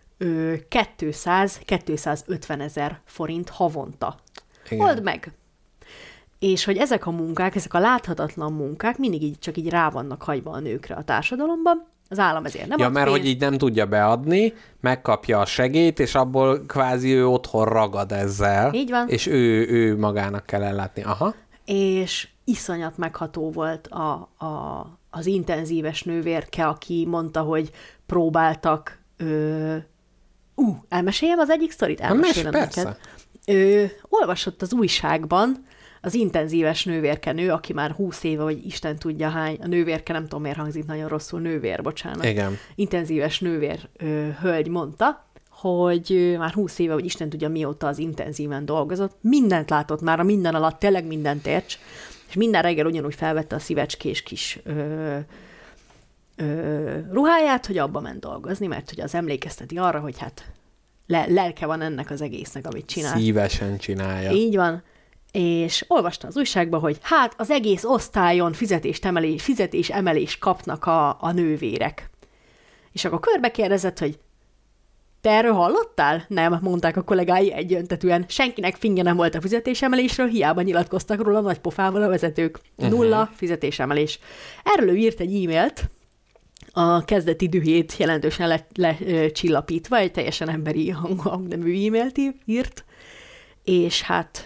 kétszáz-kétszázötven ezer forint havonta. Igen. Old meg! És hogy ezek a munkák, ezek a láthatatlan munkák mindig így csak így rá vannak hagyva a nőkre a társadalomban, az állam ezért nem ja, ad mert pénzt. hogy így nem tudja beadni, megkapja a segélyt, és abból kvázi ő otthon ragad ezzel. Így van. És ő, ő magának kell ellátni. Aha. És iszonyat megható volt a, a, az intenzíves nővérke, aki mondta, hogy próbáltak... Ö, ú, uh, elmeséljem az egyik sztorit? Elmesélem neked. Ő olvasott az újságban az intenzíves nővérkenő, aki már húsz éve, vagy Isten tudja hány, a nővérke, nem tudom miért hangzik nagyon rosszul, nővér, bocsánat. Igen. Intenzíves nővér ö, hölgy mondta, hogy ö, már húsz éve, vagy Isten tudja mióta az intenzíven dolgozott, mindent látott már, a minden alatt tényleg mindent érts, és minden reggel ugyanúgy felvette a szívecskés kis ö, ö, ruháját, hogy abba ment dolgozni, mert hogy az emlékezteti arra, hogy hát le, lelke van ennek az egésznek, amit csinál. Szívesen csinálja. Így van. És olvasta az újságban, hogy hát az egész osztályon fizetésemelés, fizetésemelés kapnak a, a nővérek. És akkor körbe kérdezett, hogy te erről hallottál? Nem, mondták a kollégái egyöntetűen. Senkinek fingja nem volt a fizetésemelésről, hiába nyilatkoztak róla nagy pofával a vezetők. Uh-huh. Nulla fizetésemelés. Erről ő írt egy e-mailt a kezdeti dühét jelentősen lecsillapítva, le, egy teljesen emberi hangnemű e-mailt írt, és hát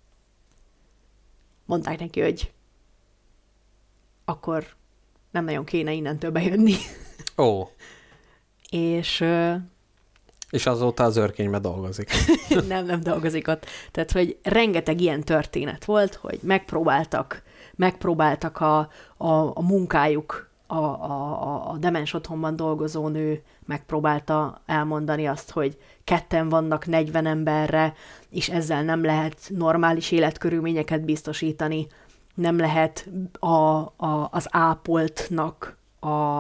mondták neki, hogy akkor nem nagyon kéne innentől bejönni. Ó. És... És azóta az őrkényben dolgozik. nem, nem dolgozik ott. Tehát, hogy rengeteg ilyen történet volt, hogy megpróbáltak, megpróbáltak a, a, a munkájuk, a, a, a demens otthonban dolgozó nő megpróbálta elmondani azt, hogy ketten vannak negyven emberre, és ezzel nem lehet normális életkörülményeket biztosítani, nem lehet a, a, az ápoltnak a...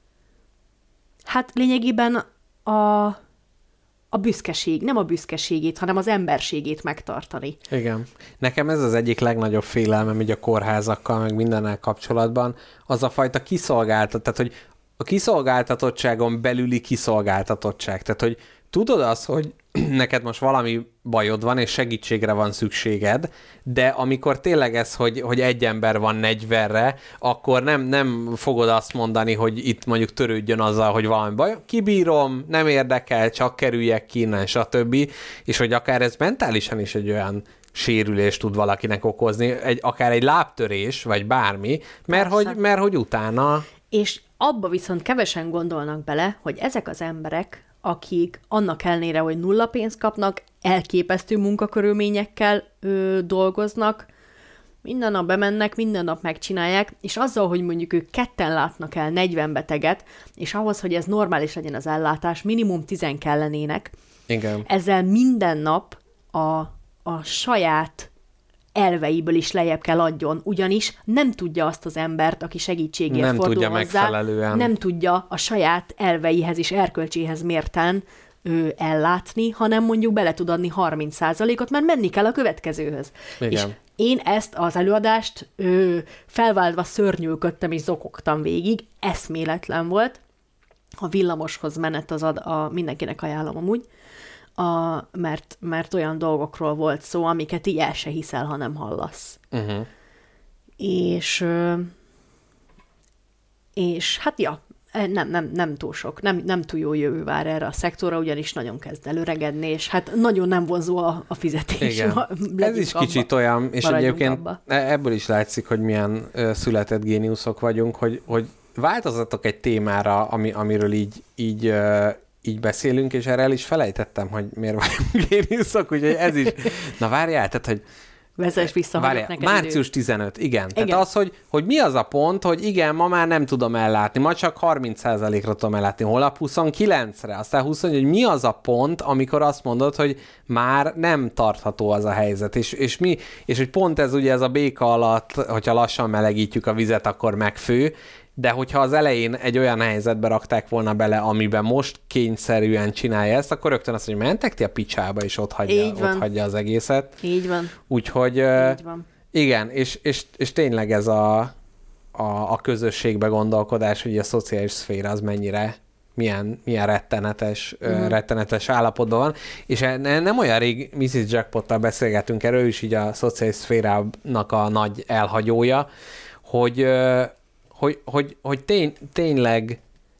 Hát lényegében a... a büszkeség, nem a büszkeségét, hanem az emberségét megtartani. Igen. Nekem ez az egyik legnagyobb félelmem így a kórházakkal, meg mindennel kapcsolatban, az a fajta kiszolgáltat, tehát hogy a kiszolgáltatottságon belüli kiszolgáltatottság. Tehát, hogy tudod azt, hogy neked most valami bajod van, és segítségre van szükséged, de amikor tényleg ez, hogy, hogy egy ember van negyvenre, akkor nem, nem fogod azt mondani, hogy itt mondjuk törődjön azzal, hogy valami baj. Kibírom, nem érdekel, csak kerüljek ki innen, stb. És hogy akár ez mentálisan is egy olyan sérülést tud valakinek okozni, egy, akár egy lábtörés, vagy bármi, mert hogy, mert hogy utána... És abba viszont kevesen gondolnak bele, hogy ezek az emberek, akik annak ellenére, hogy nulla pénzt kapnak, elképesztő munkakörülményekkel ö, dolgoznak, minden nap bemennek, minden nap megcsinálják, és azzal, hogy mondjuk ők ketten látnak el negyven beteget, és ahhoz, hogy ez normális legyen az ellátás, minimum tizen kellenének, igen. Ezzel minden nap a, a saját elveiből is lejjebb kell adjon, ugyanis nem tudja azt az embert, aki segítségért nem fordul tudja hozzá, megfelelően. nem tudja a saját elveihez és erkölcséhez mérten ő ellátni, hanem mondjuk bele tud adni harminc százalékot, mert menni kell a következőhöz. Igen. És én ezt az előadást ő, felváltva szörnyűködtem és zokogtam végig, eszméletlen volt. A villamoshoz menet az ad, a, mindenkinek ajánlom amúgy, a, mert, mert olyan dolgokról volt szó, amiket így el se hiszel, ha nem hallasz. Uh-huh. És, és hát ja, nem, nem, nem túl sok, nem, nem túl jó jövő vár erre a szektorra, ugyanis nagyon kezd előregedni, és hát nagyon nem vonzó a, a fizetés. Igen. Ez is abba, kicsit olyan, és egyébként abba. Ebből is látszik, hogy milyen uh, született géniuszok vagyunk, hogy, hogy változatok egy témára, ami, amiről így, így uh, így beszélünk, és erre el is felejtettem, hogy miért vagyunk géniuszok, úgyhogy ez is... Na várjál, tehát, hogy... Vezess vissza, várjál, neked március tizenötödike, igen. igen. Tehát az, hogy, hogy mi az a pont, hogy igen, ma már nem tudom ellátni, ma csak harminc százalékra tudom ellátni, holnap huszonkilencre, aztán húsz, hogy mi az a pont, amikor azt mondod, hogy már nem tartható az a helyzet, és, és mi, és hogy pont ez ugye ez a béka alatt, hogyha lassan melegítjük a vizet, akkor megfő, de hogyha az elején egy olyan helyzetbe rakták volna bele, amiben most kényszerűen csinálja ezt, akkor rögtön azt mondja, mentek ti a picsába, és ott hagyja, ott hagyja az egészet. Így van. Úgyhogy Így van. Igen, és, és, és tényleg ez a, a, a közösségbe gondolkodás, hogy a szociális szféra az mennyire, milyen, milyen rettenetes, mm. rettenetes állapotban van. És nem olyan rég missziz Jackpottal beszélgetünk erről, ő is így a szociális szférának a nagy elhagyója, hogy hogy, hogy, hogy tény, tényleg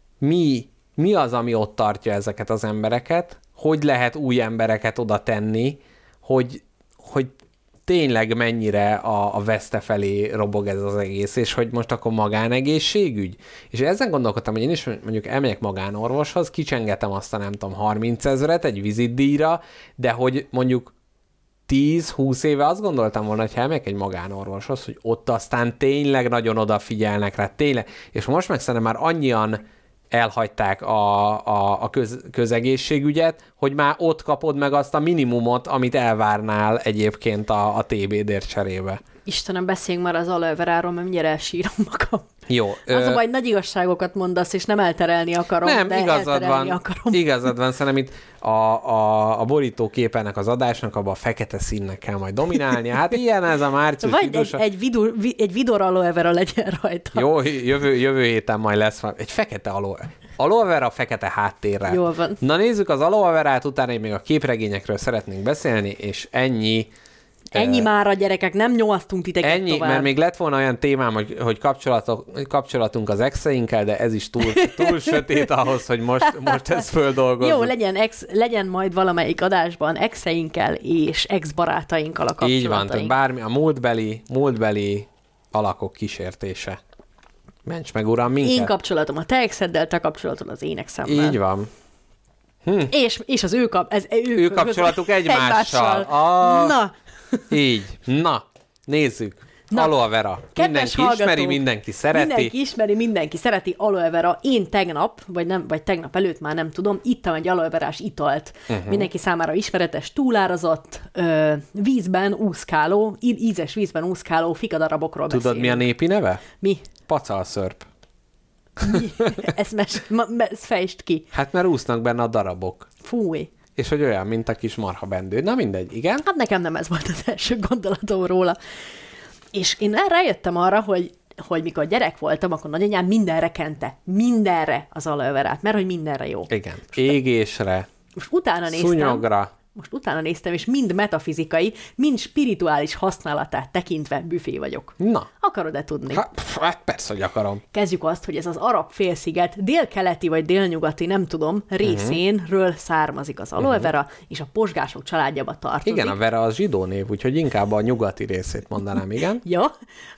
mi, mi az, ami ott tartja ezeket az embereket, hogy lehet új embereket oda tenni, hogy, hogy tényleg mennyire a, a veszte felé robog ez az egész, és hogy most akkor magánegészségügy. És ezen gondolkodtam, hogy én is mondjuk elmegyek magánorvoshoz, kicsengetem azt a nem tudom harminc ezret egy vizitdíjra, de hogy mondjuk tíz-húsz éve azt gondoltam volna, hogy ha elmegyek egy magánorvoshoz, hogy ott aztán tényleg nagyon odafigyelnek rá, tényleg. És most meg szerintem már annyian elhagyták a, a, a köz, közegészségügyet, hogy már ott kapod meg azt a minimumot, amit elvárnál egyébként a, a té bé-dért cserébe. Istenem, beszéljünk már az aloe veráról, mert mindjárt elsírom magam. Jó. Az ö... a baj, nagy igazságokat mondasz, és nem elterelni akarom, nem, de igazad elterelni van, akarom. Igazad van, szerintem itt a, a, a borítóképenek az adásnak abban a fekete színnek kell majd dominálnia. Hát ilyen ez a március. Vagy egy, egy, vidor, egy vidor aloe vera legyen rajta. Jó, jövő, jövő héten majd lesz egy fekete aloe. Aloe vera fekete háttérrel. Jól van. Na nézzük az aloe verát, utána még a képregényekről szeretnénk beszélni, és ennyi. Ennyi már a gyerekek, nem nyomasztunk titeket Ennyi, tovább. mert még lett volna olyan témám, hogy, hogy kapcsolatok, kapcsolatunk az exeinkkel, de ez is túl, túl sötét ahhoz, hogy most, most ezt földolgozzuk. Jó, legyen, ex, legyen majd valamelyik adásban exeinkkel és ex-barátainkkal a kapcsolataink. Így van, tehát bármi, a múltbeli, múltbeli alakok kísértése. Ments meg, uram, minket. Én kapcsolatom a te exeddel, te kapcsolatod az én exemmel. Így van. Hm. És, és az ő, kap, ez, ő, ő kapcsolatuk egymással. egymással. Ah, Na, így. Na, nézzük. Na, Aloe vera. Mindenki ismeri, hallgatók, mindenki szereti. Mindenki ismeri, mindenki szereti aloe vera. Én tegnap, vagy, nem, vagy tegnap előtt már nem tudom, ittam egy aloe verás italt. Uh-huh. Mindenki számára ismeretes, túlárazott, ö, vízben úszkáló, ízes vízben úszkáló fikadarabokról Tudod, beszélünk. mi a népi neve? Mi? Pacalszörp. Mi? Ezt, mes, ma, ezt fejtsd ki. Hát mert úsznak benne a darabok. Fúj. És hogy olyan, mint a kis marha bendő. Na mindegy, igen? Hát nekem nem ez volt az első gondolatom róla. És én rájöttem arra, hogy, hogy mikor gyerek voltam, akkor nagyanyám mindenre kente. Mindenre az aloe verát, mert hogy mindenre jó. Igen. Égésre, Most utána néztem. szúnyogra. Most utána néztem, és mind metafizikai, mind spirituális használatát tekintve büfé vagyok. Na. Akarod-e tudni? Ha, pff, hát persze, hogy akarom. Kezdjük azt, hogy ez az arab félsziget délkeleti vagy délnyugati, nem tudom, részénről uh-huh. származik az aloe vera, uh-huh. és a posgások családjába tartozik. Igen, a vera az zsidó név, úgyhogy inkább a nyugati részét mondanám, igen. Ja,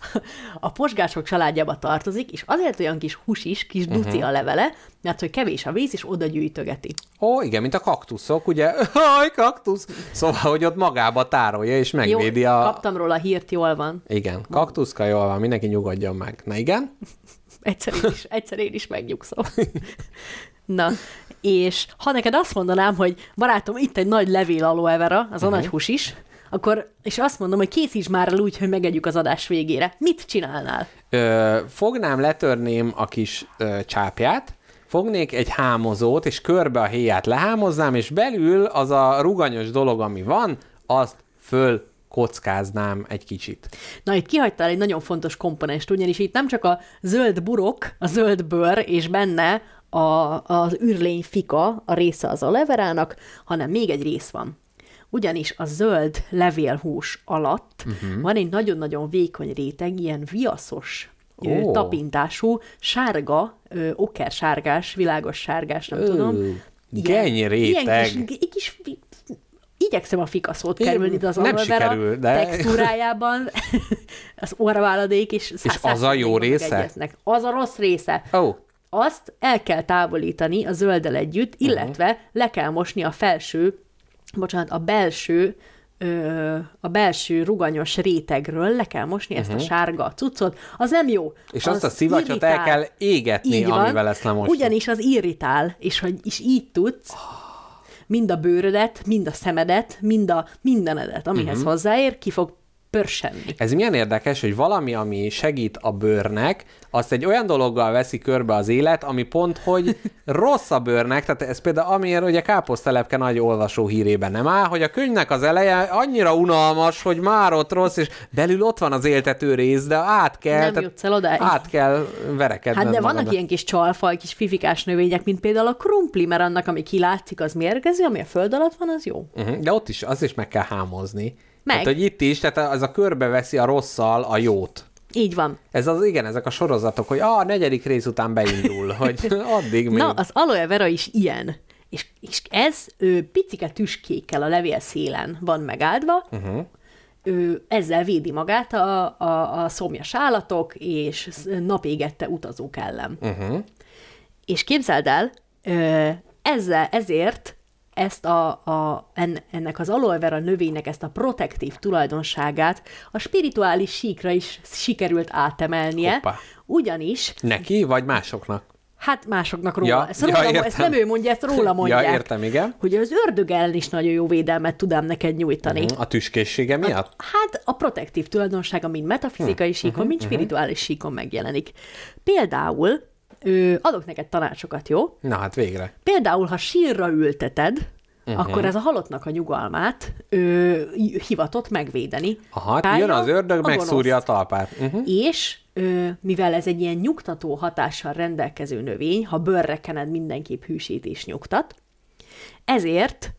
a posgások családjába tartozik, és azért olyan kis husis, kis duci uh-huh. a levele, mert hogy kevés a víz, és oda gyűjtögeti. Ó, igen, mint a kaktuszok, ugye? Haj, kaktusz! Szóval, hogy ott magába tárolja, és megvédi jó, a... kaptam róla a hírt, jól van. Igen, kaktuszka, jól van, mindenki nyugodjon meg. Na igen? Egyszer én is, egyszer én is megnyugszom. Na, és ha neked azt mondanám, hogy barátom, itt egy nagy levél aloe vera, az a uh-huh. nagy husis, akkor, és azt mondom, hogy készíts már el úgy, hogy megegyük az adás végére. Mit csinálnál? Ö, fognám, letörném a kis ö, csápját, fognék egy hámozót, és körbe a héját lehámoznám, és belül az a ruganyos dolog, ami van, azt föl kockáznám egy kicsit. Na, itt kihagytál egy nagyon fontos komponenst, ugyanis itt nem csak a zöld burok, a zöld bőr, és benne a, az űrlény fika, a része az aloe verának, hanem még egy rész van. Ugyanis a zöld levélhús alatt uh-huh. van egy nagyon-nagyon vékony réteg, ilyen viaszos, oh. tapintású, sárga, ö, okersárgás, világos sárgás, nem uh, tudom. Geny réteg. Ilyen kis, kis, igyekszem a fikaszót kerülni, de az aloe vera de... textúrájában az orraváladék és És az a jó része? Az a rossz része. Oh. Azt el kell távolítani a zölddel együtt, illetve uh-huh. le kell mosni a felső, bocsánat, a belső Ö, a belső ruganyos rétegről le kell mosni uh-huh. ezt a sárga cuccot. Az nem jó. És az azt a szivacsot irritál. El kell égetni, így amivel van, ezt lemosni. Ugyanis az irritál, és hogy is így tudsz oh. mind a bőrödet, mind a szemedet, mind a mindenedet, amihez uh-huh. hozzáér, ki fog pörsenni. Ez milyen érdekes, hogy valami, ami segít a bőrnek, azt egy olyan dologgal veszi körbe az élet, ami pont, hogy rossz a bőrnek, tehát ez például amiért ugye Káposztelepke nagy olvasó hírében nem áll, hogy a könyvnek az eleje annyira unalmas, hogy már ott rossz, és belül ott van az éltető rész, de át kell, nem jutsz el odáig. Át kell verekedned. Hát de vannak magadat. Ilyen kis csalfaj, kis fifikás növények, mint például a krumpli, mert annak, ami kilátszik, az mérgező, ami a föld alatt van, az jó. Uh-huh. De ott is, az is meg kell hámozni. Meg. Tehát, hogy itt is, tehát az a körbeveszi a rosszal a jót. Így van. Ez az, igen, ezek a sorozatok, hogy a negyedik rész után beindul, hogy addig még. Na, az aloe vera is ilyen. És, és ez ő, picike tüskékkel a levél szélen van megáldva, uh-huh. ő, ezzel védi magát a, a, a szomjas állatok és napégette utazók ellen. Uh-huh. És képzeld el, ezzel, ezért ezt a, a, ennek az aloe vera növénynek ezt a protektív tulajdonságát a spirituális síkra is sikerült átemelnie, Hoppa. Ugyanis... Neki, vagy másoknak? Hát másoknak róla. Ja, ezt, róla ja, ezt nem ő mondja, ezt róla mondják. Ja, értem, igen. Hogy az ördög ellen is nagyon jó védelmet tudám neked nyújtani. Uh-huh. A tüskészsége miatt? A, hát a protektív tulajdonsága mind metafizikai uh-huh. síkon, mind spirituális uh-huh. síkon megjelenik. Például Ö, adok neked tanácsokat, jó? Na hát végre. Például, ha sírra ülteted, uh-huh. akkor ez a halottnak a nyugalmát ö, hivatott megvédeni. Aha, Pálya, jön az ördög, megszúrja a talpát. Uh-huh. És ö, mivel ez egy ilyen nyugtató hatással rendelkező növény, ha bőrre kened, mindenképp hűsít és nyugtat, ezért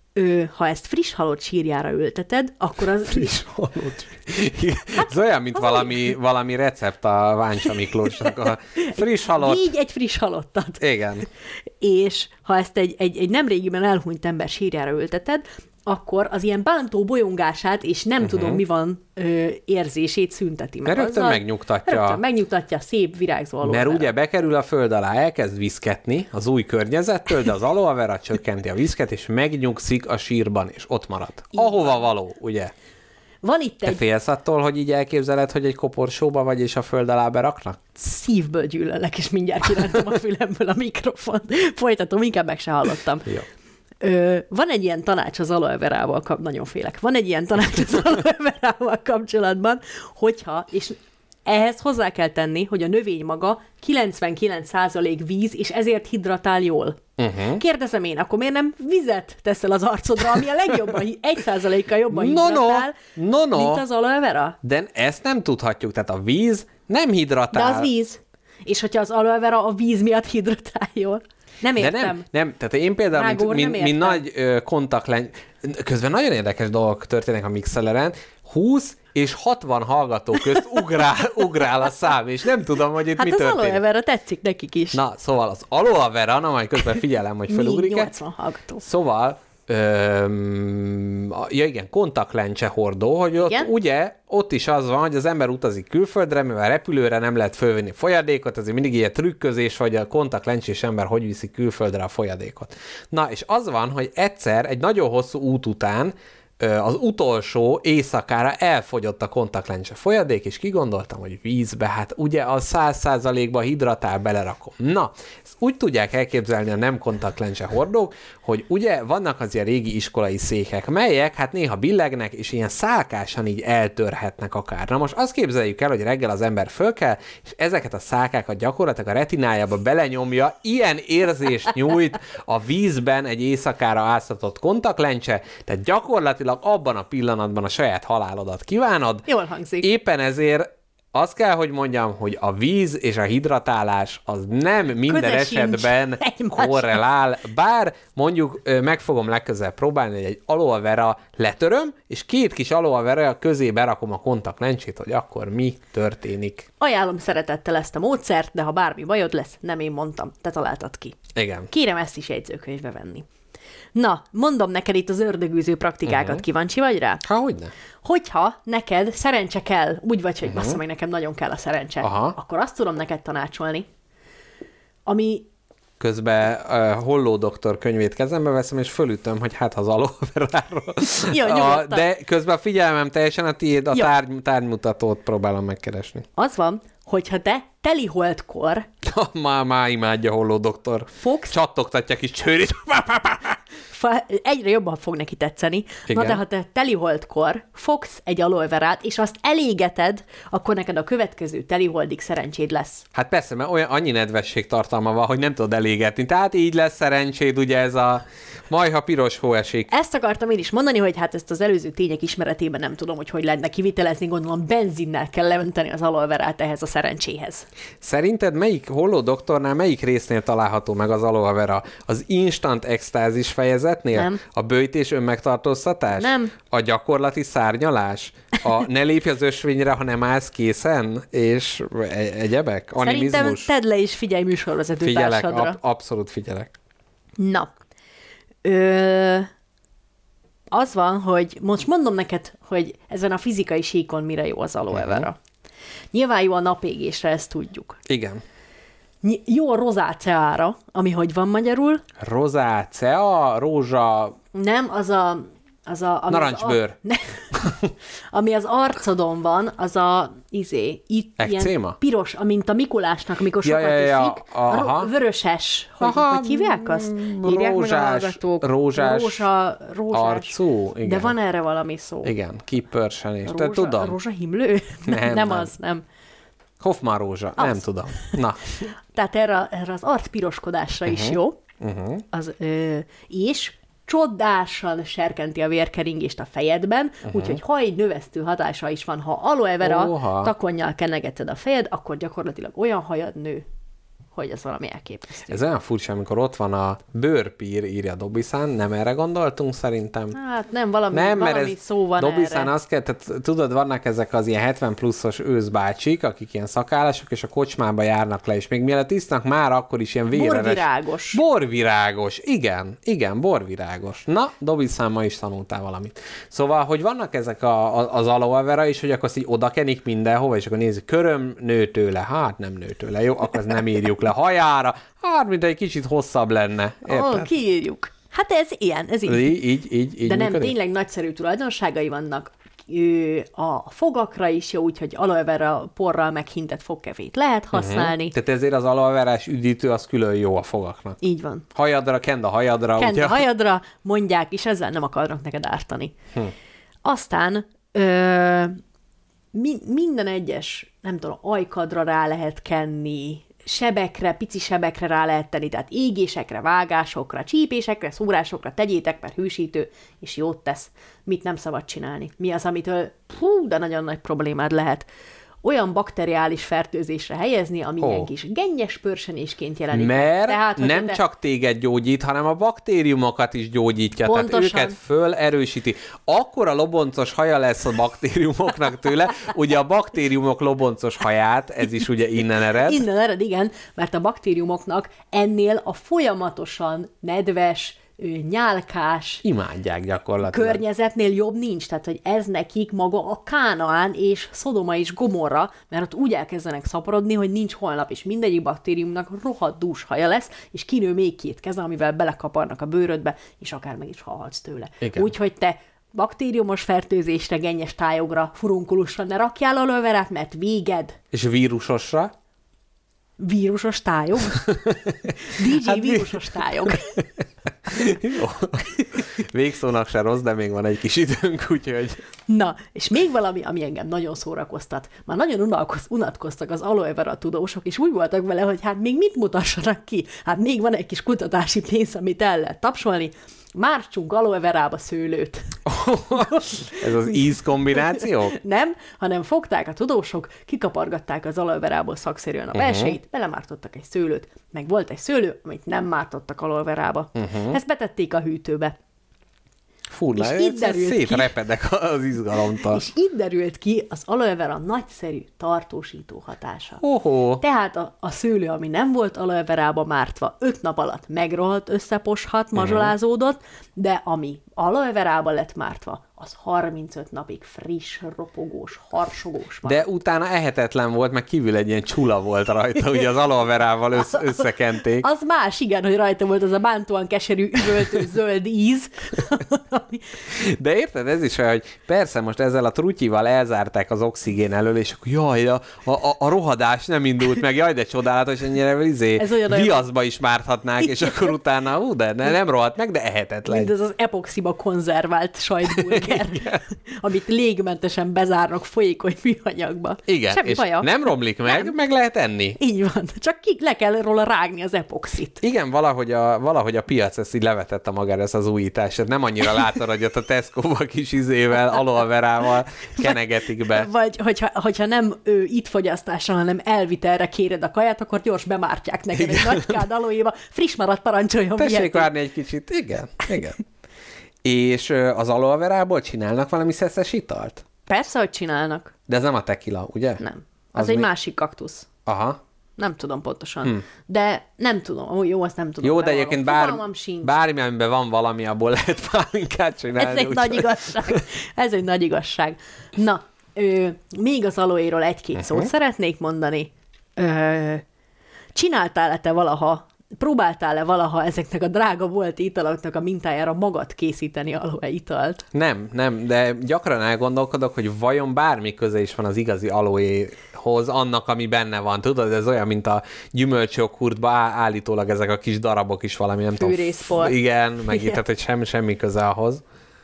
Ö, ha ezt friss halott sírjára ülteted, akkor az... Friss halott. Ez olyan, mint valami, valami recept a Váncsa Miklósnak. A friss halott... Így egy friss halottat. Igen. És ha ezt egy, egy, egy nemrégiben elhunyt ember sírjára ülteted, akkor az ilyen bántó bolyongását és nem uh-huh. tudom mi van ö, érzését szünteti meg. Mert rögtön azzal, megnyugtatja. Rögtön megnyugtatja szép virágzó aloe Mert vera. ugye bekerül a föld alá, elkezd viszketni az új környezettől, de az aloe vera csökkenti a viszket, és megnyugszik a sírban, és ott marad. Ahova való, ugye? Van itt Te egy félsz attól, hogy így elképzeled, hogy egy koporsóba vagy, és a föld alá beraknak? szívből gyűlölek, és mindjárt kirántom a fülemből a mikrofont. Folytatom, inkább meg se hallottam. Jó. Ö, van egy ilyen tanács az aloe verával, kap... nagyon félek, van egy ilyen tanács az aloe verával kapcsolatban, hogyha, és ehhez hozzá kell tenni, hogy a növény maga kilencvenkilenc százalék víz, és ezért hidratál jól. Uh-huh. Kérdezem én, akkor miért nem vizet teszel az arcodra, ami a legjobban, egy százalékkal jobban No, hidratál, no, no, mint az aloe vera? De ezt nem tudhatjuk, tehát a víz nem De hidratál. az víz. És hogyha az aloe vera a víz miatt hidratál jól? Nem De értem. nem, nem, tehát én például, Ágor, mint, nem mint, mint értem. nagy ö, kontaktlenc, közben nagyon érdekes dolgok történnek a mixeleren, húsz és hatvan hallgató közt ugrál, ugrál a szám, és nem tudom, hogy itt Hát mi az történik. aloe vera tetszik nekik is. Na, szóval az aloe vera, na majd közben figyelem, hogy Mi felugrik-e. nyolcvan hallgató. Szóval, öm, ja igen, kontaktlencse hordó, hogy ott Igen? ugye, ott is az van, hogy az ember utazik külföldre, mivel repülőre nem lehet fölvenni folyadékot, azért mindig ilyen trükközés, hogy a kontaktlencsés ember hogy viszi külföldre a folyadékot. Na, és az van, hogy egyszer egy nagyon hosszú út után az utolsó éjszakára elfogyott a kontaktlencse folyadék, és kigondoltam, hogy vízbe, hát ugye a száz százalékban hidratál, belerakom. Na, ezt úgy tudják elképzelni a nem kontaktlencse hordók, hogy ugye vannak az ilyen régi iskolai székek, melyek hát néha billegnek, és ilyen szálkásan így eltörhetnek akár. Na most azt képzeljük el, hogy reggel az ember föl kell, és ezeket a szálkákat gyakorlatilag a retinájába belenyomja, ilyen érzést nyújt a vízben egy éjszakára áztatott kontaktlencse, tehát gyakorlatilag abban a pillanatban a saját halálodat kívánod. Jól hangzik. Éppen ezért azt kell, hogy mondjam, hogy a víz és a hidratálás az nem minden Köze sincs esetben egymással. korrelál, bár mondjuk ö, meg fogom legközelebb próbálni, hogy egy aloe vera letöröm, és két kis aloe vera közé berakom a kontaktlencsét, hogy akkor mi történik. Ajánlom szeretettel ezt a módszert, de ha bármi bajod lesz, nem én mondtam, te találtad ki. Igen. Kérem ezt is jegyzőkönyvbe venni. Na, mondom neked itt az ördögűző praktikákat, uh-huh. kíváncsi vagy rá? Há, hogyne? Hogyha neked szerencse kell, úgy vagy, hogy uh-huh. bassza meg, nekem nagyon kell a szerencse, Aha. akkor azt tudom neked tanácsolni, ami... Közben uh, Holló doktor könyvét kezembe veszem, és fölütöm, hogy hát az aloe veráról. Jó, a, nyugodtan. de közben a figyelmem teljesen a tiéd, a Jó. tárgy, tárgymutatót próbálom megkeresni. Az van, hogyha te teli holdkor Már má imádja Holló doktor. fogsz, Csattogtatja kis csőrét. fa, egyre jobban fog neki tetszeni. Igen. Na de ha te teli holdkor fogsz egy aloe verát, és azt elégeted, akkor neked a következő teli holdig szerencséd lesz. Hát persze, mert olyan annyi nedvesség tartalma van, hogy nem tudod elégetni. Tehát így lesz szerencséd, ugye ez a majha piros hó esik. Ezt akartam én is mondani, hogy hát ezt az előző tények ismeretében nem tudom, hogy hogy lehetne kivitelezni, gondolom benzinnel kell leönteni az aloe verát ehhez a szerencséhez. Szerinted melyik Holló doktornál melyik résznél található meg az aloe vera? Az instant extázis fejezetnél? Nem. A bőjtés önmegtartóztatás? Nem. A gyakorlati szárnyalás? A ne lépj az ösvényre, ha nem állsz készen? És e- egyebek? Szerintem Animizmus? tedd le és figyelj műsorvezető Figyelek, társadra. ab- abszolút figyelek. Na, Ö, az van, hogy most mondom neked, hogy ezen a fizikai síkon mire jó az aloe vera. Nyilván jó a napégésre, ezt tudjuk. Igen. Ny- jó a rozáceára, ami hogy van magyarul. Rozácea, rózsa, Nem, az a... Az a ami Narancsbőr. Az a, ne, ami az arcodon van, az a izé, itt Ekcéma? ilyen piros, amint a Mikulásnak, amikor Ja, sokat ja, ja, iszik. aha. Ro- vöröses, hogy, Aha, hogy hívják azt? Írják meg a rózsás- hallgatók. rózsás Rózsa, rózsás. arcú, igen. De van erre valami szó. igen, kipörsenés. Te Rózsa, tudom. rózsahimlő? Nem, nem, nem. az, nem. Hoffman rózsa, Az. nem tudom. Na, Tehát erre, erre az arcpiroskodásra uh-huh. is jó. Uh-huh. Az, ö, és csodásan serkenti a vérkeringést a fejedben, uh-huh. úgyhogy ha egy növesztő hatása is van, ha aloe vera Oha. takonnyal kenegeted a fejed, akkor gyakorlatilag olyan hajad nő, hogy ez valami elképesztő. Ez olyan furcsa, amikor ott van a bőrpír, írja Dobby-san, nem erre gondoltunk szerintem? Hát nem, valami, nem, valami mert ez szó van Dobby-san erre. azt kell, tehát tudod, vannak ezek az ilyen hetven pluszos őszbácsik, akik ilyen szakállasok, és a kocsmába járnak le, és még mielőtt isznak, már akkor is ilyen véreres. Borvirágos. Borvirágos, igen, igen, borvirágos. Na, Dobby-san ma is tanultál valamit. Szóval, hogy vannak ezek a, a, az aloe vera is, hogy akkor azt így odakenik mindenhova, és akkor nézzük, köröm nő tőle, hát nem nő tőle, jó, akkor ezt nem írjuk le hajára, hát mint egy kicsit hosszabb lenne. Ó, oh, kiírjuk. Hát ez ilyen, ez így. Így, így, így, így De nem, működik? tényleg nagyszerű tulajdonságai vannak. Ő a fogakra is jó, úgyhogy aloe vera porral meghintett fogkefét lehet használni. Uh-huh. Tehát ezért az aloe verás üdítő az külön jó a fogaknak. Így van. Hajadra, kend a hajadra. Kend ugye? a hajadra, mondják, és ezzel nem akarnak neked ártani. Hm. Aztán ö, mi, minden egyes, nem tudom, ajkadra rá lehet kenni, sebekre, pici sebekre rá lehet tenni, tehát égésekre, vágásokra, csípésekre, szúrásokra tegyétek, mert hűsítő, és jót tesz. Mit nem szabad csinálni? Mi az, amitől hú, de nagyon nagy problémád lehet? Olyan bakteriális fertőzésre helyezni, ami Oh. ilyen kis gennyes pörsenésként jelenik. Mert Tehát, hogyha nem te- csak téged gyógyít, hanem a baktériumokat is gyógyítja. Pontosan. Tehát őket fölerősíti. Akkora loboncos haja lesz a baktériumoknak tőle. Ugye a baktériumok loboncos haját, ez is ugye innen ered. Innen ered, igen, mert a baktériumoknak ennél a folyamatosan nedves, ö, nyálkás Imádják gyakorlatilag. környezetnél jobb nincs. Tehát, hogy ez nekik maga a Kánaán és Szodoma és Gomorra, mert ott úgy elkezdenek szaporodni, hogy nincs holnap, és mindegyik baktériumnak rohadt dús haja lesz, és kinő még két keze, amivel belekaparnak a bőrödbe, és akár meg is halhatsz tőle. Igen. Úgyhogy te baktériumos fertőzésre, gennyes tájogra, furunkulusra ne rakjál aloe verát, mert véged. És vírusosra? Vírusos tájog? dé jé Hát mi- vírusos tájog. Jó. Végszónak se rossz, de még van egy kis időnk, úgyhogy... Na, és még valami, ami engem nagyon szórakoztat. Már nagyon unalkoz, unatkoztak az aloe vera tudósok, és úgy voltak vele, hogy hát még mit mutassanak ki? Hát még van egy kis kutatási pénz, amit el lehet tapsolni. Mártsunk aloe verába szőlőt. Ez az íz kombináció? Nem, hanem fogták a tudósok, kikapargatták az aloe verából szakszerűen a belsejét, uh-huh. belemártottak egy szőlőt, meg volt egy szőlő, amit nem mártottak aloe verába. Uh-huh. Ezt betették a hűtőbe. Fú, És na, így ez- derült ki- szétrepedek az izgalomtól. És így derült ki az aloe vera nagyszerű tartósító hatása. Ohó. Tehát a, a szőlő, ami nem volt aloe verába mártva, öt nap alatt megrohadt, összeposhat, mazsolázódott, de ami aloe verába lett mártva, az harmincöt napig friss, ropogós, harsogós van. De utána ehetetlen volt, meg kívül egy ilyen csula volt rajta, ugye az aloe verával össz, összekenték. Az más, igen, hogy rajta volt az a bántóan keserű, üvöltő zöld íz. De érted, ez is olyan, hogy persze most ezzel a trutyival elzárták az oxigén elől, és akkor jaj, a, a, a rohadás nem indult meg, jaj, de csodálatos, ennyire izé, Ez olyan- viaszba is márthatnák, és akkor utána, ú, de ne, nem rohadt meg, de ehetetlen. Mindez az epoxiba konzervált sajtburger, amit légmentesen bezárnak folyékony műanyagba. Igen, Semmi és baja. nem romlik meg, Nem. meg lehet enni. Így van, csak ki le kell róla rágni az epoxit. Igen, valahogy a, valahogy a piac ezt így levetette magára, ezt az újítást. Nem annyira látod, hogy ott a Tesco-ba kis izével, aloe verával kenegetik be. Vagy hogyha, hogyha nem ő, itt fogyasztásra, hanem elvitelre kéred a kaját, akkor gyors bemártják neked egy nagy kád alóéba, friss maradt parancsoljon. Tessék vihetni. várni egy kicsit. Igen, igen. És ö, az aloe verából csinálnak valami szeszes italt? Persze, hogy csinálnak. De ez nem a tequila, ugye? Nem. Az, Az egy mi? másik kaktusz. Aha. Nem tudom pontosan. Hmm. De nem tudom. Ó, jó, azt nem tudom. Jó, de bevallom. egyébként bár, Fogalmam sincs. bármi, amiben van valami, abból lehet pálinkát csinálni. Ez egy úgy- nagy igazság. Ez egy nagy igazság. Na, ö, még az aloéról egy-két uh-huh. szót szeretnék mondani. Ö, csináltál-e te valaha, próbáltál-e valaha ezeknek a drága volt italoknak a mintájára magad készíteni aloe italt? Nem, nem, de gyakran elgondolkodok, hogy vajon bármi köze is van az igazi aloéhoz, annak, ami benne van. Tudod, ez olyan, mint a gyümölcsjoghurtba á- állítólag ezek a kis darabok is valami, nem tudom. Fűrészpor. Igen, meg Igen. itt, tehát, hogy semmi, semmi köze ahhoz.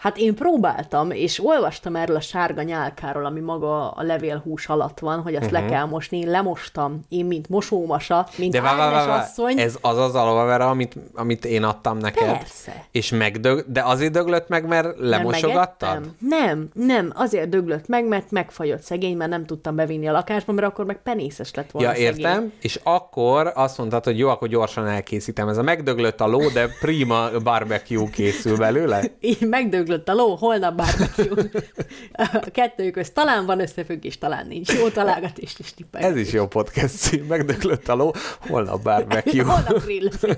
Hát én próbáltam, és olvastam erről a sárga nyálkáról, ami maga a levélhús alatt van, hogy azt uh-huh. le kell mosni. Én lemostam, én mint mosómasa, mint de Ágnes vá, vá, vá, asszony. Ez az az aloe vera, amit, amit én adtam neked? Persze. És megdög... De azért döglött meg, mert lemosogattad? Nem, nem, nem, azért döglött meg, mert megfagyott szegény, mert nem tudtam bevinni a lakásba, mert akkor meg penészes lett volna Ja, értem, szegény. és akkor azt mondtad, hogy jó, akkor gyorsan elkészítem. Ez a megdöglött a ló, de prima barbecue készül belőle. Így megdöglött a ló, holnap barbecue. A kettő közt talán van összefüggés, talán nincs. Jó találgatést is tippelj. Ez is jó podcast cím. Megdöglött a ló, holnap barbecue. Holnap grillezünk.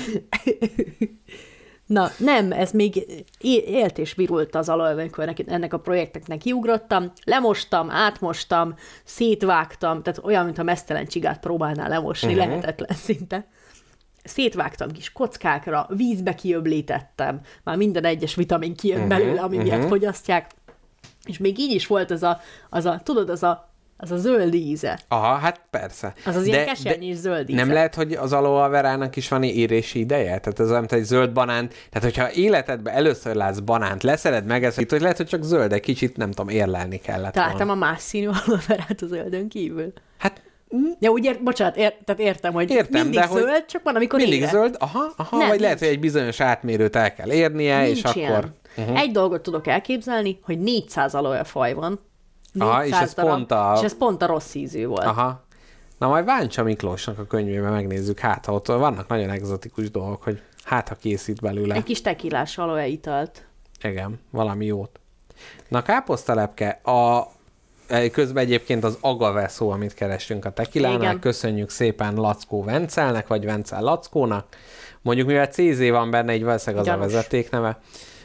Na, nem, ez még élt és virult az alól, amikor ennek a projekteknek kiugrottam, lemostam, átmostam, szétvágtam, tehát olyan, mintha mesztelen csigát próbálnál lemosni, uh-huh. lehetetlen szinte. Szétvágtam kis kockákra, vízbe kiöblítettem, már minden egyes vitamin kijött uh-huh. belőle, ami uh-huh. miatt fogyasztják, és még így is volt az a, az a tudod, az a az a zöld íze. Aha, hát persze. Az az de, ilyen kesernyés zöld íze. Nem lehet, hogy az aloe verának is van érési ideje? Tehát ez olyan, mint egy zöld banán. Tehát, hogyha életedben először látsz banánt, leszered, megeszed, hogy lehet, hogy csak zöld, egy kicsit, nem tudom, érlelni kellett Találtam a más színű aloe verát a zöldön kívül. Hát... Ja, úgy ér, bocsánat, ér, tehát értem, hogy értem, mindig de zöld, hogy csak van, amikor mindig élet. zöld, aha, aha nem, vagy lehet, nincs. hogy egy bizonyos átmérőt el kell érnie, Nincs és ilyen. akkor... Uh-huh. Egy dolgot tudok elképzelni, hogy négyszáz aloe faj van. Aha, és ez darab, pont a... És ez pont a rossz ízű volt. Aha. Na majd Váncsa Miklósnak a könyvében megnézzük, hát ha ott vannak nagyon egzotikus dolgok, hogy hát ha készít belőle. Egy kis tekilás aloe italt. Igen, valami jót. Na káposztalepke, a közben egyébként az agave szó, amit kerestünk a tekilánál, igen. Köszönjük szépen Lackó Vencelnek, vagy Vencel Lackónak. Mondjuk, mivel cé zé van benne, így valószínűleg az Gyanús. a vezetékneve.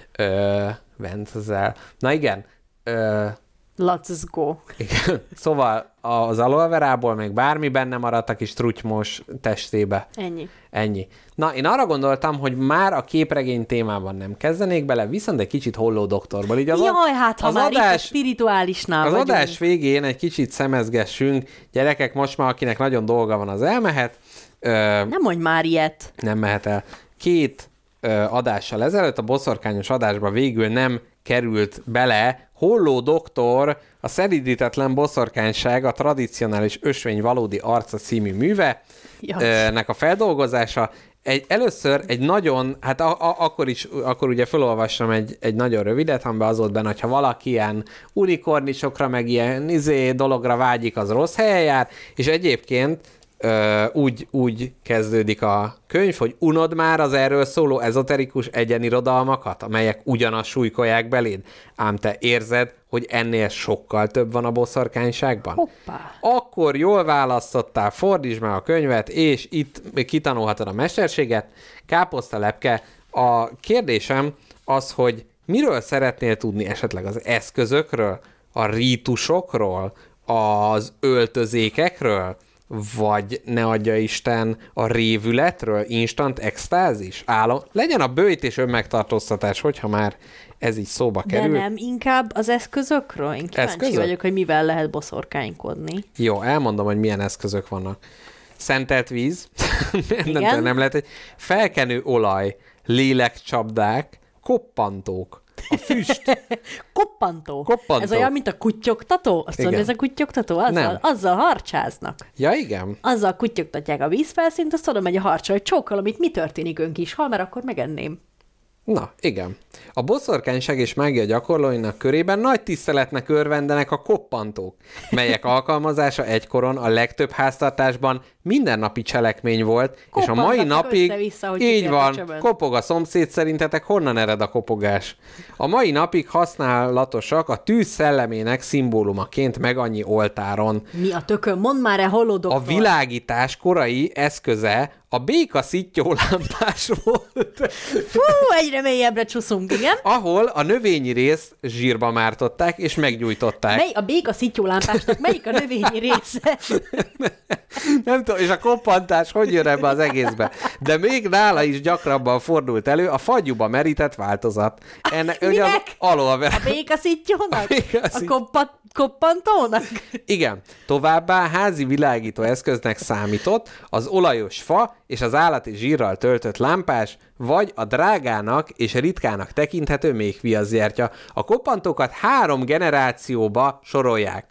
Ö, Venzel. Na igen, ö, Let's go. igen. Szóval az aloe verából még bármi benne maradt a kis trutymos testébe. Ennyi. Ennyi. Na, én arra gondoltam, hogy már a képregény témában nem kezdenék bele, viszont egy kicsit Holló doktorból. Így az Jaj, hát ha az már adás, itt a spirituálisnál Az vagyunk. adás végén egy kicsit szemezgessünk. Gyerekek, most már akinek nagyon dolga van, az elmehet. Ö, Nem mondj már ilyet. nem mehet el. Két ö, adással ezelőtt a boszorkányos adásba végül nem került bele Holló doktor, a szelídítetlen boszorkányság, a tradicionális ösvény valódi arca című műve, Ja. nek a feldolgozása. Egy, először egy nagyon, hát a, a, akkor is, akkor ugye felolvassam egy, egy nagyon rövidet, amiben az volt benne, hogyha valaki ilyen unikornisokra, meg ilyen izé dologra vágyik, az rossz helyen jár, és egyébként Ö, úgy, úgy kezdődik a könyv, hogy unod már az erről szóló ezoterikus egyenirodalmakat, amelyek ugyanaz súlykolják beléd, ám te érzed, hogy ennél sokkal több van a boszorkányságban? Hoppá. Akkor jól választottál, fordítsd meg a könyvet, és itt kitanulhatod a mesterséget. Káposztalepke, a kérdésem az, hogy miről szeretnél tudni, esetleg az eszközökről, a rítusokról, az öltözékekről, vagy ne adja Isten a révületről, instant extázis, álom. Legyen a böjt és önmegtartóztatás, hogyha már ez így szóba De kerül. nem inkább az eszközökről? Én kíváncsi Eszközök? vagyok, hogy mivel lehet boszorkánykodni. Jó, elmondom, hogy milyen eszközök vannak. Szentelt víz, nem, Igen. nem lehet, hogy felkenő olaj, lélekcsapdák, koppantók, a füst. Koppantó. Koppantó. Ez olyan, mint a kuttyogtató? Azt mondod, Igen. ez a kuttyogtató? Azzal, Nem. azzal harcsáznak. Ja, igen. Azzal kuttyogtatják a vízfelszínt, azt oda megy a harcsa, hogy csókolom, itt mi történik ön kis hal, mert akkor megenném. Na, igen. A boszorkányság és mágia gyakorlóinak körében nagy tiszteletnek örvendenek a koppantók, melyek alkalmazása egykoron a legtöbb háztartásban mindennapi cselekmény volt, és a mai Koppangatnak napig össze-vissza, hogy így kitért a van, csöbön. kopog a szomszéd, szerintetek honnan ered a kopogás? A mai napig használatosak a tűz szellemének szimbólumaként meg annyi oltáron. Mi a tökön? Mondd már el, Holló doktor. A világítás korai eszköze a béka szittyó lámpás volt, Fú, egyre mélyebbre csúszunk, igen? ahol a növényi részt zsírba mártották és meggyújtották. Mely a béka szittyólámpásnak melyik a növényi része? Nem tudom, és a koppantás hogy jön ebbe az egészbe. De még nála is gyakrabban fordult elő a fagyúba merített változat. Ennek ugye az Minek? aloe vera. A béka szittyónak? A béka A szitty- koppa- koppantónak? Igen. Továbbá házi világító eszköznek számított az olajos fa és az állati zsírral töltött lámpás, vagy a drágának és ritkának tekinthető méhviaszgyertya. A koppantókat három generációba sorolják.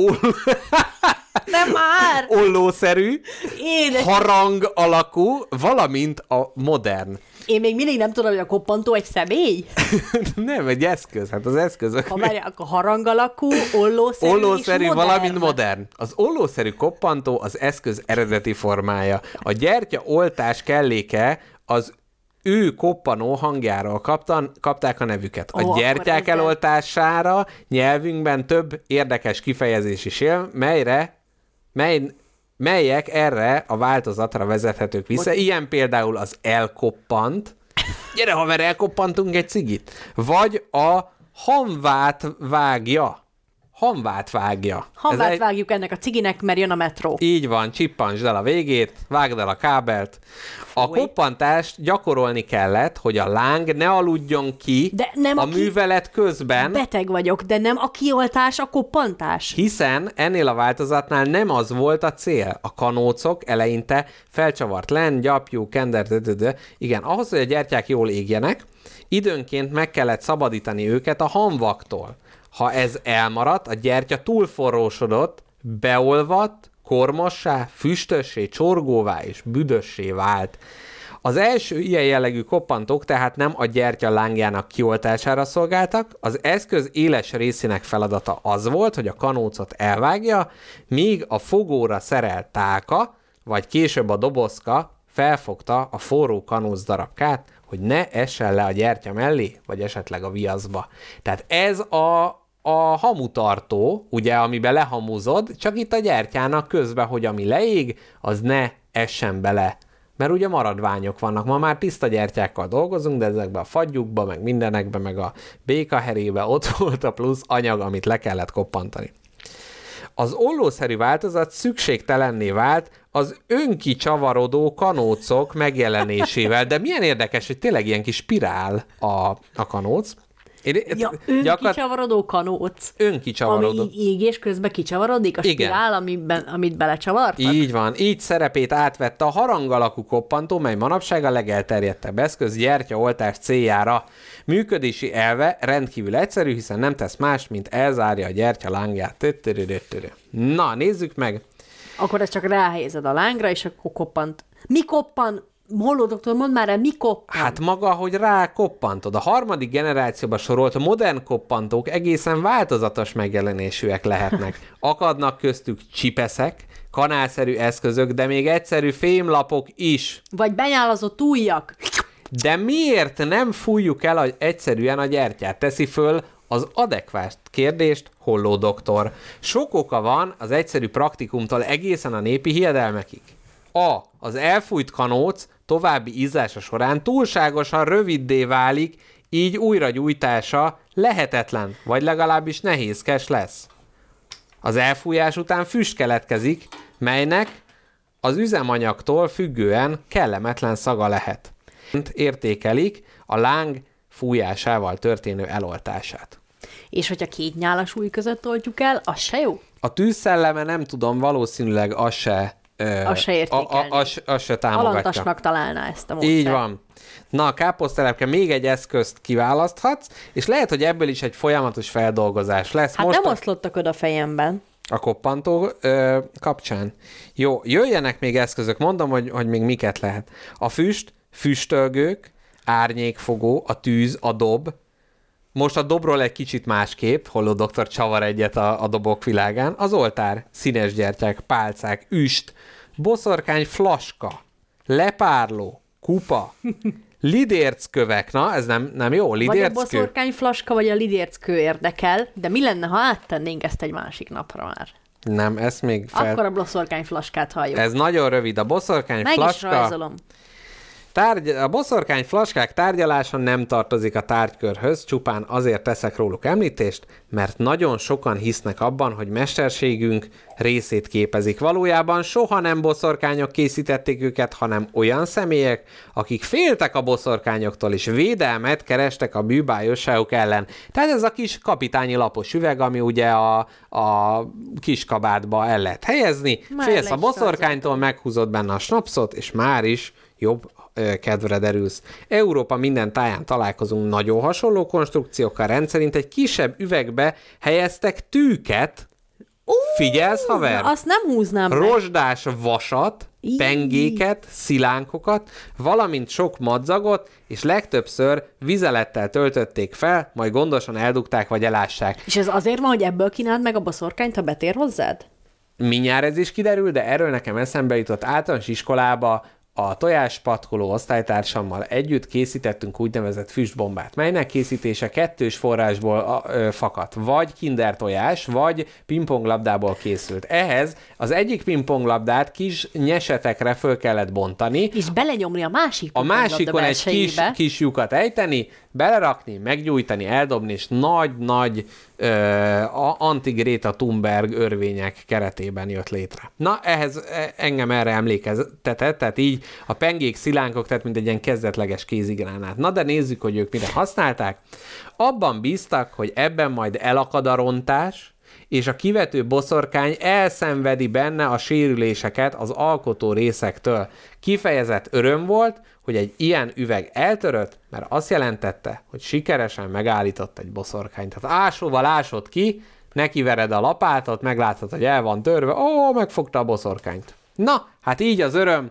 Nem már! Ollószerű, Édes. harang alakú, valamint a modern. Én még mindig nem tudom, hogy a koppantó egy személy. Nem, egy eszköz, hát az eszközök. Ha várják, a harang alakú, ollószerű, Ollószerű, és modern. valamint modern. Az ollószerű koppantó az eszköz eredeti formája. A gyertya oltás kelléke az ő koppanó hangjáról kaptan, kapták a nevüket. A Ó, gyertyák ezzel... eloltására nyelvünkben több érdekes kifejezés is él, melyre, mely, melyek erre a változatra vezethetők vissza. Most... Ilyen például az elkoppant. Gyere, haver, elkoppantunk egy cigit. Vagy a hamvát vágja. Hamvát vágja. Hamvát egy... vágjuk ennek a ciginek, mert jön a metró. Így van, csippantsd el a végét, vágd el a kábelt. A Fúj. koppantást gyakorolni kellett, hogy a láng ne aludjon ki De nem a aki... művelet közben, Beteg vagyok, de nem a kioltás, a koppantás. hiszen ennél a változatnál nem az volt a cél. A kanócok eleinte felcsavart len, gyapjú, kender, dödödö. Igen, ahhoz, hogy a gyertyák jól égjenek, időnként meg kellett szabadítani őket a hamvaktól. Ha ez elmaradt, a gyertya túlforrósodott, beolvadt, kormossá, füstössé, csorgóvá és büdössé vált. Az első ilyen jellegű koppantók tehát nem a gyertya lángjának kioltására szolgáltak, az eszköz éles részének feladata az volt, hogy a kanócot elvágja, míg a fogóra szerelt tálka, vagy később a dobozka felfogta a forró kanóc darabkát, hogy ne essen le a gyertya mellé, vagy esetleg a viaszba. Tehát ez a a hamutartó, ugye, amiben lehamuzod, csak itt a gyertyának közben, hogy ami leég, az ne essen bele. Mert ugye maradványok vannak. Ma már tiszta gyertyákkal dolgozunk, de ezekben a fagyukba, meg mindenekben, meg a békaherébe ott volt a plusz anyag, amit le kellett koppantani. Az ollószerű változat szükségtelenné vált az önkicsavarodó kanócok megjelenésével. De milyen érdekes, hogy tényleg ilyen kis spirál a, a kanóc. Én, Ja, önkicsavarodó kanóc. Önkicsavarodó. Ami így égés közben kicsavarodik, a Igen. spirál, amiben, amit belecsavartak. Így van, így szerepét átvette a harang alakú koppantó, mely manapság a legelterjedtebb eszköz gyertyaoltás céljára. Működési elve rendkívül egyszerű, hiszen nem tesz más, mint elzárja a gyertya lángját. Na, nézzük meg. Akkor ezt csak ráhelyezed a lángra, és akkor koppant. Mi koppan? Holló doktor, mondd már el, mi koppan? Hát maga, hogy rá koppantod. A harmadik generációba sorolt a modern koppantók egészen változatos megjelenésűek lehetnek. Akadnak köztük csipeszek, kanálszerű eszközök, de még egyszerű fémlapok is. Vagy benyálazott ujjak. De miért nem fújjuk el a, egyszerűen a gyertyát? Teszi föl az adekvát kérdést Holló doktor. Sok oka van az egyszerű praktikumtól egészen a népi hiedelmekig. A. Az elfújt kanóc további ízása során túlságosan röviddé válik, így újragyújtása lehetetlen, vagy legalábbis nehézkes lesz. Az elfújás után füst keletkezik, melynek az üzemanyagtól függően kellemetlen szaga lehet. Értékelik a láng fújásával történő eloltását. És hogyha két nyálas ujj között oltjuk el, az se jó? A tűzszelleme nem tudom, valószínűleg az se... Azt se értékelni. Azt az se támogatja. Alantasnak találná ezt a módszert. Így van. Na, a káposztelepke, még egy eszközt kiválaszthatsz, és lehet, hogy ebből is egy folyamatos feldolgozás lesz. Hát Most nem a... oszlottak oda a fejemben. A koppantó ö, kapcsán. Jó, jöjjenek még eszközök, mondom, hogy, hogy még miket lehet. A füst, füstölgők, árnyékfogó, a tűz, a dob. Most a dobról egy kicsit másképp, Holló doktor csavar egyet a, a dobok világán. Az oltár, színes gyertyák, pálcák, üst, boszorkány flaska, lepárló, kupa, lidérckövek. Na, ez nem, nem jó, lidérckő. Vagy a boszorkány flaska, vagy a lidérckő érdekel, de mi lenne, ha áttennénk ezt egy másik napra már? Nem, ezt még fel... Akkor a boszorkány flaskát halljuk. Ez nagyon rövid. A boszorkány Meg flaska... is rajzolom. Tárgy... A boszorkány flaskák tárgyalása nem tartozik a tárgykörhöz, csupán azért teszek róluk említést, mert nagyon sokan hisznek abban, hogy mesterségünk részét képezik. Valójában soha nem boszorkányok készítették őket, hanem olyan személyek, akik féltek a boszorkányoktól, és védelmet kerestek a bűbájosságuk ellen. Tehát ez a kis kapitányi lapos üveg, ami ugye a, a kis kabátba el lehet helyezni. Már Félsz le a is boszorkánytól, meghúzod benne a snapszot, és már is jobb kedvre derülsz. Európa minden táján találkozunk nagyon hasonló konstrukciókkal, rendszerint egy kisebb üvegbe helyeztek tűket. Figyelsz, haver? Azt nem húznám meg. Rozsdás vasat, pengéket, szilánkokat, valamint sok madzagot, és legtöbbször vizelettel töltötték fel, majd gondosan eldugták vagy elássák. És ez azért van, hogy ebből kínáld meg a boszorkányt, ha betér hozzád? Mindjárt ez is kiderül, de erről nekem eszembe jutott általános iskolába a tojáspatkoló osztálytársammal együtt készítettünk úgynevezett füstbombát, melynek készítése kettős forrásból ö, fakadt. Vagy kinder tojás, vagy pingponglabdából készült. Ehhez az egyik pingponglabdát kis nyesetekre föl kellett bontani. És belenyomni a másik A másikon egy kis, kis lyukat ejteni, belerakni, meggyújtani, eldobni, és nagy-nagy uh, Anti-Greta Thunberg örvények keretében jött létre. Na, ehhez engem erre emlékeztetett, tehát így a pengék, szilánkok, tehát mint egy ilyen kezdetleges kézigránát. Na, de nézzük, hogy ők mire használták. Abban bíztak, hogy ebben majd elakad a rontás, és a kivető boszorkány elszenvedi benne a sérüléseket az alkotó részektől. Kifejezett öröm volt, hogy egy ilyen üveg eltörött, mert azt jelentette, hogy sikeresen megállított egy boszorkányt. Tehát ásóval ásod ki, nekivered a lapátot, meglátod, hogy el van törve, ó, megfogta a boszorkányt. Na, hát így az öröm.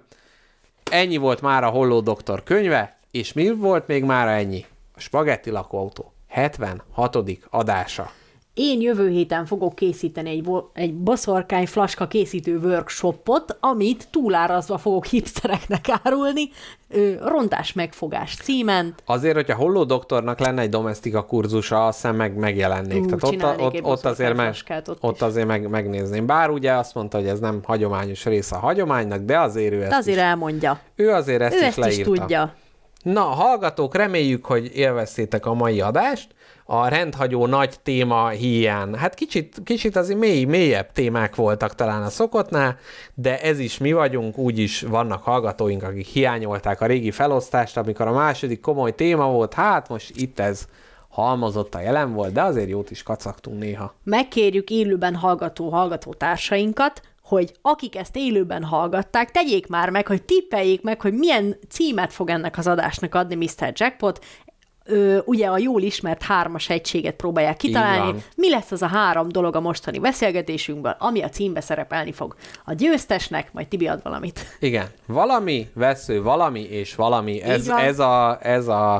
Ennyi volt már a Holló doktor könyve, és mi volt még mára ennyi? A Spagetti lakóautó hetvenhatodik adása. Én jövő héten fogok készíteni egy, egy boszorkány flaska készítő workshopot, amit túlárazva fogok hipstereknek árulni, ö, rontás megfogás címen. Azért, hogyha Holló doktornak lenne egy domesztika kurzusa, azt hiszem meg megjelennék. Ú, Tehát ott, ott, ott azért, meg, ott ott azért meg, megnézném. Bár ugye azt mondta, hogy ez nem hagyományos része a hagyománynak, de azért ő ezt de azért is, elmondja. Ő azért ezt ő is ezt leírta. is tudja. Na, hallgatók, reméljük, hogy élveztétek a mai adást. A rendhagyó nagy téma híján. Hát kicsit, kicsit azért mély, mélyebb témák voltak talán a szokottnál, de ez is mi vagyunk, úgyis vannak hallgatóink, akik hiányolták a régi felosztást, amikor a második komoly téma volt, hát most itt ez halmozottan jelen volt, de azért jót is kacagtunk néha. Megkérjük élőben hallgató hallgató társainkat, hogy akik ezt élőben hallgatták, tegyék már meg, hogy tippeljék meg, hogy milyen címet fog ennek az adásnak adni miszter Jackpot. Ö, ugye a jól ismert hármas egységet próbálják kitalálni. Mi lesz az a három dolog a mostani beszélgetésünkben, ami a címbe szerepelni fog. A győztesnek, majd Tibi ad valamit. Igen. Valami, vesző, valami és valami. Ez, ez, a, ez a,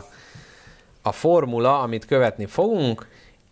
a formula, amit követni fogunk,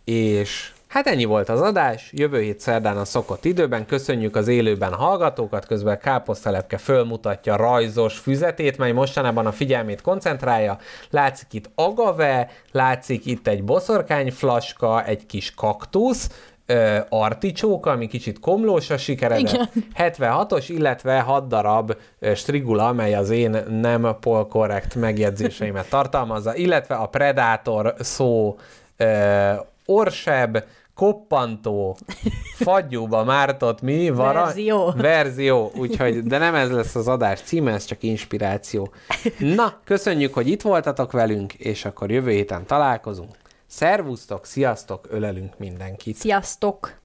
és hát ennyi volt az adás, jövő hét szerdán a szokott időben. Köszönjük az élőben hallgatókat, közben Káposztelepke fölmutatja rajzos füzetét, mely mostanában a figyelmét koncentrálja. Látszik itt agave, látszik itt egy boszorkányflaska, egy kis kaktusz, ö, articsóka, ami kicsit komlósra sikeredett, igen. hetvenhatos, illetve hat darab ö, strigula, mely az én nem polkorrekt megjegyzéseimet tartalmazza, illetve a Predator szó ö, orseb, koppantó, fagyúba mártott mi? Vara... Verzió. Verzió, úgyhogy, de nem ez lesz az adás címe, ez csak inspiráció. Na, köszönjük, hogy itt voltatok velünk, és akkor jövő héten találkozunk. Szervusztok, sziasztok, ölelünk mindenkit. Sziasztok!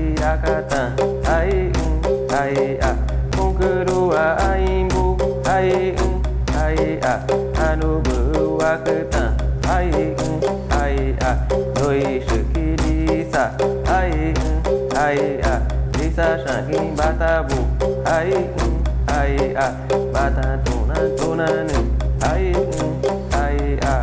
Ai doi shiki lisa, ai ai a, lisa shaki bata bu, ai ai a, bata tuna tuna nu, ai ai a.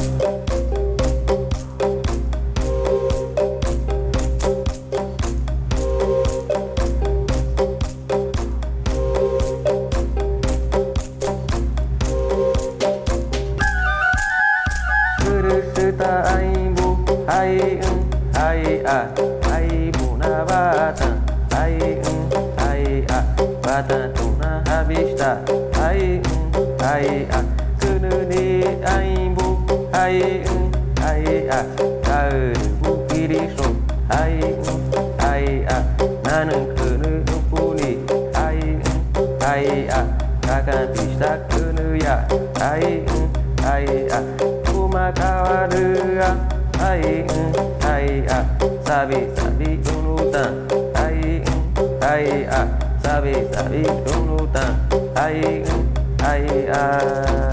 Ai ưng ai a ai buna bata ai ưng ai a bata tuna habista ai ưng ai a kunu ni ai bu ai ưng ai a karu bu kiriso ai ưng ai a nanan kunu upuni ai ưng ai a kakan pista kunu ya ai ưng ai a kuma kawaru a ai ai a sabi sabi dunutan ai ai a sabi sabi dunutan ai ai a